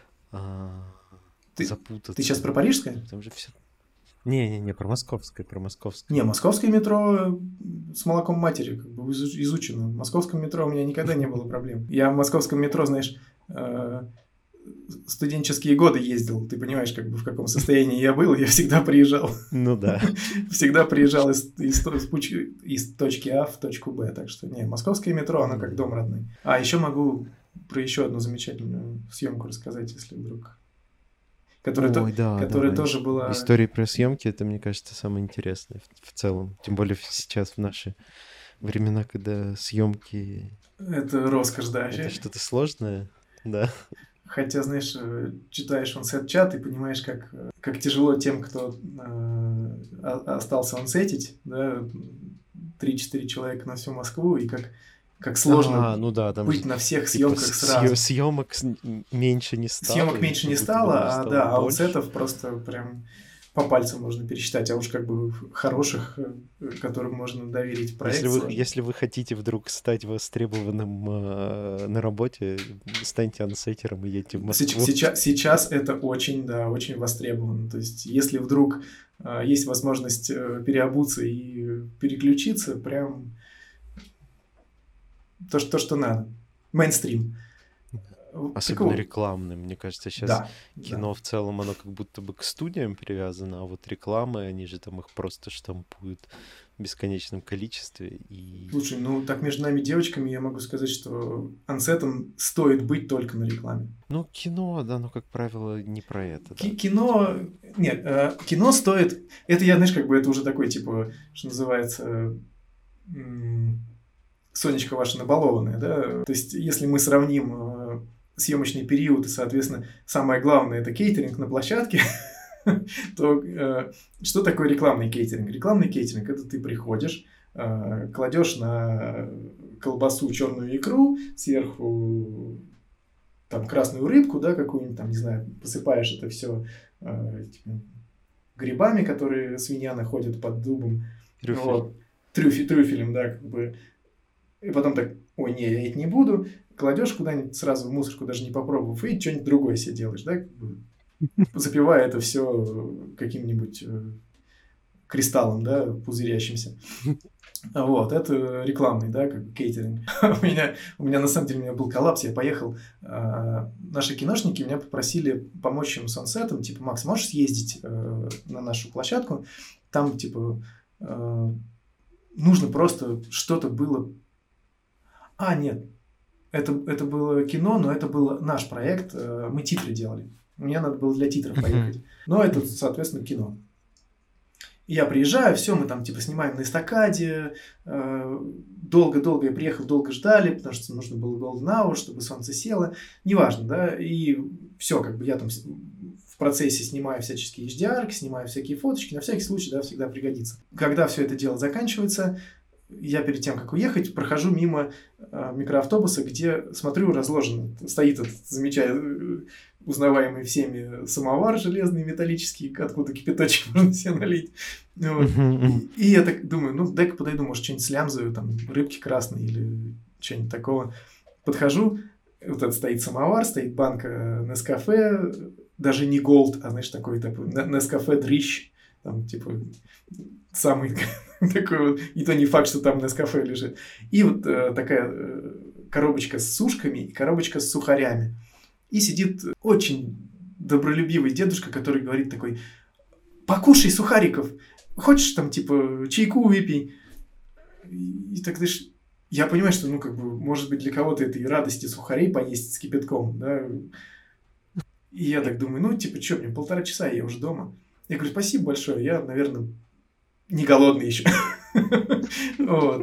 запутаться. Ты сейчас про парижское? Там же все... Не, про московское. Не, московское метро с молоком матери как бы изучено. В московском метро у меня никогда не было проблем. Я в московском метро, знаешь... студенческие годы ездил, ты понимаешь, как бы в каком состоянии я был, я всегда приезжал. Ну да. Всегда приезжал из точки А в точку Б, так что, московское метро, оно как дом родной. А еще могу про еще одну замечательную съемку рассказать, если вдруг... Которая тоже была... Истории про съемки, это, мне кажется, самое интересное в целом. Тем более сейчас в наши времена, когда съемки... Это роскошь, да. Это что-то сложное, да. Хотя, знаешь, читаешь онсет-чат и понимаешь, как тяжело тем, кто остался онсетить, да, 3-4 человека на всю Москву, и как сложно быть на всех съемках сразу. Съемок меньше не стало. Съемок меньше не стало, а онсетов просто прям по пальцам можно пересчитать, а уж как бы хороших, которым можно доверить проект. Если вы хотите вдруг стать востребованным на работе, станьте ансеттером и едьте в Москву. Сейчас это очень востребовано. То есть, если вдруг есть возможность переобуться и переключиться, прям то, что надо. Мейнстрим. Особенно рекламным. Мне кажется, сейчас кино в целом, оно как будто бы к студиям привязано, а вот рекламы, они же там их просто штампуют в бесконечном количестве. Слушай, так между нами девочками я могу сказать, что ансетом стоит быть только на рекламе. Ну, кино, да, как правило, не про это. Да. Кино... Нет, кино стоит... Это я, знаешь, как бы это уже такой, типа, что называется... Сонечка ваша набалованная, да? То есть, если мы сравним съемочный период, и, соответственно, самое главное – это кейтеринг на площадке, то что такое рекламный кейтеринг? Рекламный кейтеринг – это ты приходишь, кладешь на колбасу черную икру, сверху там красную рыбку, да, какую-нибудь там, не знаю, посыпаешь это все грибами, которые свинья находит под дубом. Трюфелем, да, как бы. И потом так ой, не, я это не буду, кладешь куда-нибудь сразу в мусорку, даже не попробовав, и что-нибудь другое себе делаешь, да, запивая это все каким-нибудь кристаллом, да, пузырящимся. Вот, это рекламный, да, как бы кейтеринг. У меня на самом деле у меня был коллапс, я поехал, наши киношники меня попросили помочь им с онсетом, типа, Макс, можешь съездить на нашу площадку, там, типа, нужно просто что-то было... нет, это было кино, но это был наш проект, мы титры делали, мне надо было для титров поехать, но это, соответственно, кино. И я приезжаю, все, мы там типа снимаем на эстакаде, долго-долго я приехал, долго ждали, потому что нужно было golden hour, чтобы солнце село, неважно, да, и все, как бы я там в процессе снимаю всяческие HDR, снимаю всякие фоточки, на всякий случай, да, всегда пригодится. Когда все это дело заканчивается, я перед тем, как уехать, прохожу мимо микроавтобуса, где, смотрю, разложен, стоит этот замечательный, узнаваемый всеми самовар железный, металлический, откуда кипяточек можно себе налить. Вот. И я так думаю, ну, дай-ка подойду, может, что-нибудь слямзаю, там, рыбки красные или что-нибудь такого. Подхожу, вот этот стоит самовар, стоит банка Nescafé, даже не Gold, а, знаешь, такой Nescafé дрищ, там, типа, самый такой вот, и то не факт, что там Nescafé лежит. И вот такая коробочка с сушками и коробочка с сухарями. И сидит очень добролюбивый дедушка, который говорит такой: покушай сухариков, хочешь там, типа, чайку выпей. И так, знаешь, я понимаю, что, ну, как бы, может быть, для кого-то это и радости сухарей поесть с кипятком, да. И я так думаю, ну, типа, что, мне 1,5 часа, я уже дома. Я говорю, спасибо большое, я, наверное, не голодный еще. Вот,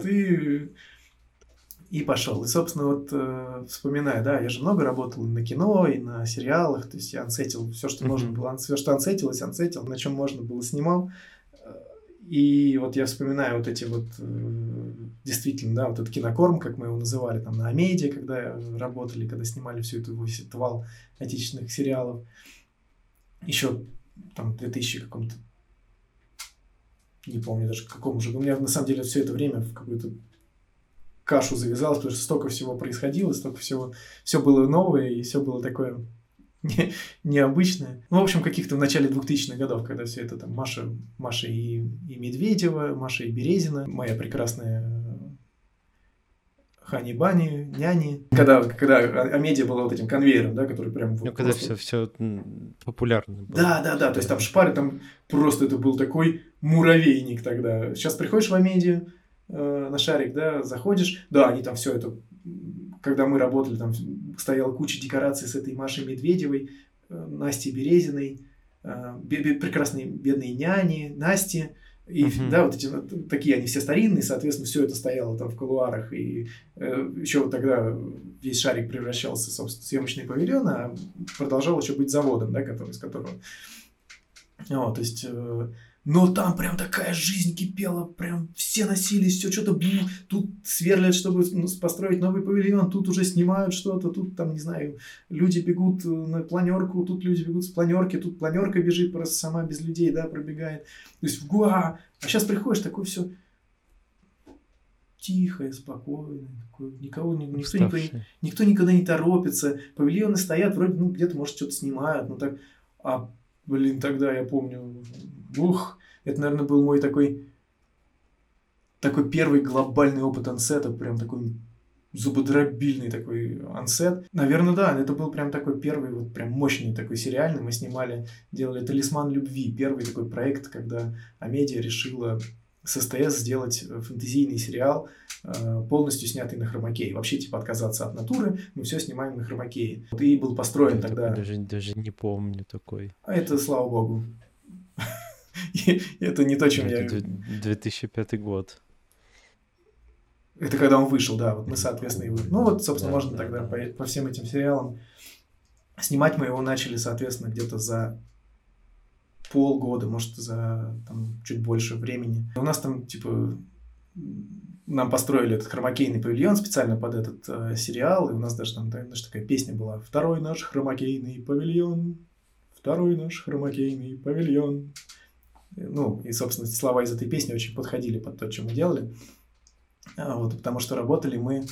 и пошел. И, собственно, вот вспоминаю, да, я же много работал на кино, и на сериалах, то есть я ансетил все, что можно было, все, что ансетилось, ансетил, на чем можно было, снимал. И вот я вспоминаю вот эти вот, действительно, да, вот этот кинокорм, как мы его называли, там, на Амеде, когда работали, когда снимали всю эту весь вал отечественных сериалов. Еще там в 2000 каком-то, не помню даже каком уже, у меня на самом деле все это время в какую-то кашу завязалось, потому что столько всего происходило, столько всего, все было новое, и все было такое необычное. Ну, в общем, каких-то в начале 2000-х годов, когда все это там Маша и Медведева, Маша и Березина, моя прекрасная Хани Бани, няни. Когда Амедиа была вот этим конвейером, да, который прям... Ну, когда все популярно было. Да, то есть там шпары, там просто это был такой муравейник тогда. Сейчас приходишь в Амедиа, на шарик, да, заходишь, да, они там все это, когда мы работали, там стояла куча декораций с этой Машей Медведевой, Настей Березиной, прекрасные бедные няни, Насти, и, да, вот эти такие, они все старинные, соответственно, все это стояло там в кулуарах, и еще вот тогда весь шарик превращался, собственно, в съемочный павильон, а продолжал еще быть заводом, да, из которого... Вот, то есть... Но там прям такая жизнь кипела, прям все носились, все что-то, тут сверлят, чтобы построить новый павильон, тут уже снимают что-то, тут там, не знаю, люди бегут на планерку, тут люди бегут с планерки, тут планерка бежит просто сама без людей, да, пробегает. То есть, а сейчас приходишь, такое все тихое, спокойное, такое, никто никогда не торопится, павильоны стоят, вроде, ну, где-то, может, что-то снимают, ну, так, блин, тогда я помню, это, наверное, был мой такой первый глобальный опыт ансета, прям такой зубодробильный такой ансет. Наверное, да, это был прям такой первый, вот прям мощный такой сериальный. Мы делали «Талисман любви», первый такой проект, когда Амедиа решила с СТС сделать фэнтезийный сериал, полностью снятый на хромакее. Вообще, типа, отказаться от натуры, мы все снимаем на хромакее. И был построен тогда... Даже не помню такой. А это, слава богу. Это не то, чем я... 2005 год. Это когда он вышел, да. Вот мы, соответственно, его... Ну, вот, собственно, можно тогда по всем этим сериалам. Снимать мы его начали, соответственно, где-то за полгода, может, за там, чуть больше времени. У нас там, типа... Нам построили этот хромакейный павильон специально под этот сериал, и у нас даже там такая песня была: «Второй наш хромакейный павильон, второй наш хромакейный павильон». Ну, и, собственно, слова из этой песни очень подходили под то, что мы делали. Вот, потому что работали мы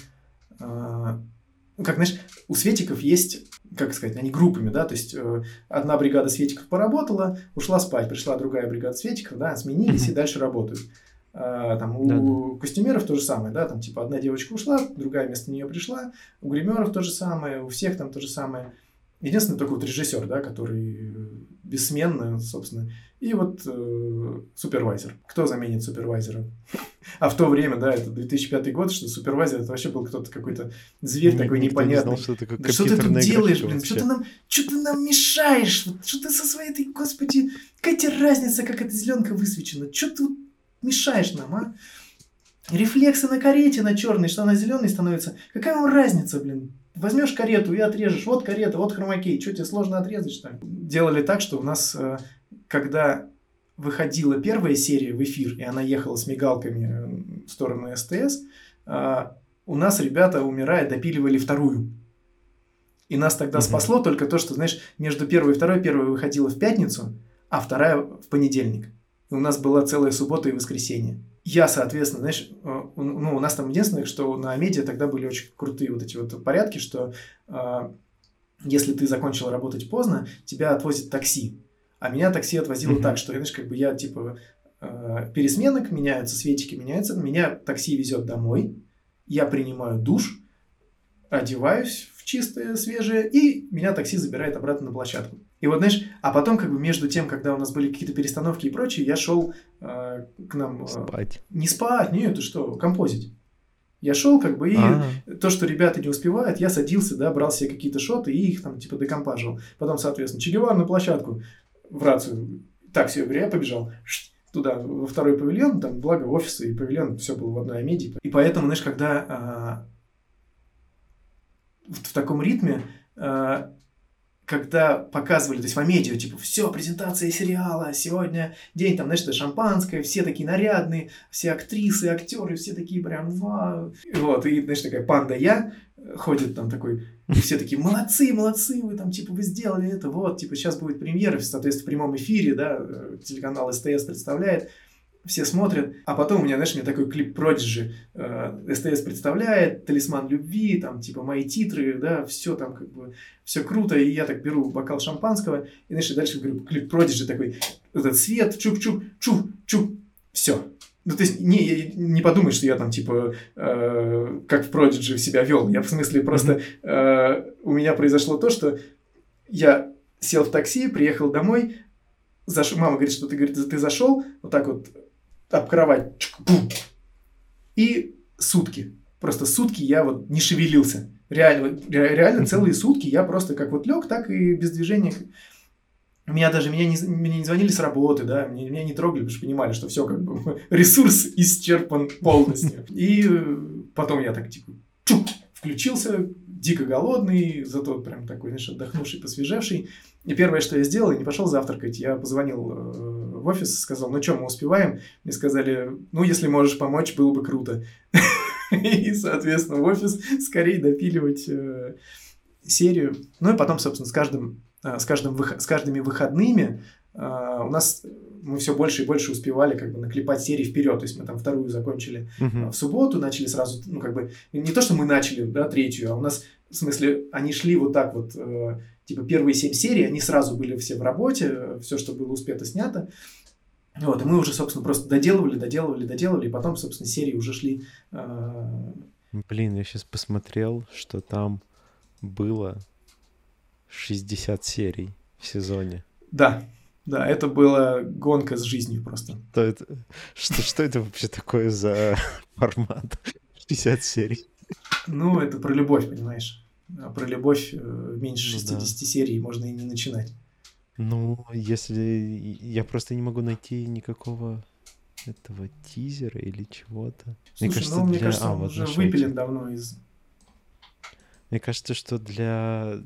Ну, как, знаешь, у светиков есть, как сказать, они группами, да, то есть одна бригада светиков поработала, ушла спать, пришла другая бригада светиков, да, сменились и дальше работают. Там у костюмеров то же самое, да, там типа одна девочка ушла, другая вместо нее пришла, у гримеров то же самое, у всех там то же самое. Единственное, только вот режиссер, да, который бессменно, собственно, и вот супервайзер. Кто заменит супервайзера? А в то время, да, это 2005 год, что супервайзер это вообще был кто-то какой-то зверь такой непонятный. Что ты тут делаешь, блин? Что ты нам мешаешь? Что ты со своей этой, господи, какая тебе разница, как эта зеленка высвечена? Что ты мешаешь нам, а? Рефлексы на карете на черной, что она зеленой становится. Какая вам разница, блин? Возьмешь карету и отрежешь. Вот карета, вот хромакей. Что тебе сложно отрезать, что ли? Делали так, что у нас, когда выходила первая серия в эфир, и она ехала с мигалками в сторону СТС, у нас ребята, умирая, допиливали вторую. И нас тогда спасло только то, что, знаешь, между первой и второй, первая выходила в пятницу, а вторая в понедельник. И у нас была целая суббота и воскресенье. Я, соответственно, знаешь, у нас там единственное, что на медиа тогда были очень крутые вот эти вот порядки, что если ты закончил работать поздно, тебя отвозит такси. А меня такси отвозило так, что, знаешь, как бы я, типа, пересменок, меняются светики, меняются, меня такси везет домой, я принимаю душ, одеваюсь в чистое, свежее, и меня такси забирает обратно на площадку. И вот, знаешь, а потом, как бы, между тем, когда у нас были какие-то перестановки и прочее, я шел к нам... Спать. Не спать, нет, ты что, композить. Я шел, как бы, и то, что ребята не успевают, я садился, да, брал себе какие-то шоты и их там, типа, декомпаживал. Потом, соответственно, Че Гевара на площадку, в рацию. Так, все, я побежал туда, во второй павильон, там, благо, офисы и павильон, все было в одной Амеде. И поэтому, знаешь, когда в таком ритме, когда показывали, то есть в Амедио, типа, все, презентация сериала, сегодня день, там, знаешь, это шампанское, все такие нарядные, все актрисы, актеры, все такие прям, вау. Вот, и, знаешь, такая панда я, ходит там такой, все такие, молодцы, вы там, типа, вы сделали это, вот, типа, сейчас будет премьера, соответственно, в прямом эфире, да, телеканал СТС представляет, все смотрят, а потом у меня, знаешь, у меня такой клип Prodigy, СТС представляет, «Талисман любви», там, типа, мои титры, да, все там, как бы, все круто, и я так беру бокал шампанского, и, знаешь, и дальше говорю, клип Prodigy такой, этот свет, чук-чук, все. Ну, то есть, не подумай, что я там, типа, как в Prodigy себя вел. Я, в смысле, просто у меня произошло то, что я сел в такси, приехал домой, мама говорит, что ты зашел, вот так вот, об кровать, и сутки. Просто сутки я вот не шевелился. Реально целые сутки я просто как вот лег, так и без движения. Меня не звонили с работы, да, меня не трогали, потому что понимали, что все как бы ресурс исчерпан полностью. И потом я так типа включился, дико голодный, зато прям такой, знаешь, отдохнувший, посвежевший. И первое, что я сделал, я не пошел завтракать, я позвонил в офис, сказал, ну что, мы успеваем? Мне сказали, ну, если можешь помочь, было бы круто. И, соответственно, в офис скорее допиливать серию. Ну и потом, собственно, с каждыми выходными у нас мы все больше и больше успевали как бы наклепать серии вперед. То есть мы там вторую закончили в субботу, начали сразу, ну как бы, не то, что мы начали, да, третью, а у нас, в смысле, они шли вот так вот, типа первые 7 серий, они сразу были все в работе, все, что было успето, снято. Вот, и мы уже, собственно, просто доделывали, и потом, собственно, серии уже шли. Блин, я сейчас посмотрел, что там было 60 серий в сезоне. Да, это была гонка с жизнью просто. Что это вообще такое за формат? 60 серий. Ну, это про любовь, понимаешь? А про любовь меньше 60 серий можно и не начинать. Ну, если... Я просто не могу найти никакого этого тизера или чего-то. Слушай, мне кажется, он уже выпилен давно из... Мне кажется, что для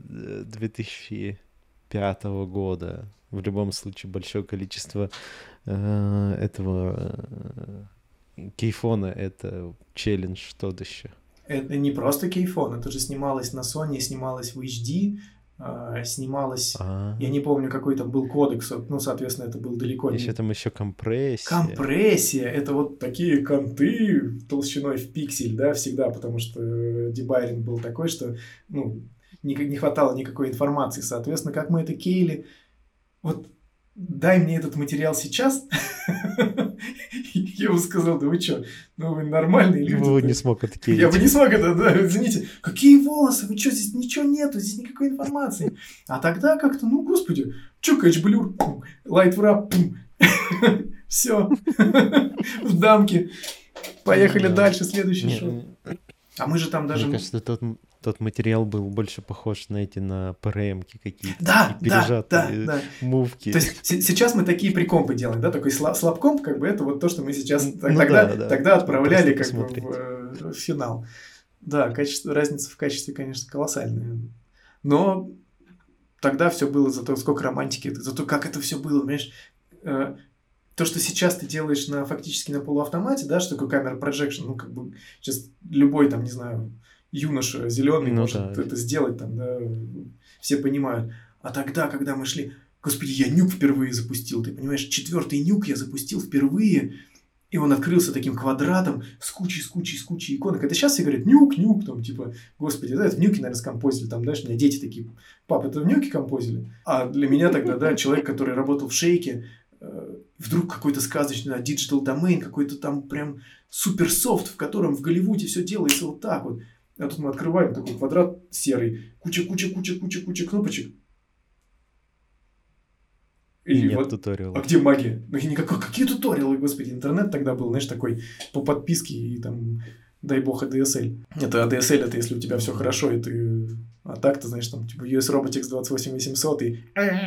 2005 года в любом случае большое количество этого кейфона — это челлендж тот еще. Это не просто кейфон, это же снималось на Sony, снималось в HD, снималось, А, я не помню, какой там был кодекс, ну, соответственно, это был далеко еще не... там еще компрессия. Компрессия — это вот такие конты толщиной в пиксель, да, всегда, потому что дебайринг был такой, что, ну, не хватало никакой информации, соответственно, как мы это кейли, вот дай мне этот материал сейчас, я бы сказал, да вы что, ну вы нормальные люди. Я бы не смог Я откеять. бы не смог это, да, извините, какие волосы, вы что, здесь ничего нету, здесь никакой информации. А тогда как-то, ну, господи, что кэчблюр, лайт врап, все, в дамке, поехали Да. дальше, следующий Не, шаг. А мы же там даже... Мне кажется, тот материал был больше похож на эти, на ПРМ-ки какие-то. Да, такие да, пережатые да. мувки. То есть сейчас мы такие прикомпы делаем, да, такой слабкомп, как бы это вот то, что мы сейчас Ну тогда, да. тогда отправляли Просто как бы в финал. Да, разница в качестве, конечно, колоссальная. Но тогда все было зато сколько романтики, зато как это все было, понимаешь? То, что сейчас ты делаешь фактически на полуавтомате, да, что такое камера projection, ну, как бы сейчас любой там, не знаю, юноша зеленый Ну может да. это сделать, там, да, все понимают. А тогда, когда мы шли, господи, я нюк впервые запустил, ты понимаешь, 4-й нюк я запустил впервые, и он открылся таким квадратом с кучей иконок. Это сейчас все говорят, нюк, там, типа, господи, да, это в нюке, наверное, скомпозили, там, знаешь, у меня дети такие, пап, это в нюке композили? А для меня тогда, да, человек, который работал в Шейке, вдруг какой-то сказочный digital domain, какой-то там прям суперсофт, в котором в Голливуде все делается вот так вот. А тут мы открываем такой квадрат серый, куча кнопочек. И нет вот, туториала. а где магия? Ну, никакой, какие туториалы, господи, интернет тогда был, знаешь, такой по подписке и там, дай бог, ADSL. Это ADSL, это если у тебя все хорошо, и ты... А так, ты знаешь, там, типа, US Robotics 28800 и...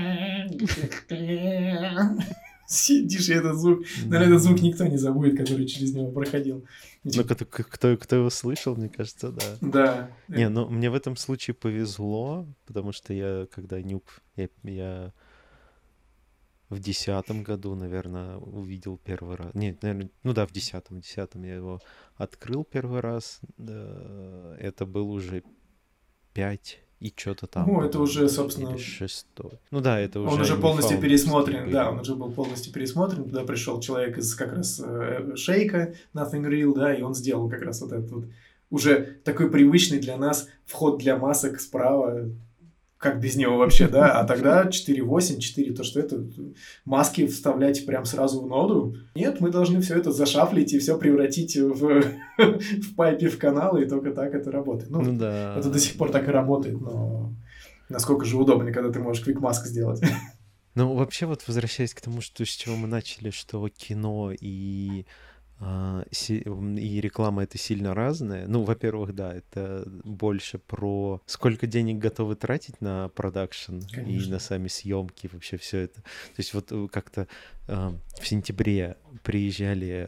Сидишь, и этот звук... Наверное, этот звук никто не забудет, который через него проходил. Ну, кто его слышал, мне кажется, да. Да. Не, ну, мне в этом случае повезло, потому что я, когда нюк... Я в 10-м году, наверное, увидел первый раз. Нет, наверное, ну да, в 10-м я его открыл первый раз. Да, это был уже 5 и что-то там. Ну, это уже, собственно... Или 6. Ну да, это уже... Он уже полностью пересмотрен, были. да, он уже был полностью пересмотрен. Туда пришел человек из как раз Шейка, Nothing Real, да, и он сделал как раз вот этот вот уже такой привычный для нас вход для масок справа. Как без него вообще, да? А тогда 4.8, 4, то что это маски вставлять прям сразу в ноду? Нет, мы должны все это зашафлить и все превратить в пайпе в каналы, и только так это работает. Ну да. Это до сих пор так и работает, но насколько же удобно, когда ты можешь квик-маск сделать. Ну, вообще, вот возвращаясь к тому, что, с чего мы начали, что кино и реклама — это сильно разное. Ну, во-первых, да, это больше про сколько денег готовы тратить на продакшн и на сами съемки, вообще все это. То есть вот как-то в сентябре приезжали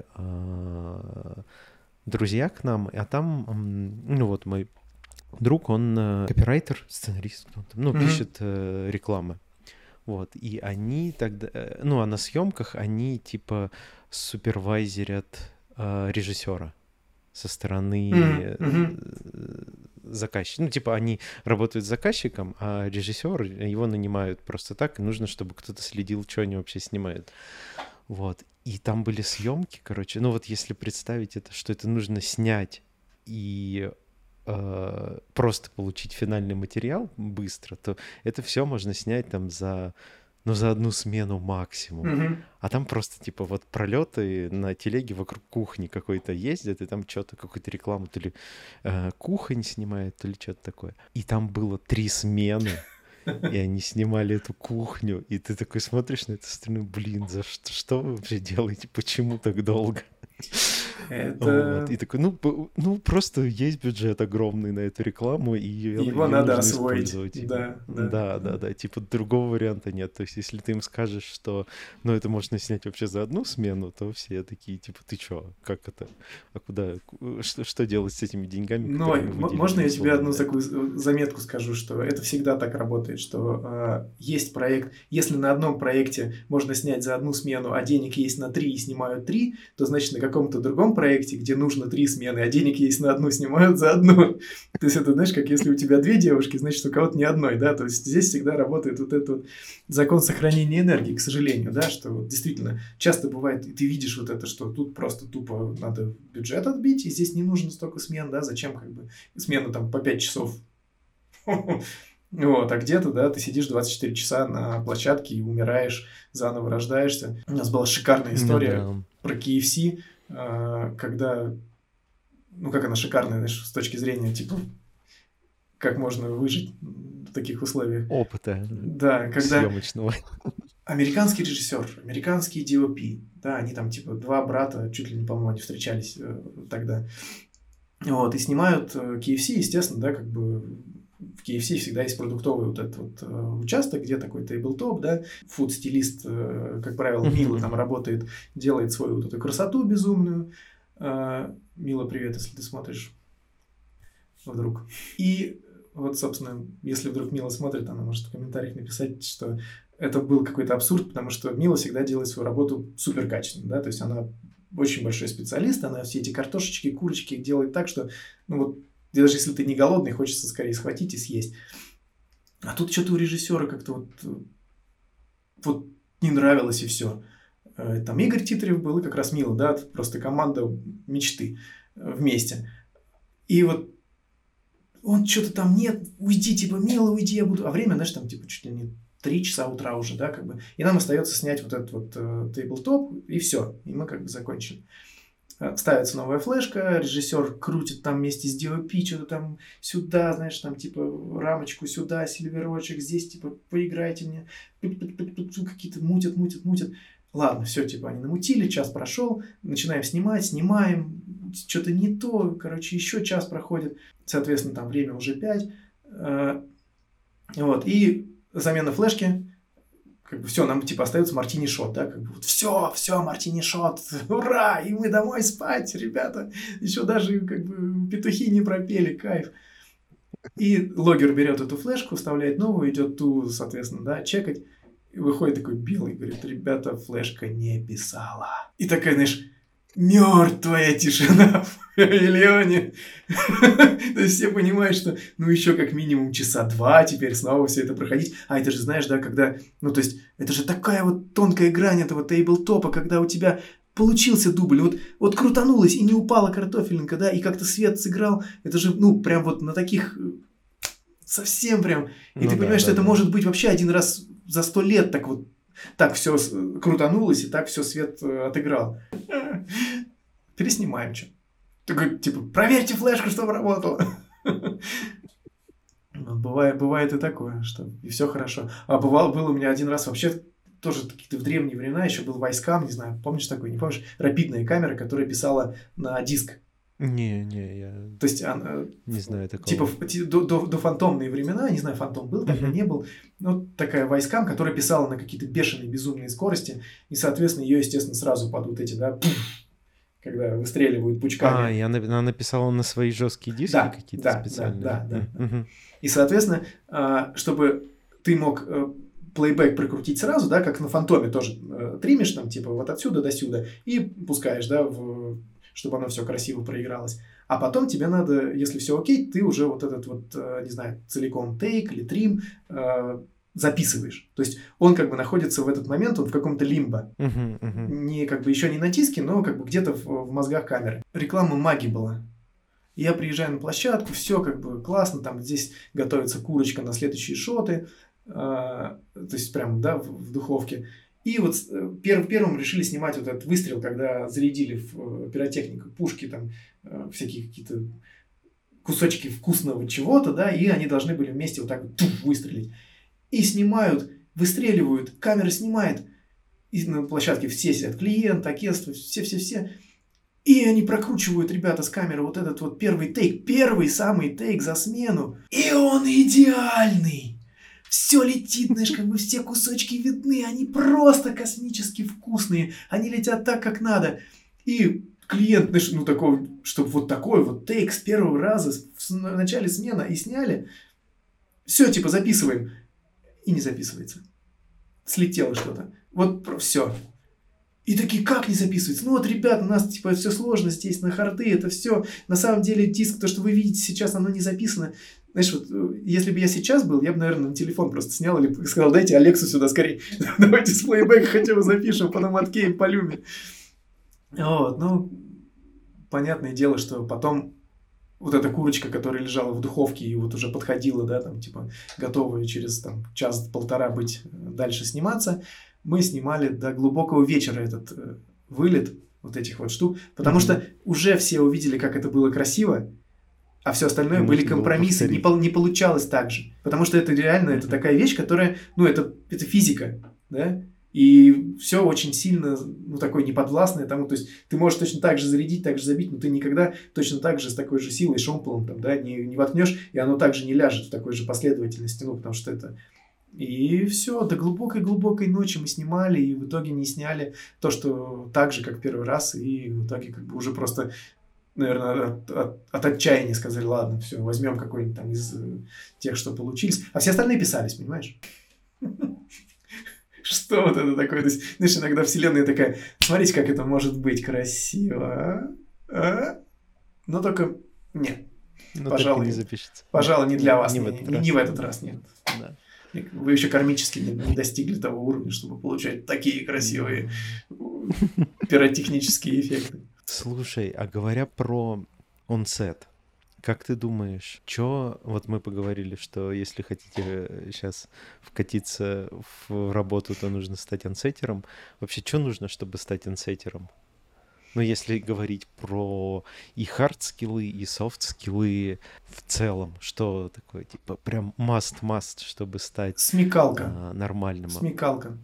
друзья к нам, а там, ну вот мой друг, он копирайтер, сценарист, пишет рекламы. Вот, и они тогда, ну, а на съемках они типа супервайзерят режиссера со стороны заказчика. Ну, типа они работают с заказчиком, а режиссер его нанимают просто так, и нужно, чтобы кто-то следил, что они вообще снимают. Вот, и там были съемки, короче, ну вот если представить это, что это нужно снять и просто получить финальный материал быстро, то это все можно снять там за одну смену максимум. А там просто типа вот пролеты на телеге вокруг кухни какой-то ездят, и там что-то, какую-то рекламу то ли кухонь снимает, то ли что-то такое. И там было 3 смены, и они снимали эту кухню, и ты такой смотришь на эту страну, блин, за что вы вообще делаете, почему так долго? Это... Вот. И такой, ну, просто есть бюджет огромный на эту рекламу, и его надо освоить. Использовать. Да. Типа другого варианта нет. То есть если ты им скажешь, что это можно снять вообще за одну смену, то все такие, типа, ты чё, как это? А куда? Что делать с этими деньгами? Ну, можно я тебе одну такую заметку скажу, что это всегда так работает, что есть проект, если на одном проекте можно снять за одну смену, а денег есть на 3 и снимают 3, то значит на каком-то другом другом проекте, где нужно 3 смены, а денег есть на одну, снимают за одну. То есть это, знаешь, как если у тебя 2 девушки, значит, у кого-то не одной, да, то есть здесь всегда работает вот этот вот закон сохранения энергии, к сожалению, да, что вот действительно часто бывает, и ты видишь вот это, что тут просто тупо надо бюджет отбить, и здесь не нужно столько смен, да, зачем как бы смена там по 5 часов. Вот, а где-то, да, ты сидишь 24 часа на площадке и умираешь, заново рождаешься. У нас была шикарная история про KFC, когда, ну, как она шикарная, знаешь, с точки зрения, типа, как можно выжить в таких условиях. Опыта. Да, когда съемочного. американский режиссер, американский DOP, да, они там, типа, 2 брата, чуть ли не, по-моему, они встречались тогда. Вот, и снимают KFC, естественно, да, как бы в KFC всегда есть продуктовый вот этот вот участок, где такой тейблтоп, да, фуд-стилист, как правило, Мила там работает, делает свою вот эту красоту безумную. Мила, привет, если ты смотришь вдруг. И вот, собственно, если вдруг Мила смотрит, она может в комментариях написать, что это был какой-то абсурд, потому что Мила всегда делает свою работу супер качественно, да, то есть она очень большой специалист, она все эти картошечки, курочки делает так, что, ну вот, даже если ты не голодный, хочется скорее схватить и съесть. А тут что-то у режиссера как-то вот не нравилось и все. Там Игорь Титарев был, и как раз Мила, да, просто команда мечты вместе. И вот он что-то там, нет, уйди, типа, Мила, уйди, я буду. А время, знаешь, там, типа, чуть ли не 3 часа утра уже, да, как бы. И нам остается снять вот этот вот тейблтоп, и все. И мы как бы закончили. Ставится новая флешка, режиссер крутит там вместе с DOP, что-то там сюда, знаешь, там типа рамочку сюда, сильверочек, здесь типа поиграйте мне, какие-то мутят. Ладно, все, типа они намутили, час прошел, начинаем снимаем, что-то не то, короче, еще час проходит, соответственно, там время уже 5, вот, и замена флешки. Как бы все, нам типа остается мартини-шот, да, как бы вот все, мартини-шот, ура, и мы домой спать, ребята, еще даже как бы петухи не пропели, кайф. И логер берет эту флешку, вставляет новую, идет ту, соответственно, да, чекать, и выходит такой белый, говорит, ребята, флешка не писала. И такая, знаешь, мертвая тишина в павильоне. То есть все понимают, что ну еще как минимум часа 2 теперь снова все это проходить. А это же знаешь, да, когда, ну то есть это же такая вот тонкая грань этого тейблтопа, когда у тебя получился дубль, вот крутанулось и не упала картофелинка, да, и как-то свет сыграл. Это же, ну прям вот на таких совсем прям. И ты понимаешь, что это может быть вообще один раз за 100 лет так вот. Так все крутанулось, и так все свет отыграл. Переснимаем что. Такой, типа, проверьте флешку, чтобы работала. Бывает и такое, что и все хорошо. А было у меня один раз вообще, тоже какие-то в древние времена, еще был Вайскам, не знаю, помнишь такой, не помнишь? Рапидная камера, которая писала на диск. Не, я то есть, она, не знаю такого. Типа до фантомные времена, не знаю, фантом был, тогда не был, ну, такая Вайскам, которая писала на какие-то бешеные, безумные скорости, и, соответственно, ее, естественно, сразу под вот эти, да, когда выстреливают пучками. И она написала на свои жесткие диски какие-то специальные? Да. И, соответственно, чтобы ты мог плейбэк прокрутить сразу, да, как на фантоме тоже тримишь там, типа, вот отсюда до сюда, и пускаешь, да, чтобы оно все красиво проигралось. А потом тебе надо, если все окей, ты уже вот этот вот, не знаю, целиком тейк или трим записываешь. То есть он как бы находится в этот момент, он в каком-то лимбо. Не как бы еще не на диске, но как бы где-то в мозгах камеры. Реклама Маги была. Я приезжаю на площадку, все как бы классно, там здесь готовится курочка на следующие шоты, то есть прям, да, в духовке. И вот первым решили снимать вот этот выстрел, когда зарядили в пиротехнику пушки, там всякие какие-то кусочки вкусного чего-то, да, и они должны были вместе вот так вот выстрелить. И снимают, выстреливают, камера снимает, и на площадке все сидят, клиент, оркестр, все. И они прокручивают, ребята, с камеры вот этот вот первый самый тейк за смену. И он идеальный! Все летит, знаешь, как бы все кусочки видны, они просто космически вкусные, они летят так, как надо. И клиент, знаешь, ну такой, чтобы вот такой вот тейк с первого раза в начале смены и сняли. Все, типа, записываем. И не записывается. Слетело что-то. Вот все. И такие, как не записывается? Ну вот, ребят, у нас типа все сложно здесь, на харды, это все. На самом деле диск, то, что вы видите сейчас, оно не записано. Знаешь, вот, если бы я сейчас был, я бы, наверное, на телефон просто снял или сказал, дайте Алексу сюда скорее. Давайте с плейбэка хотя бы запишем, потом откеем по люме. Вот, ну, понятное дело, что потом вот эта курочка, которая лежала в духовке и вот уже подходила, да, там, типа, готовая через там час-полтора быть дальше сниматься, мы снимали до глубокого вечера этот вылет вот этих вот штук, потому что уже все увидели, как это было красиво, а все остальное были компромиссы, не получалось так же, потому что это реально, это такая вещь, которая, ну, это физика, да, и все очень сильно, ну, такое неподвластное тому, то есть ты можешь точно так же зарядить, так же забить, но ты никогда точно так же с такой же силой, шомполом, там, да, не воткнешь, и оно также не ляжет в такой же последовательности, ну, потому что это... И все, до глубокой-глубокой ночи мы снимали, и в итоге не сняли то, что так же, как первый раз, и в итоге как бы уже просто, наверное, от отчаяния сказали, ладно, все, возьмем какой-нибудь там из тех, что получились. А все остальные писались, понимаешь? Что вот это такое? То есть, знаешь, иногда вселенная такая, смотрите, как это может быть красиво, но только нет. Но пожалуй, не запишется. Пожалуй, не для вас, не в этот раз, нет. Да. Вы еще кармически не достигли того уровня, чтобы получать такие красивые пиротехнические эффекты. Слушай, а говоря про онсет, как ты думаешь, вот мы поговорили, что если хотите сейчас вкатиться в работу, то нужно стать онсеттером. Вообще, что нужно, чтобы стать онсеттером? Ну, если говорить про и хард-скиллы, и софт-скиллы в целом, что такое, типа, прям must, чтобы стать нормальным? Смекалка.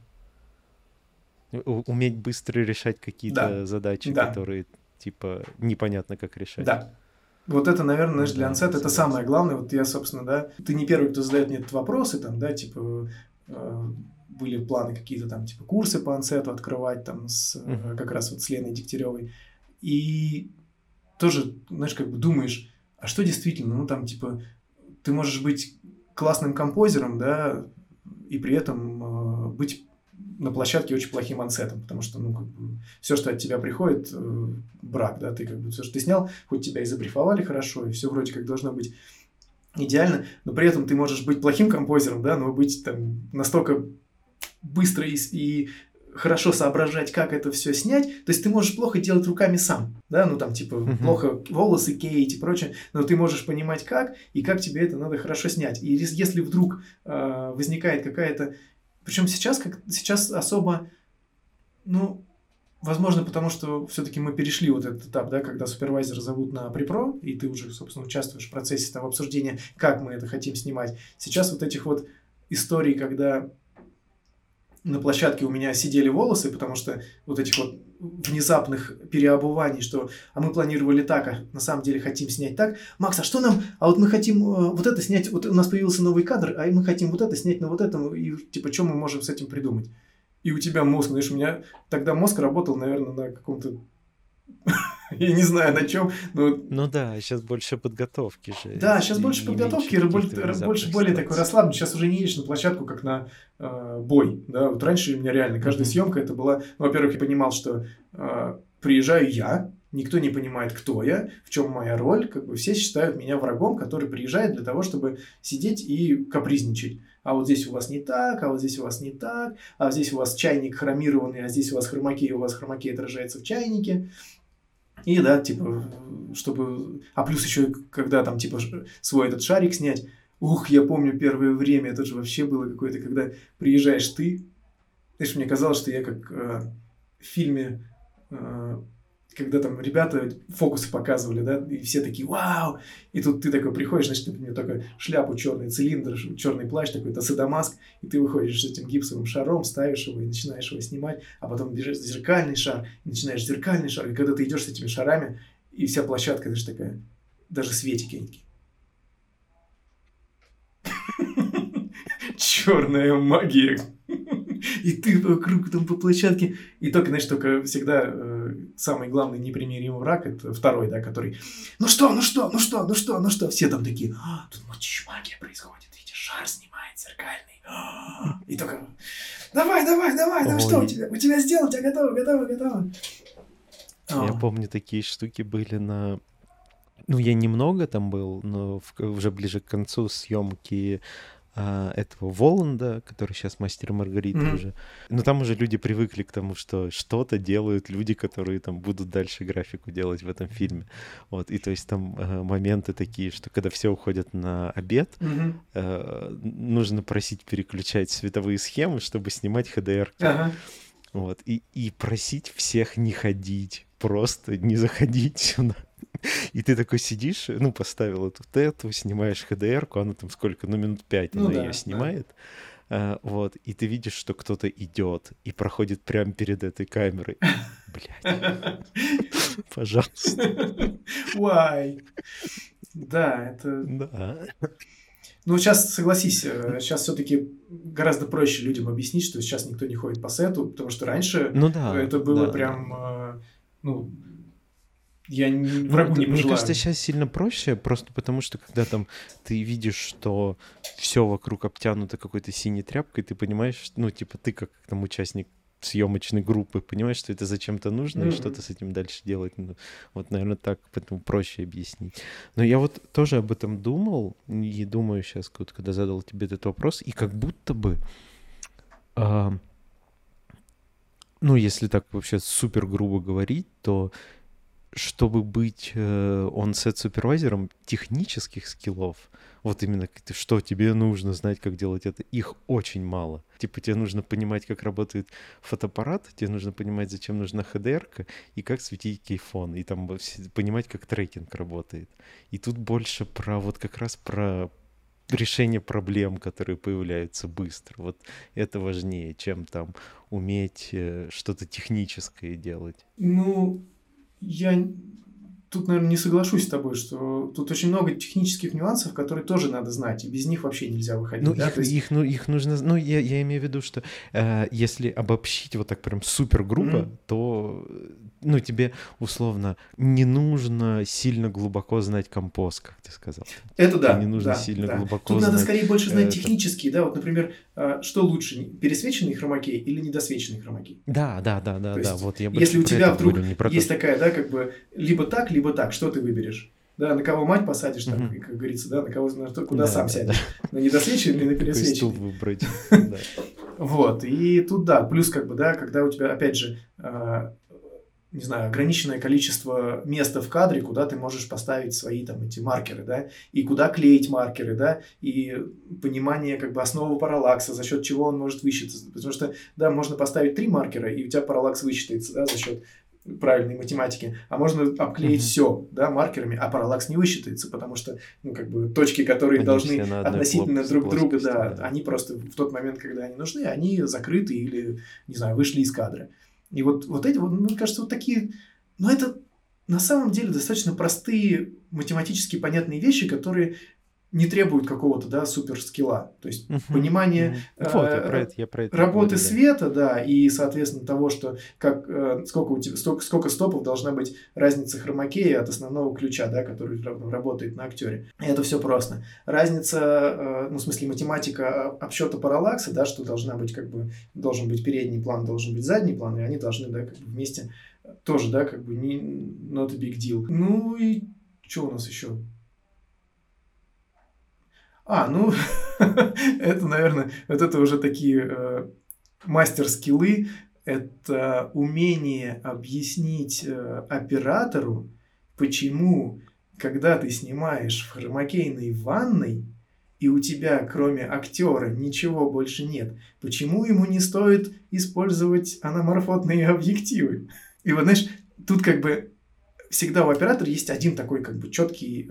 Уметь быстро решать какие-то задачи, которые, типа, непонятно, как решать. Да. Вот это, наверное, для онсет это самое главное. Вот я, собственно, да, ты не первый, кто задает мне этот вопрос, и там, да, типа, были планы какие-то там, типа, курсы по онсету открывать там как раз вот с Леной Дегтяревой. И тоже, знаешь, как бы думаешь, а что действительно, ну, там, типа, ты можешь быть классным композером, да, и при этом быть на площадке очень плохим онсетом, потому что, ну, как бы, все, что от тебя приходит, брак, да, ты как бы, все, что ты снял, хоть тебя и забрифовали хорошо, и все вроде как должно быть идеально, но при этом ты можешь быть плохим композером, да, но быть там настолько быстро и хорошо соображать, как это все снять, то есть ты можешь плохо делать руками сам, да, ну, там, типа, плохо волосы кейть и прочее, но ты можешь понимать, как, и как тебе это надо хорошо снять. И если вдруг возникает какая-то... Причем сейчас особо, ну, возможно, потому что все-таки мы перешли вот этот этап, да, когда супервайзера зовут на препро, и ты уже, собственно, участвуешь в процессе того обсуждения, как мы это хотим снимать. Сейчас вот этих вот историй, когда на площадке у меня сидели волосы, потому что вот этих вот внезапных переобуваний, что а мы планировали так, а на самом деле хотим снять так. Макс, а что нам? А вот мы хотим вот это снять, вот у нас появился новый кадр, а мы хотим вот это снять на вот этом, и типа, что мы можем с этим придумать? И у тебя мозг, знаешь, у меня тогда мозг работал, наверное, на каком-то... Я не знаю, на чем. Ну да, сейчас больше подготовки же. Да, сейчас больше подготовки, более такой расслабленный. Сейчас уже не едешь на площадку, как на бой. Да? Вот раньше у меня реально каждая съемка это была... Ну, во-первых, я понимал, что приезжаю я, никто не понимает, кто я, в чем моя роль. Как бы все считают меня врагом, который приезжает для того, чтобы сидеть и капризничать. А вот здесь у вас не так, а вот здесь у вас не так, а здесь у вас чайник хромированный, а здесь у вас хромакей отражается в чайнике. И да, типа, чтобы... А плюс еще, когда там, типа, свой этот шарик снять. Ух, я помню первое время, это же вообще было какое-то, когда приезжаешь ты. Знаешь, мне казалось, что я как в фильме, когда там ребята фокусы показывали, да, и все такие, вау! И тут ты такой приходишь, значит, например, только шляпу, черный цилиндр, черный плащ, такой тосодомаск, и ты выходишь с этим гипсовым шаром, ставишь его и начинаешь его снимать, а потом бежишь зеркальный шар, и начинаешь зеркальный шар, и когда ты идешь с этими шарами, и вся площадка, это же такая, даже светики они такие. Черная магия. И ты вокруг там по площадке. И только, знаешь, только всегда самый главный непримиримый враг, это второй, да, который, ну что, все там такие, тут магия происходит, видишь, шар снимает зеркальный, и только, давай, что у тебя сделал, у тебя готово. Я помню, такие штуки были на... Ну, я немного там был, но уже ближе к концу съемки этого Воланда, который сейчас «Мастер и Маргарита» уже. Но там уже люди привыкли к тому, что что-то делают люди, которые там будут дальше графику делать в этом фильме. Вот, и то есть там моменты такие, что когда все уходят на обед, нужно просить переключать световые схемы, чтобы снимать HDR. Вот, и просить всех не ходить, просто не заходить сюда. И ты такой сидишь, ну, поставил эту, снимаешь HDR-ку, она там сколько, минут 5 она ее снимает. Вот, и ты видишь, что кто-то идет и проходит прямо перед этой камерой. Блядь. Пожалуйста. Why? Да, это... Да. Ну, сейчас, согласись, сейчас все-таки гораздо проще людям объяснить, что сейчас никто не ходит по сету, потому что раньше это было прям, я врагу не пожелаю. Мне кажется, сейчас сильно проще, просто потому что когда там ты видишь, что все вокруг обтянуто какой-то синей тряпкой, ты понимаешь, ну, типа, ты как там участник съемочной группы, понимаешь, что это зачем-то нужно, и что-то с этим дальше делать. Ну, вот, наверное, так, поэтому проще объяснить. Но я вот тоже об этом думал, и думаю сейчас, вот, когда задал тебе этот вопрос, и как будто бы, ну, если так вообще супер грубо говорить, то чтобы быть он-сет-супервайзером технических скиллов, вот именно что тебе нужно знать, как делать это, их очень мало. Типа тебе нужно понимать, как работает фотоаппарат, тебе нужно понимать, зачем нужна HDR-ка и как светить кейфон, и там понимать, как трекинг работает. И тут больше про вот как раз про решение проблем, которые появляются быстро. Вот это важнее, чем там уметь что-то техническое делать. Ну, я тут, наверное, не соглашусь с тобой, что тут очень много технических нюансов, которые тоже надо знать, и без них вообще нельзя выходить. Ну, да? их нужно... Ну, я имею в виду, что если обобщить вот так прям супер грубо, то, ну, тебе, условно, не нужно сильно глубоко знать композ, как ты сказал. Это да. Не нужно сильно глубоко тут знать... надо скорее больше знать технические, да, вот, например, что лучше, пересвеченный хромакей или недосвеченный хромакей? Да, вот я если у тебя вдруг есть такая, да, как бы, либо так, что ты выберешь? Да, на кого мать посадишь, там, как говорится, да, на кого, куда сам сядешь? На недосвеченный или на пересвеченный? Какой стул выбрать, Вот, и тут, да, плюс, как бы, да, когда у тебя, опять же, не знаю, ограниченное количество места в кадре, куда ты можешь поставить свои там эти маркеры, да, и куда клеить маркеры, да, и понимание как бы основы параллакса, за счет чего он может высчитаться. Потому что, да, можно поставить 3 маркера, и у тебя параллакс высчитается, да, за счет правильной математики, а можно обклеить все, да, маркерами, а параллакс не высчитается, потому что, ну, как бы, точки, которые они должны относительно друг друга, да, они просто в тот момент, когда они нужны, они закрыты или, не знаю, вышли из кадра. И вот эти, вот, мне кажется, вот такие... Но это на самом деле достаточно простые математически понятные вещи, которые не требуют какого-то, да, суперскилла. То есть понимание работы света, да, и, соответственно, того, что сколько стопов должна быть разница хромакея от основного ключа, да, который работает на актере. И это все просто. Разница, ну, в смысле, математика обсчета параллакса, да, что должна быть, как бы, должен быть передний план, должен быть задний план, и они должны, да, как бы вместе тоже, да, как бы, не not a big deal. Ну и что у нас еще? Ну, это, наверное, вот это уже такие мастер-скиллы. Это умение объяснить оператору, почему, когда ты снимаешь в хромакейной ванной, и у тебя, кроме актера, ничего больше нет, почему ему не стоит использовать аноморфотные объективы. И вот, знаешь, тут как бы всегда у оператора есть один такой как бы четкий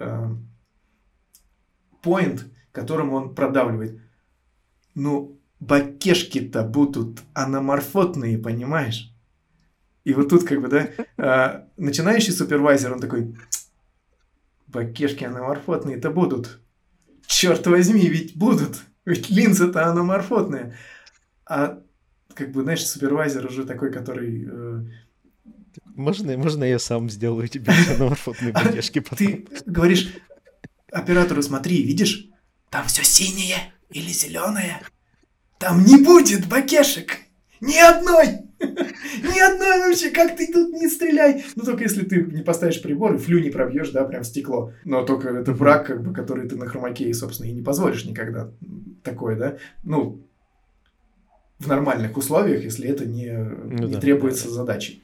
point, которым он продавливает. Ну, бакешки-то будут аноморфотные, понимаешь? И вот тут как бы, да, начинающий супервайзер, он такой, бакешки аноморфотные-то будут. Черт возьми, ведь будут. Ведь линза-то аноморфотная. А как бы, знаешь, супервайзер уже такой, который... Можно я сам сделаю тебе анаморфотные бодяжки потом? Ты говоришь оператору: смотри, видишь, там все синее или зеленое. Там не будет бакешек. Ни одной! Ни одной вообще, как ты тут не стреляй. Ну, только если ты не поставишь прибор и флю не пробьешь, да, прям стекло. Но только это брак, как бы, который ты на хромакее, собственно, и не позволишь никогда. Такое, да? Ну, в нормальных условиях, если это не требуется задачей.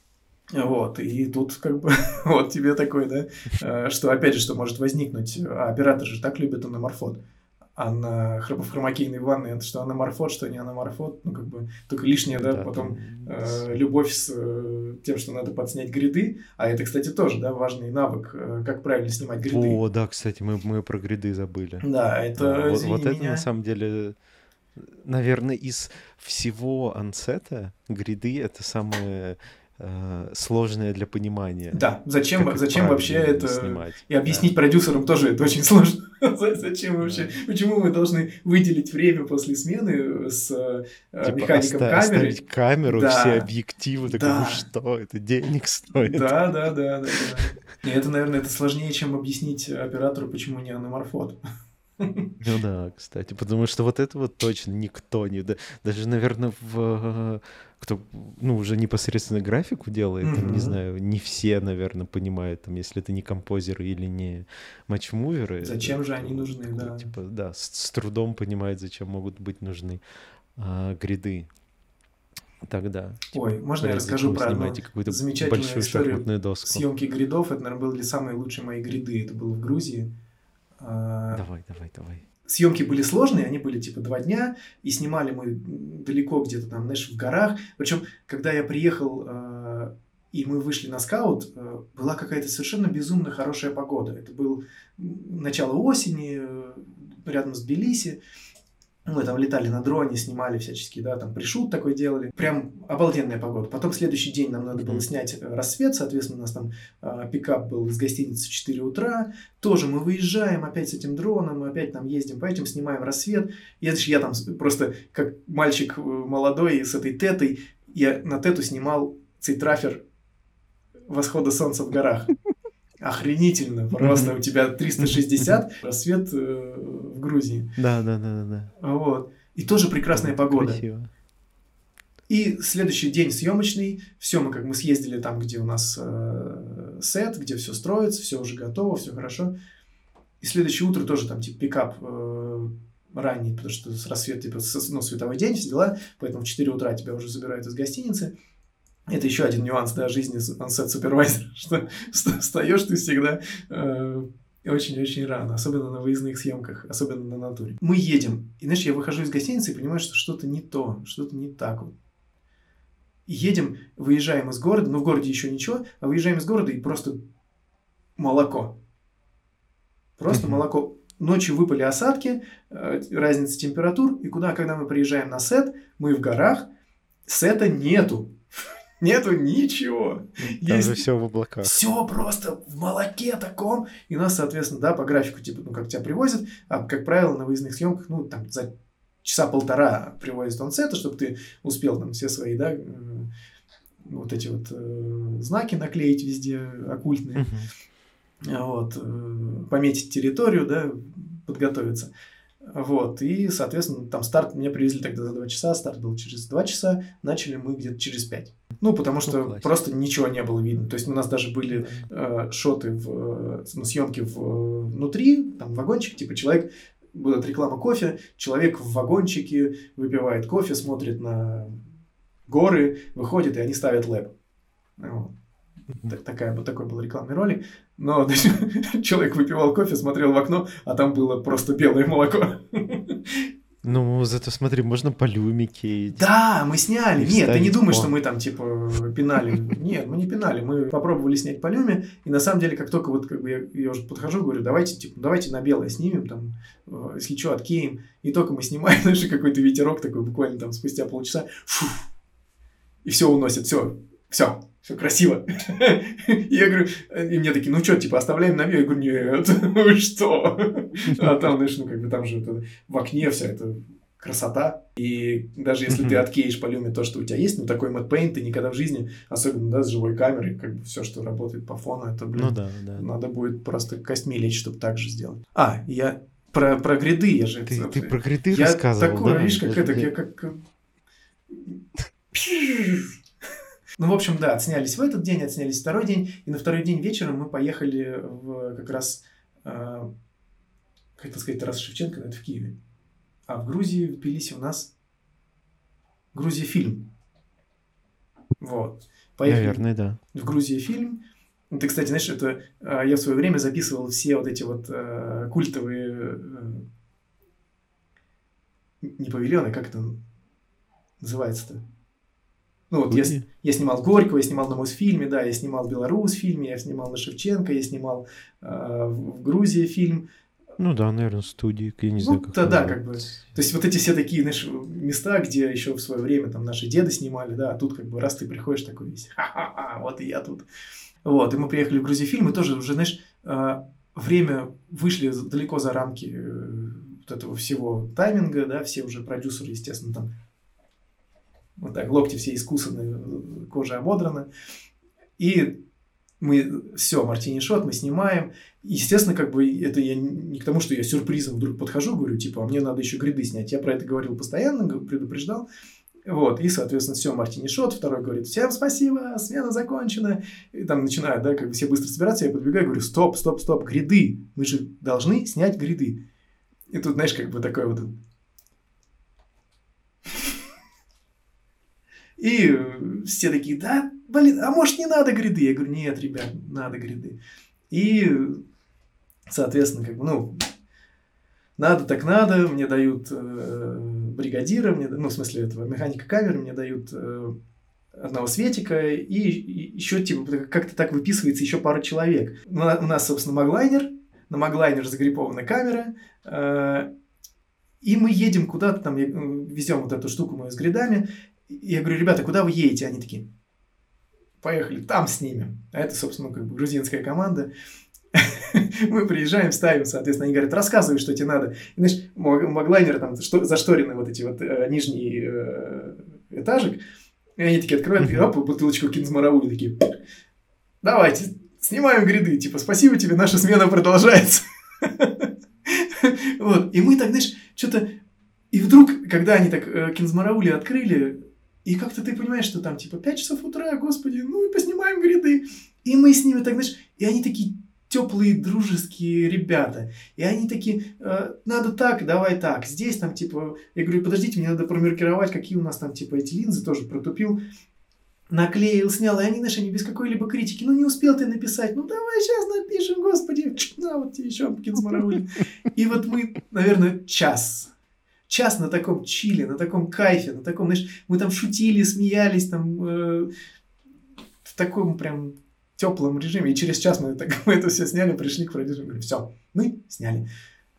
Вот, и тут как бы вот тебе такой, да, что опять же, что может возникнуть. А оператор же так любит анаморфот. А в хромакейной ванной это что анаморфот, что не анаморфот, ну, как бы, только лишнее, да, потом любовь с тем, что надо подснять гриды, а это, кстати, тоже, да, важный навык, как правильно снимать гриды. О, да, кстати, мы про гриды забыли. Да, это, вот это, на самом деле, наверное, из всего ансета гриды — это самое сложное для понимания. Да, зачем вообще это снимать. И объяснить продюсерам тоже это очень сложно. Зачем вообще? Почему мы должны выделить время после смены с механиком камеры? Оставить камеру, все объективы, такой, ну что, это денег стоит. Да. И это, наверное, это сложнее, чем объяснить оператору, почему не анаморфот. Ну да, кстати, потому что вот это вот точно никто не... Даже, наверное, кто, ну, уже непосредственно графику делает, там, не знаю, не все, наверное, понимают, там, если это не композеры или не матчмуверы. Зачем же они нужны, да. Типа, да, с трудом понимают, зачем могут быть нужны гриды. Тогда. Ой, можно я расскажу про одну замечательную историю съемки гридов? Это, наверное, были самые лучшие мои гриды. Это было в Грузии. Давай. Съемки были сложные, они были типа 2 дня, и снимали мы далеко где-то там, знаешь, в горах. Причем, когда я приехал, и мы вышли на скаут, была какая-то совершенно безумно хорошая погода. Это было начало осени, рядом с Тбилиси. Мы там летали на дроне, снимали всячески, да, там пришут такой делали. Прям обалденная погода. Потом следующий день нам надо было снять рассвет, соответственно, у нас там пикап был из гостиницы в 4 утра. Тоже мы выезжаем опять с этим дроном, мы опять там ездим по этим, снимаем рассвет. Я там просто, как мальчик молодой с этой тетой, я на тету снимал цейтрафер восхода солнца в горах. Охренительно, просто у тебя 360 рассвет в Грузии. Да. Вот. И тоже прекрасная погода. Красиво. И следующий день съемочный. Все, мы съездили там, где у нас сет, где все строится, все уже готово, все хорошо. И следующее утро тоже там типа пикап ранний, потому что с рассвета, типа, световой день, все дела. Поэтому в 4 утра тебя уже забирают из гостиницы. Это еще один нюанс, да, жизни онсет-супервайзера, что встаешь ты всегда очень-очень рано, особенно на выездных съемках, особенно на натуре. Мы едем, и, знаешь, я выхожу из гостиницы и понимаю, что что-то не то, что-то не так вот. И едем, выезжаем из города, но в городе еще ничего, а выезжаем из города и просто молоко. Просто молоко. Ночью выпали осадки, разница температур, и когда мы приезжаем на сет, мы в горах, сета нету. Нету ничего. Там же все в облаках. Все просто в молоке таком. И нас, соответственно, да, по графику, типа, ну, как тебя привозят, а, как правило, на выездных съемках, ну, там, за часа полтора привозят онсета, чтобы ты успел там все свои, да, вот эти вот знаки наклеить везде, оккультные. Вот, пометить территорию, да, подготовиться. Вот, и, соответственно, там старт меня привезли тогда за 2 часа, старт был через 2 часа, начали мы где-то через 5. Ну, потому что просто ничего не было видно. То есть у нас даже были шоты, съемки внутри, там вагончик, типа человек, будет реклама кофе, человек в вагончике выпивает кофе, смотрит на горы, выходит, и они ставят лэп. Вот. Такой был рекламный ролик. Но человек выпивал кофе, смотрел в окно, а там было просто белое молоко. Ну, зато смотри, можно по люмике. Да, мы сняли. Нет, ты не думай, что мы там типа пинали. Нет, мы не пинали. Мы попробовали снять по люме. И на самом деле, как только вот как бы я уже подхожу, говорю, давайте на белое снимем, там, если что, откеем. И только мы снимаем, знаешь, какой-то ветерок такой, буквально там спустя полчаса. И все уносит, все красиво. И я говорю, и мне такие, ну что, типа, оставляем на видео? Я говорю, нет, вы что? А там, знаешь, ну как бы там же это, в окне вся эта красота. И даже если ты откеешь по люме то, что у тебя есть, ну, такой Matte Paint ты никогда в жизни, особенно, да, с живой камерой, как бы все, что работает по фону, это, блин, надо будет просто костьми лечь, чтобы так же сделать. Я про гриды, я же... Ты про гриды рассказывал, такой, да? видишь, как это, я как... Ну, в общем, да, отснялись в этот день, отснялись второй день, и на второй день вечером мы поехали в как раз, как сказать, Тарас Шевченко, но это в Киеве. А в Грузии, в Тбилиси у нас Грузия фильм. Вот. Поехали. Наверное, да. В Грузии фильм. Ты, кстати, знаешь, это я в свое время записывал все вот эти вот культовые не павильоны, как это называется-то? Ну, вот я снимал Горького, я снимал на Мосфильме, да, я снимал Беларусь в фильме, я снимал на Шевченко, я снимал в Грузии фильм. Ну да, наверное, студии, я не знаю, как да, как бы. То есть вот эти все такие, знаешь, места, где еще в свое время там наши деды снимали, да, а тут как бы раз ты приходишь такой весь, ха-ха-ха, вот и я тут. Вот, и мы приехали в Грузию фильм, и тоже уже, знаешь, время вышли далеко за рамки вот этого всего тайминга, да, все уже продюсеры, естественно, там вот так, локти все искусаны, кожа ободрана. И мы, все, мартини-шот, мы снимаем. Естественно, как бы, это я не к тому, что я сюрпризом вдруг подхожу, говорю, типа, а мне надо еще гриды снять. Я про это говорил постоянно, предупреждал. Вот, и, соответственно, все, мартини-шот, второй говорит, всем спасибо, смена закончена. И там начинают, да, как бы все быстро собираться, я подбегаю, говорю, стоп, гриды, мы же должны снять гриды. И тут, знаешь, как бы такой вот... И все такие, да, блин, а может не надо гриды? Я говорю, нет, ребят, надо гриды. И, соответственно, как бы, ну, надо так надо, мне дают бригадира, в смысле этого, механика камеры, мне дают одного Светика, и еще, типа, как-то так выписывается еще пара человек. У нас, собственно, маглайнер, на маглайнер загрипована камера, и мы едем куда-то там, везем вот эту штуку мою с гридами. Я говорю, ребята, куда вы едете? Они такие, поехали, там снимем. А это, собственно, как бы грузинская команда. Мы приезжаем, ставим, соответственно, они говорят, рассказывай, что тебе надо. И, знаешь, маглайнеры там зашторены вот эти вот нижний этажик. И они такие открывают, оп, бутылочку кинзмараули, такие, давайте, снимаем гриды, типа, спасибо тебе, наша смена продолжается. Вот, и мы так, знаешь, что-то... И вдруг, когда они так кинзмараули открыли, и как-то ты понимаешь, что там типа 5 часов утра, господи, ну и поснимаем гриды. И мы с ними так, знаешь, и они такие теплые, дружеские ребята. И они такие, надо так, давай так. Здесь там типа, я говорю, подождите, мне надо промаркировать, какие у нас там типа эти линзы, тоже протупил. Наклеил, снял, и они, знаешь, они без какой-либо критики. Ну, не успел ты написать. Ну, давай сейчас напишем, господи. На, вот тебе еще кинзмараули. И вот мы, наверное, час на таком чиле, на таком кайфе, на таком, знаешь, мы там шутили, смеялись, там, в таком прям теплом режиме. И через час мы это все сняли, пришли к продюсеру, говорим, все, мы сняли.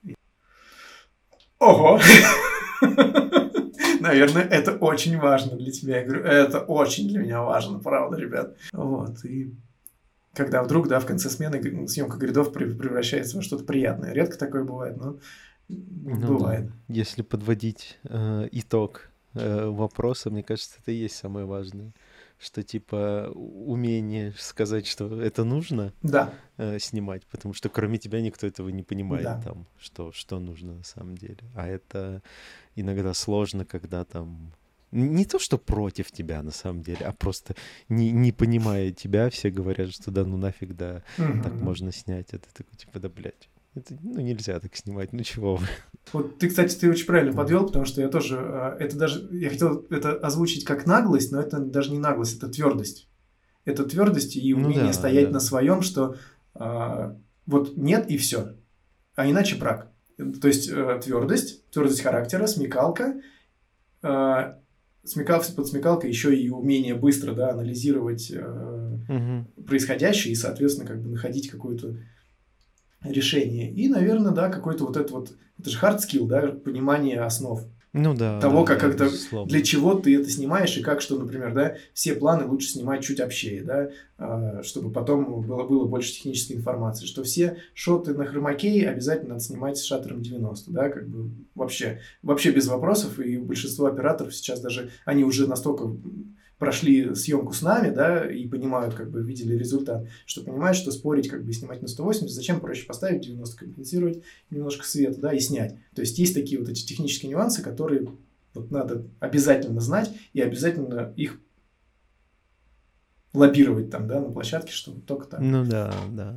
Ого! Наверное, это очень важно для тебя. Я говорю, это очень для меня важно, правда, ребят. Вот, и когда вдруг, да, в конце смены съемка гридов превращается во что-то приятное. Редко такое бывает, но бывает. Да. Если подводить итог вопроса, мне кажется, это и есть самое важное. Что, типа, умение сказать, что это нужно снимать, потому что кроме тебя никто этого не понимает, там, что нужно на самом деле. А это иногда сложно, когда там... Не то, что против тебя, на самом деле, а просто не понимая тебя, все говорят, что да, ну нафиг, да, так можно снять. Это такой, типа, да, блядь. Это, ну, нельзя так снимать, ну чего вы. Вот ты, кстати, ты очень правильно подвел, потому что я тоже, это даже, я хотел это озвучить как наглость, но это даже не наглость, это твердость. Это твердость и умение стоять на своем, что вот нет и все, а иначе брак. То есть твердость характера, смекалка, под смекалкой еще и умение быстро, да, анализировать происходящее и, соответственно, как бы находить какую-то решение. И, наверное, да, какой-то вот это же hard skill, да, понимание основ. Ну да, того, как да, это, безусловно. для чего ты это снимаешь, и как, что, например, да, все планы лучше снимать чуть общее, да, чтобы потом было больше технической информации, что все шоты на хромакее обязательно надо снимать с шаттером 90, да, как бы вообще без вопросов, и большинство операторов сейчас даже, они уже настолько прошли съемку с нами, да, и понимают, как бы видели результат, что понимают, что спорить, как бы снимать на 180, зачем проще поставить 90, компенсировать немножко света, да, и снять. То есть есть такие вот эти технические нюансы, которые вот надо обязательно знать и обязательно их лоббировать там, да, на площадке, чтобы только так. Ну да.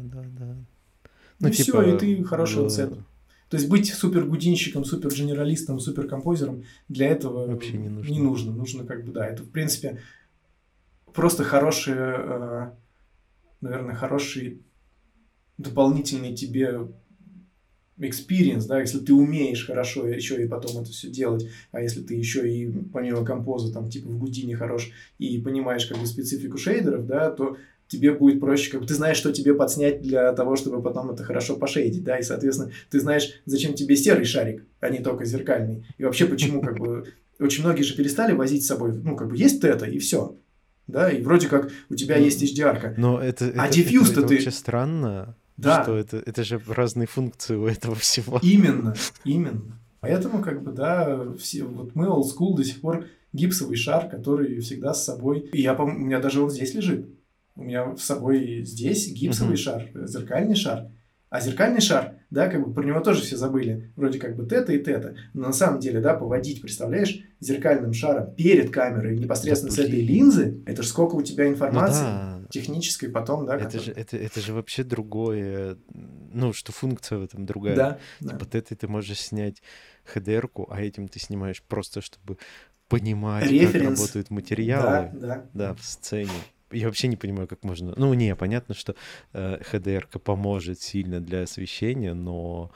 Ну, И все, и ты хороший онсет. То есть быть супер-гудинщиком, супер-генералистом, супер-композером для этого вообще не нужно. Не нужно. Нужно как бы, да, это в принципе просто хороший, наверное, хороший дополнительный тебе experience, да, если ты умеешь хорошо еще и потом это все делать, а если ты еще и помимо композа там типа в Гудине хорош и понимаешь как бы специфику шейдеров, да, то тебе будет проще, как бы ты знаешь, что тебе подснять для того, чтобы потом это хорошо пошейдить, да, и, соответственно, ты знаешь, зачем тебе серый шарик, а не только зеркальный. И вообще, почему, как бы, очень многие же перестали возить с собой, ну, как бы, есть тета, и все, да, и вроде как у тебя есть HDR-ка. Но это diffuse-то ты... вообще странно, да. Что это же разные функции у этого всего. Именно. Поэтому, как бы, да, все, вот мы old school до сих пор гипсовый шар, который всегда с собой, и у меня даже он здесь лежит. У меня с собой здесь гипсовый шар, зеркальный шар. А зеркальный шар, да, как бы про него тоже все забыли. Вроде как бы тета и тета. Но на самом деле, да, поводить, представляешь, зеркальным шаром перед камерой непосредственно с этой линзы, это же сколько у тебя информации технической потом, да. Это же вообще другое, ну, что функция в этом другая. Да. Типа тетой ты можешь снять HDR-ку, а этим ты снимаешь просто, чтобы понимать, как работают материалы. Да, в сцене. Я вообще не понимаю, как можно... Ну, понятно, что HDR-ка поможет сильно для освещения, но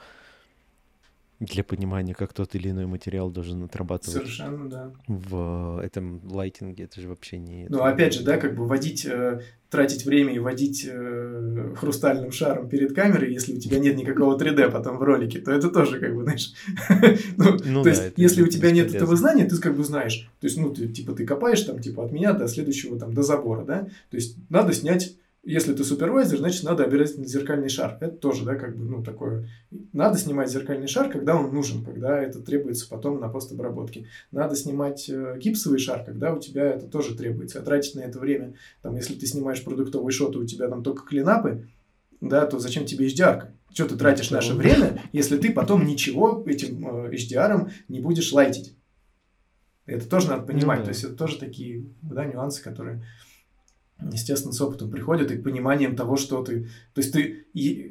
для понимания, как тот или иной материал должен отрабатывать. Совершенно, да. В этом лайтинге это же вообще не... Ну, опять же, да, как бы тратить время и водить хрустальным шаром перед камерой, если у тебя нет никакого 3D потом в ролике, то это тоже, как бы, знаешь... То есть, если у тебя нет этого знания, ты как бы знаешь. То есть, ну, ты копаешь там, типа, от меня до следующего, там, до забора, да? То есть, надо снять... Если ты супервайзер, значит, надо обязательно зеркальный шар. Это тоже, да, как бы, ну, такое... Надо снимать зеркальный шар, когда он нужен, когда это требуется потом на постобработке. Надо снимать гипсовый шар, когда у тебя это тоже требуется. А тратить на это время, там, если ты снимаешь продуктовый шот, и у тебя там только клинапы, да, то зачем тебе HDR-ка? Что ты тратишь наше время, если ты потом ничего этим HDR-ом не будешь лайтить? Это тоже надо понимать. То есть, это тоже такие, да, нюансы, которые... естественно, с опытом приходят и пониманием того, что ты... То есть, ты,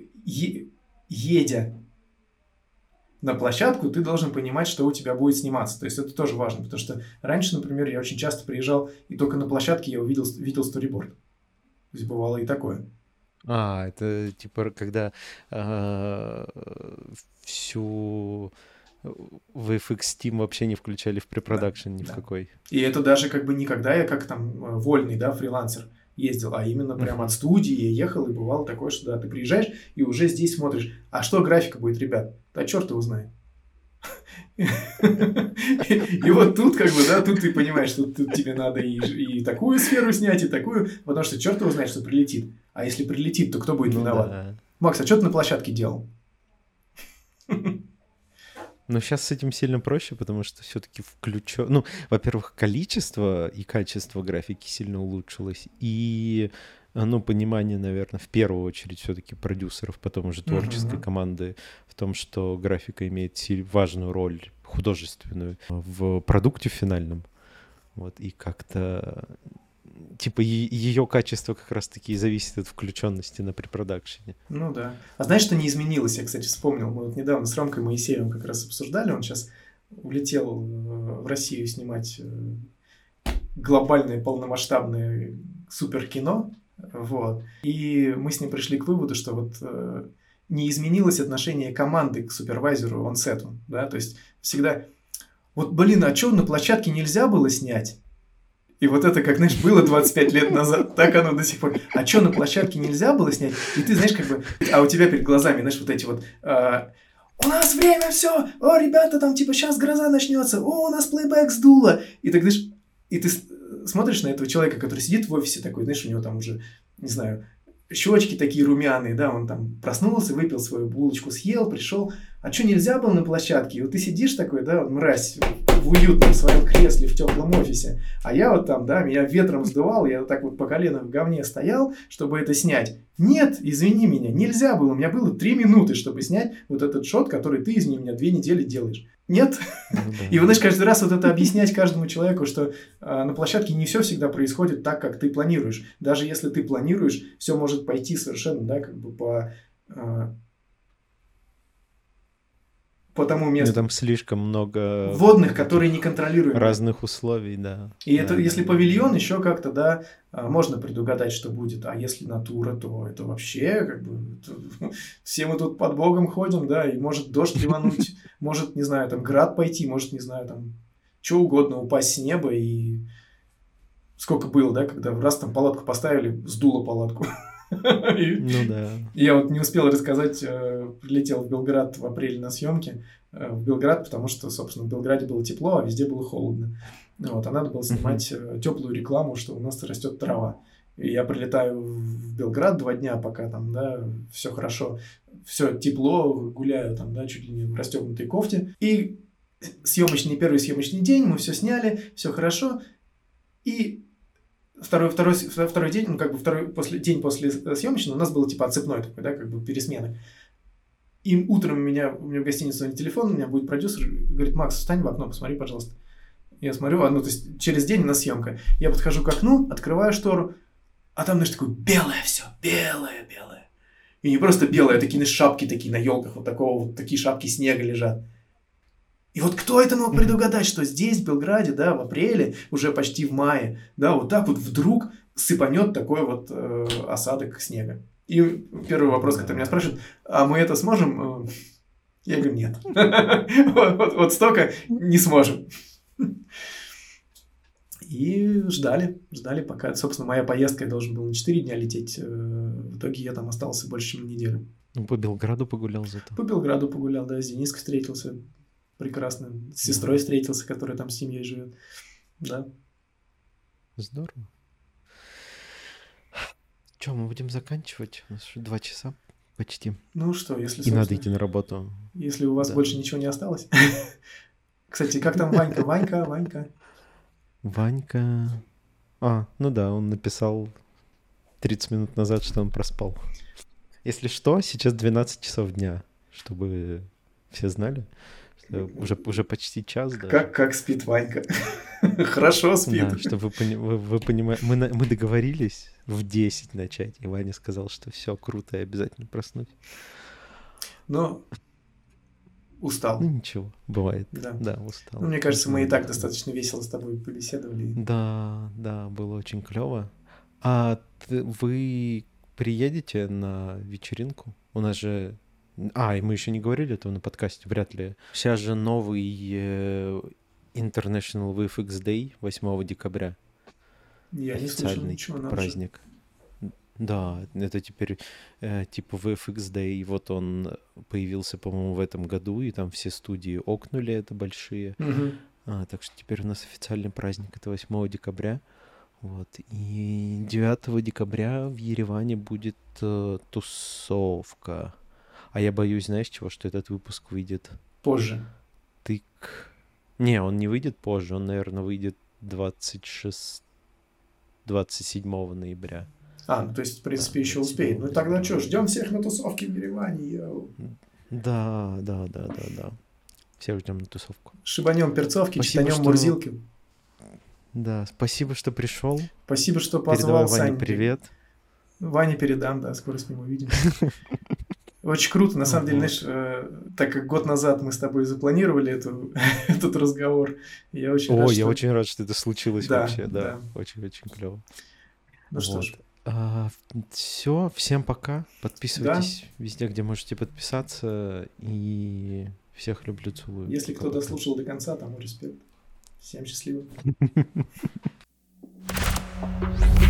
едя на площадку, ты должен понимать, что у тебя будет сниматься. То есть, это тоже важно. Потому что раньше, например, я очень часто приезжал, и только на площадке я видел сториборд. То есть, бывало и такое. Это типа, когда всю... VFX Team вообще не включали в препродакшн ни в какой. И это даже как бы никогда я как там вольный, да, фрилансер ездил, а именно прям от студии я ехал, и бывало такое, что да, ты приезжаешь и уже здесь смотришь, а что графика будет, ребят? Да черт его знает. И вот тут как бы, да, тут ты понимаешь, что тут тебе надо и такую сферу снять, и такую, потому что черт его знает, что прилетит. А если прилетит, то кто будет виноват? Макс, а что ты на площадке делал? Но сейчас с этим сильно проще, потому что все-таки ну, во-первых, количество и качество графики сильно улучшилось, и, ну, понимание, наверное, в первую очередь все-таки продюсеров, потом уже творческой команды в том, что графика имеет важную роль художественную в продукте финальном. Вот, и как-то... Типа ее качество как раз-таки и зависит от включенности на препродакшене. Ну да. А знаешь, что не изменилось? Я, кстати, вспомнил. Мы вот недавно с Ромкой Моисеевым как раз обсуждали. Он сейчас улетел в Россию снимать глобальное, полномасштабное суперкино. Вот. И мы с ним пришли к выводу, что вот не изменилось отношение команды к супервайзеру онсету. Да? То есть всегда... Вот, блин, а что на площадке нельзя было снять? И вот это, как, знаешь, было 25 лет назад, так оно до сих пор. А что на площадке нельзя было снять? И ты, знаешь, как бы... А у тебя перед глазами, знаешь, вот эти вот... у нас время, все, о, ребята, там, типа, сейчас гроза начнется, о, у нас плейбэк сдуло. И ты говоришь, и ты смотришь на этого человека, который сидит в офисе такой, знаешь, у него там уже, не знаю, щечки такие румяные, да, он там проснулся, выпил свою булочку, съел, пришел. А что, нельзя было на площадке? И вот ты сидишь такой, да, мразь, в уютном своем кресле, в теплом офисе. А я вот там, да, меня ветром сдувал, я вот так вот по колено в говне стоял, чтобы это снять. Нет, извини меня, нельзя было. У меня было 3 минуты, чтобы снять вот этот шот, который ты, извини меня, 2 недели делаешь. Нет? И вот, знаешь, каждый раз вот это объяснять каждому человеку, что на площадке не все всегда происходит так, как ты планируешь. Даже если ты планируешь, все может пойти совершенно, да, как бы по тому месту. Там слишком много вводных, которые не контролируемы. Разных условий, да. И это, если павильон, еще как-то, да, можно предугадать, что будет. А если натура, то это вообще, как бы, все мы тут под Богом ходим, да, и может дождь ливануть, может, не знаю, там, град пойти, может, не знаю, там, что угодно упасть с неба. И сколько было, да, когда раз там палатку поставили, сдуло палатку. Ну да. Я вот не успел рассказать, прилетел в Белград в апреле на съемки. В Белград, потому что, собственно, в Белграде было тепло, а везде было холодно. Вот, а надо было снимать теплую рекламу, что у нас растет трава. И я прилетаю в Белград 2 дня, пока там, да, все хорошо, все тепло, гуляю там, да, чуть ли не в расстегнутой кофте. И первый съемочный день, мы все сняли, все хорошо. И второй день, ну, как бы день после съемочного у нас было типа отцепной такой, да, как бы пересмены. И утром у меня в гостинице звонит телефон, у меня будет продюсер, говорит: Макс, встань в окно, посмотри, пожалуйста. Я смотрю, ну, то есть через день у нас съемка. Я подхожу к окну, открываю штору, а там, знаешь, такое белое все, белое. И не просто белое, а такие, знаешь, шапки такие на елках, вот такие шапки снега лежат. И вот кто это мог предугадать, что здесь, в Белграде, да, в апреле, уже почти в мае, да, вот так вот вдруг сыпанет такой вот осадок снега. И первый вопрос, который меня спрашивают: а мы это сможем? Я говорю: нет. Вот столько не сможем. И ждали, пока, собственно, моя поездка, я должен был на 4 дня лететь. В итоге я там остался больше, чем на неделю. Ну, по Белграду погулял зато. По Белграду погулял, да, с Дениской встретился. Прекрасно. С сестрой встретился, которая там с семьей живет. Да. Здорово. Че, мы будем заканчивать? У нас уже 2 часа почти. Ну что, если... И надо идти на работу. Если у вас больше ничего не осталось. Кстати, как там Ванька? Ванька... ну да, он написал 30 минут назад, что он проспал. Если что, сейчас 12 часов дня, чтобы все знали. Уже почти час, да. Как спит Ванька? Хорошо спит. Да, чтобы вы понимали, мы договорились в 10 начать, и Ваня сказал, что все круто, и обязательно проснусь. Но устал. Ну ничего, бывает. Да, устал. Ну, мне кажется, мы и так достаточно весело с тобой побеседовали. Да, было очень клево. А вы приедете на вечеринку? У нас же... и мы еще не говорили этого на подкасте, вряд ли. Сейчас же новый International VFX Day 8 декабря. Я не слышал ничего. Праздник. Да, это теперь типа VFX Day. Вот он появился, по-моему, в этом году, и там все студии окнули это большие. Так что теперь у нас официальный праздник. Это 8 декабря. Вот. И 9 декабря в Ереване будет тусовка. А я боюсь, знаешь чего, что этот выпуск выйдет... Позже. Не, он не выйдет позже, он, наверное, выйдет 27 ноября. Ну то есть, в принципе, еще успеет. Ну тогда что, ждем всех на тусовке в Ереване. Да. Всех ждем на тусовку. Шибанем перцовки, читанем мурзилки. Да, спасибо, что пришел. Спасибо, что позвал, Ване Сань. Привет. Ване передам, да, скоро с ним увидимся. Очень круто, на самом деле, знаешь, так как год назад мы с тобой запланировали этот разговор, я очень рад, я очень рад, что это случилось вообще, да. Очень-очень клево. Ну что ж. Все, всем пока. Подписывайтесь везде, где можете подписаться, и всех люблю, целую. Если кто дослушал до конца, тому респект. Всем счастливо.